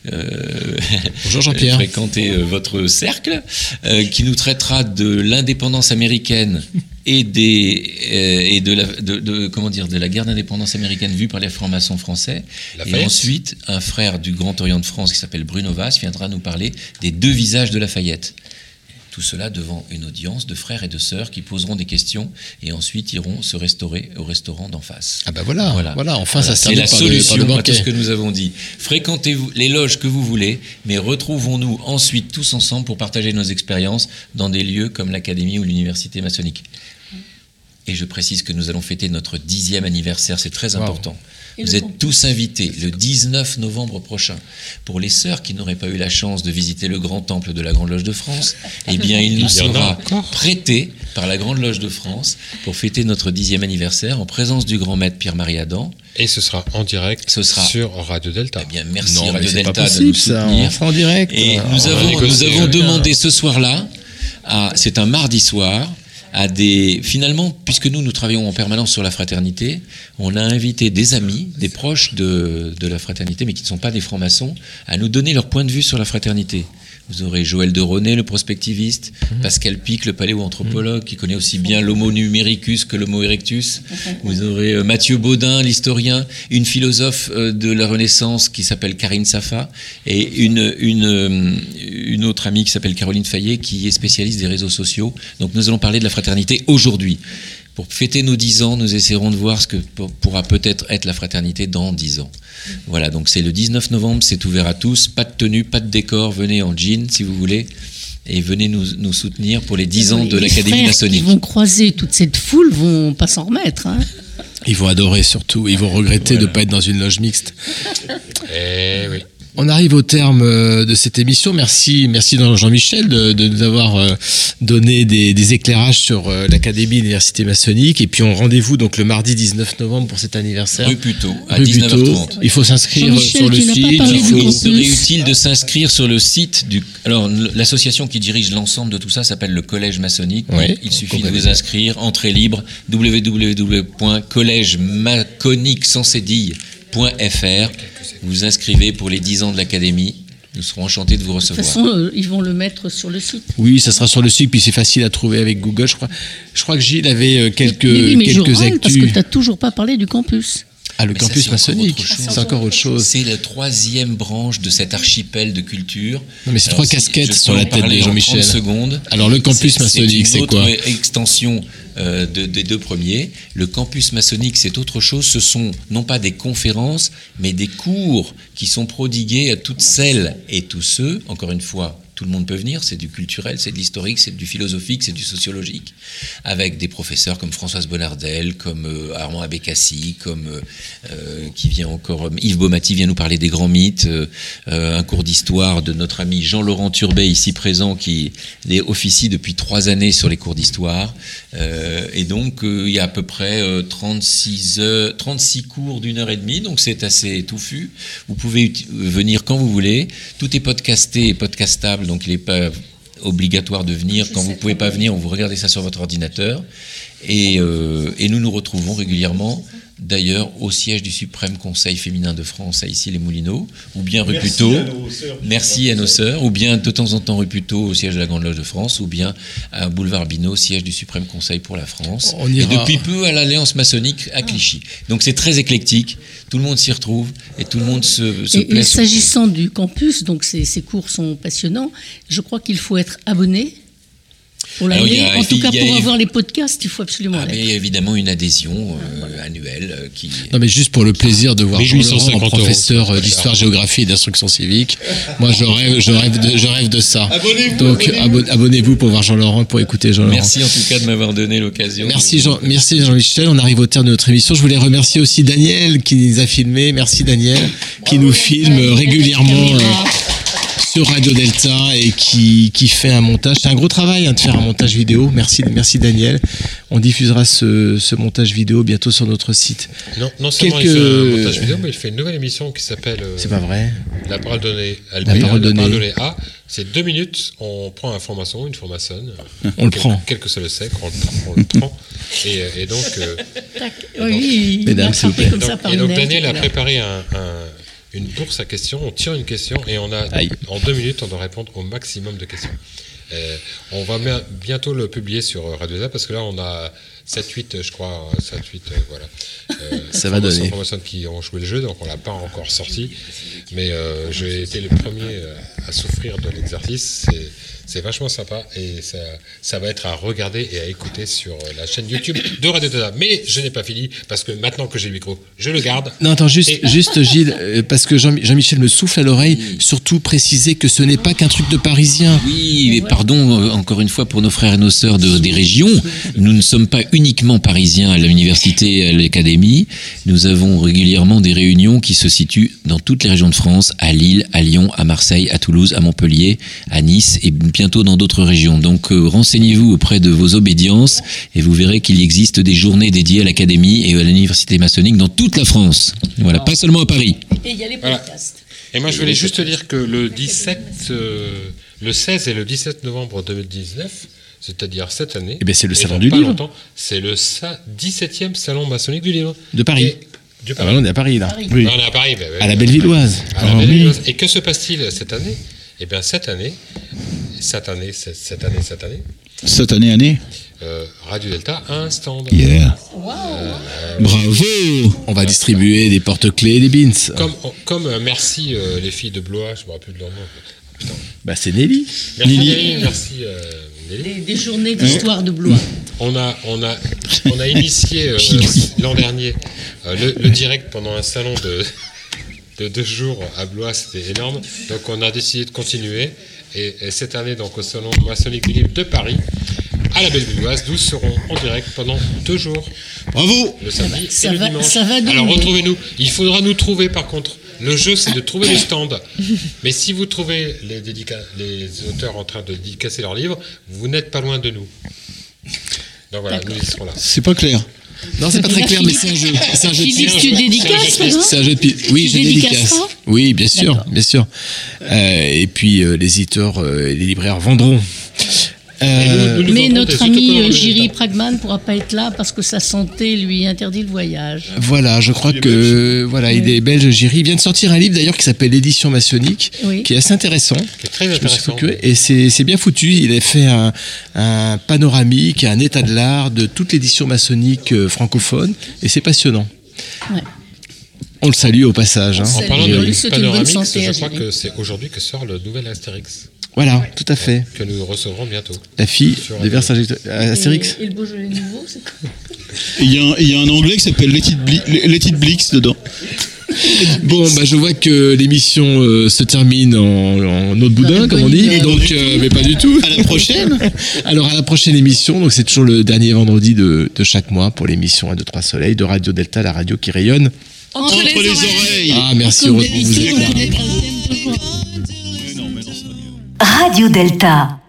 euh, Bonjour Jean-Pierre. fréquentez euh, votre cercle, euh, qui nous traitera de l'indépendance américaine et des euh, et de la de, de comment dire de la guerre d'indépendance américaine vue par les francs-maçons français. Lafayette. Et ensuite, un frère du Grand Orient de France qui s'appelle Bruno Vasse viendra nous parler des deux visages de Lafayette. Tout cela devant une audience de frères et de sœurs qui poseront des questions et ensuite iront se restaurer au restaurant d'en face. Ah ben voilà, voilà, voilà enfin voilà, ça c'est la par solution le, par le à tout ce que nous avons dit. Fréquentez les loges que vous voulez, mais retrouvons-nous ensuite tous ensemble pour partager nos expériences dans des lieux comme l'Académie ou l'Université maçonnique. Et je précise que nous allons fêter notre dixième anniversaire, c'est très wow. important. Et vous êtes tous invités le dix-neuf novembre prochain. Pour les sœurs qui n'auraient pas eu la chance de visiter le grand temple de la Grande Loge de France, eh bien, il nous sera prêté par la Grande Loge de France pour fêter notre dixième anniversaire en présence du grand maître Pierre-Marie Adam. Et ce sera en direct ce sera, sur Radio Delta. Eh bien, merci non, Radio Delta possible, de nous soutenir. Ça, en direct. Et on nous avons, nous avons demandé ce soir-là, à, c'est un mardi soir, à des, finalement, puisque nous, nous travaillons en permanence sur la fraternité, on a invité des amis, des proches de, de la fraternité, mais qui ne sont pas des francs-maçons, à nous donner leur point de vue sur la fraternité. Vous aurez Joël de Ronet, le prospectiviste, mmh. Pascal Pic, le paléoanthropologue, mmh. qui connaît aussi bien l'Homo numericus que l'Homo erectus. Vous aurez euh, Mathieu Baudin, l'historien, une philosophe euh, de la Renaissance qui s'appelle Karine Safa, et une, une, euh, une autre amie qui s'appelle Caroline Fayet, qui est spécialiste des réseaux sociaux. Donc nous allons parler de la fraternité aujourd'hui. Pour fêter nos dix ans, nous essaierons de voir ce que pourra peut-être être la fraternité dans dix ans. Voilà, donc c'est le dix-neuf novembre, c'est ouvert à tous, pas de tenue, pas de décor, venez en jean si vous voulez, et venez nous, nous soutenir pour les dix ans de l'Académie maçonnique. Les frères qui vont croiser toute cette foule vont pas s'en remettre. Hein. Ils vont adorer surtout, ils vont regretter voilà. de ne pas être dans une loge mixte. Eh oui. On arrive au terme de cette émission. Merci, merci Jean-Michel de, de nous avoir donné des, des éclairages sur l'Académie Université Maçonnique. Et puis on rendez-vous donc le mardi dix-neuf novembre pour cet anniversaire. Rue Puteaux, à dix-neuf heures trente. Il faut s'inscrire sur le site. Il faut, serait utile de s'inscrire sur le site du. Alors l'association qui dirige l'ensemble de tout ça s'appelle le Collège Maçonnique. Oui, il suffit de vous inscrire, entrée libre, w w w point collège maçonnique sans cédille point f r. Vous inscrivez pour les dix ans de l'Académie. Nous serons enchantés de vous recevoir. De toute façon, euh, ils vont le mettre sur le site. Oui, ça sera sur le site, puis c'est facile à trouver avec Google. Je crois, je crois que Gilles avait quelques, mais oui, mais quelques je râle actus. Parce que tu n'as toujours pas parlé du campus. Ah, le mais campus ça, maçonnique, c'est encore autre chose. C'est la troisième branche de cet archipel de culture. Non, mais c'est Alors, trois casquettes je sur la tête de Jean-Michel. Secondes. Alors, le campus c'est, maçonnique, c'est, c'est quoi ? C'est une autre extension euh, de, des deux premiers. Le campus maçonnique, c'est autre chose. Ce sont non pas des conférences, mais des cours qui sont prodigués à toutes celles et tous ceux, encore une fois, tout le monde peut venir, c'est du culturel, c'est de l'historique, c'est du philosophique, c'est du sociologique, avec des professeurs comme Françoise Bonnardel, comme euh, Armand Abécassi, comme euh, qui vient encore, Yves Baumati vient nous parler des grands mythes, euh, un cours d'histoire de notre ami Jean-Laurent Turbet, ici présent, qui est officie depuis trois années sur les cours d'histoire, euh, et donc euh, il y a à peu près euh, trente-six, heures, trente-six cours d'une heure et demie, donc c'est assez touffu. Vous pouvez ut- venir quand vous voulez, tout est podcasté et podcastable, donc il n'est pas obligatoire de venir. Quand vous ne pouvez pas venir, vous regardez ça sur votre ordinateur. Et, euh, et nous nous retrouvons régulièrement, d'ailleurs, au siège du Suprême Conseil féminin de France, à Issy-les-Moulineaux, ou bien rue Merci Puteaux. à nos sœurs. Merci à nos sœurs. Ou bien de temps en temps rue Puteaux, au siège de la Grande Loge de France, ou bien à Boulevard Binot, siège du Suprême Conseil pour la France. On ira... Et depuis peu à l'Alliance maçonnique à Clichy. Donc c'est très éclectique. Tout le monde s'y retrouve et tout le monde se, se et, plaît. Et s'agissant du campus, donc ces, ces cours sont passionnants. Je crois qu'il faut être abonné pour l'année. En tout cas, pour avoir les podcasts, il faut absolument ah, l'être. Il y a évidemment une adhésion euh, annuelle euh, qui. Non, mais juste pour le plaisir de voir Jean-Laurent, professeur euros. d'histoire-géographie et d'instruction civique. Moi, je rêve, je rêve, de, je rêve de ça. Abonnez-vous. Donc, abonnez-vous. abonnez-vous pour voir Jean-Laurent, pour écouter Jean-Laurent. Merci en tout cas de m'avoir donné l'occasion. Merci Jean, merci Jean-Michel. On arrive au terme de notre émission. Je voulais remercier aussi Daniel qui nous a filmé. Merci Daniel qui nous filme régulièrement. Euh, sur Radio Delta et qui, qui fait un montage. C'est un gros travail hein, de faire un montage vidéo. Merci, merci Daniel. On diffusera ce, ce montage vidéo bientôt sur notre site. Non, non seulement Quelques... il fait un montage vidéo, mais il fait une nouvelle émission qui s'appelle... Euh, C'est pas vrai. La parole donnée. La parole la donnée. Parole donnée A. C'est deux minutes, on prend un franc-maçon, une franc-maçonne. On le prend. Quel que soit le sexe, on le, on le prend. Et, et donc... Euh, et donc oui, mesdames, s'il vous plaît. Comme ça et donc Daniel a préparé un... un une bourse à questions, on tire une question et on a Aïe. en deux minutes on doit répondre au maximum de questions. Euh, on va bientôt le publier sur Radio Delta parce que là on a sept huit je crois, sept huit euh, voilà. Euh, Ça va donner. Personnes qui ont joué le jeu donc on l'a pas encore sorti, mais euh, j'ai été le premier à souffrir de l'exercice. C'est C'est vachement sympa et ça, ça va être à regarder et à écouter sur la chaîne YouTube de Radio Delta. Mais je n'ai pas fini parce que maintenant que j'ai le micro, je le garde. Non, attends, juste, et... juste Gilles, parce que Jean, Jean-Michel me souffle à l'oreille, oui. Surtout préciser que ce n'est pas qu'un truc de Parisien. Oui, mais pardon, encore une fois, pour nos frères et nos sœurs de, des régions, nous ne sommes pas uniquement Parisiens à l'université et à l'Académie. Nous avons régulièrement des réunions qui se situent dans toutes les régions de France, à Lille, à Lyon, à Marseille, à Toulouse, à Montpellier, à Nice et bientôt dans d'autres régions. Donc euh, renseignez-vous auprès de vos obédiences et vous verrez qu'il existe des journées dédiées à l'Académie et à l'université maçonnique dans toute la France. Voilà, pas seulement à Paris. Et il y a les podcasts. Voilà. Et moi je voulais juste dire que le dix-sept, euh, le seize et le dix-sept novembre deux mille dix-neuf, c'est-à-dire cette année, eh bien c'est le salon du livre. C'est le dix-septième salon maçonnique du livre. De Paris. Et, du Paris. Ah bah on est à Paris là. Paris. Oui. Non, on est à Paris. Bah, bah, à la Bellevilloise. À la Bellevilloise. Et que se passe-t-il cette année ? Et bien cette année, cette année, cette, cette année, cette année, Cette année, année euh, Radio Delta a un stand. Yeah. Wow. Euh, Bravo. On va distribuer des porte-clés et des beans. Comme, comme euh, merci euh, les filles de Blois, je ne me rappelle plus de leur nom. Putain. Bah, c'est Nelly. Merci Nelly. Nelly, merci euh, Nelly. Des, des journées d'histoire de Blois. On a, on a, on a initié euh, l'an dernier euh, le, le direct pendant un salon de, de deux jours à Blois, c'était énorme. Donc on a décidé de continuer. Et, et cette année, donc au salon maçonnique du livre de Paris, à la Bellevilloise, nous serons en direct pendant deux jours. Bravo. Le samedi Ça et le va- dimanche. ça va donner. Alors retrouvez-nous. Il faudra nous trouver par contre. Le jeu, c'est de trouver le stand. Mais si vous trouvez les, dédica- les auteurs en train de dédicacer leurs livres, vous n'êtes pas loin de nous. Donc voilà, nous y serons là. C'est pas clair. Non, c'est pas très clair, mais c'est un jeu. C'est un jeu de Philippe, piste. tu dédicaces, par exemple C'est un jeu de piste. Oui, Tu je dédicace. dédicaceras Oui, bien sûr, D'accord. bien sûr. Euh, et puis euh, les éditeurs euh, et les libraires vendront. Euh, nous, nous Mais vendons notre des ami autocollants euh, de Jiri Delta. Pragman ne pourra pas être là parce que sa santé lui interdit le voyage. Voilà, je crois que voilà, il est belge, Jiri. Il vient de sortir un livre d'ailleurs qui s'appelle L'édition maçonnique, Oui. qui est assez intéressant. Qui est très Je me suis intéressant. procuré, et c'est c'est bien foutu. Il a fait un, un panoramique, un état de l'art de toute l'édition maçonnique euh, francophone, et c'est passionnant. Ouais. On le salue au passage. hein. En Salut, parlant on de lui livre souhaite une bonne panoramique, santé à je crois Jiri. que c'est aujourd'hui que sort le nouvel Astérix, Voilà, tout à fait. que nous recevrons bientôt. La fille Sur de Vercingétorix. Astérix. Et, et le Beaujolais nouveau, c'est quoi? Il y, a un- il y a un anglais qui s'appelle Let It, Bli- Let It Blix dedans. Bon, bah, je vois que l'émission euh, se termine en, en autre boudin, comme on dit. Donc, euh, mais pas du tout. À la prochaine. Alors, à la prochaine émission. Donc, c'est toujours le dernier vendredi de, de chaque mois pour l'émission un, deux, trois Soleil de Radio Delta, la radio qui rayonne. Entre, Entre les oreilles. Ah, merci, Comme on retrouve vous. d'habitude, êtes là. on est un thème toujours. Mais non, mais non, ça va mieux. Radio Delta.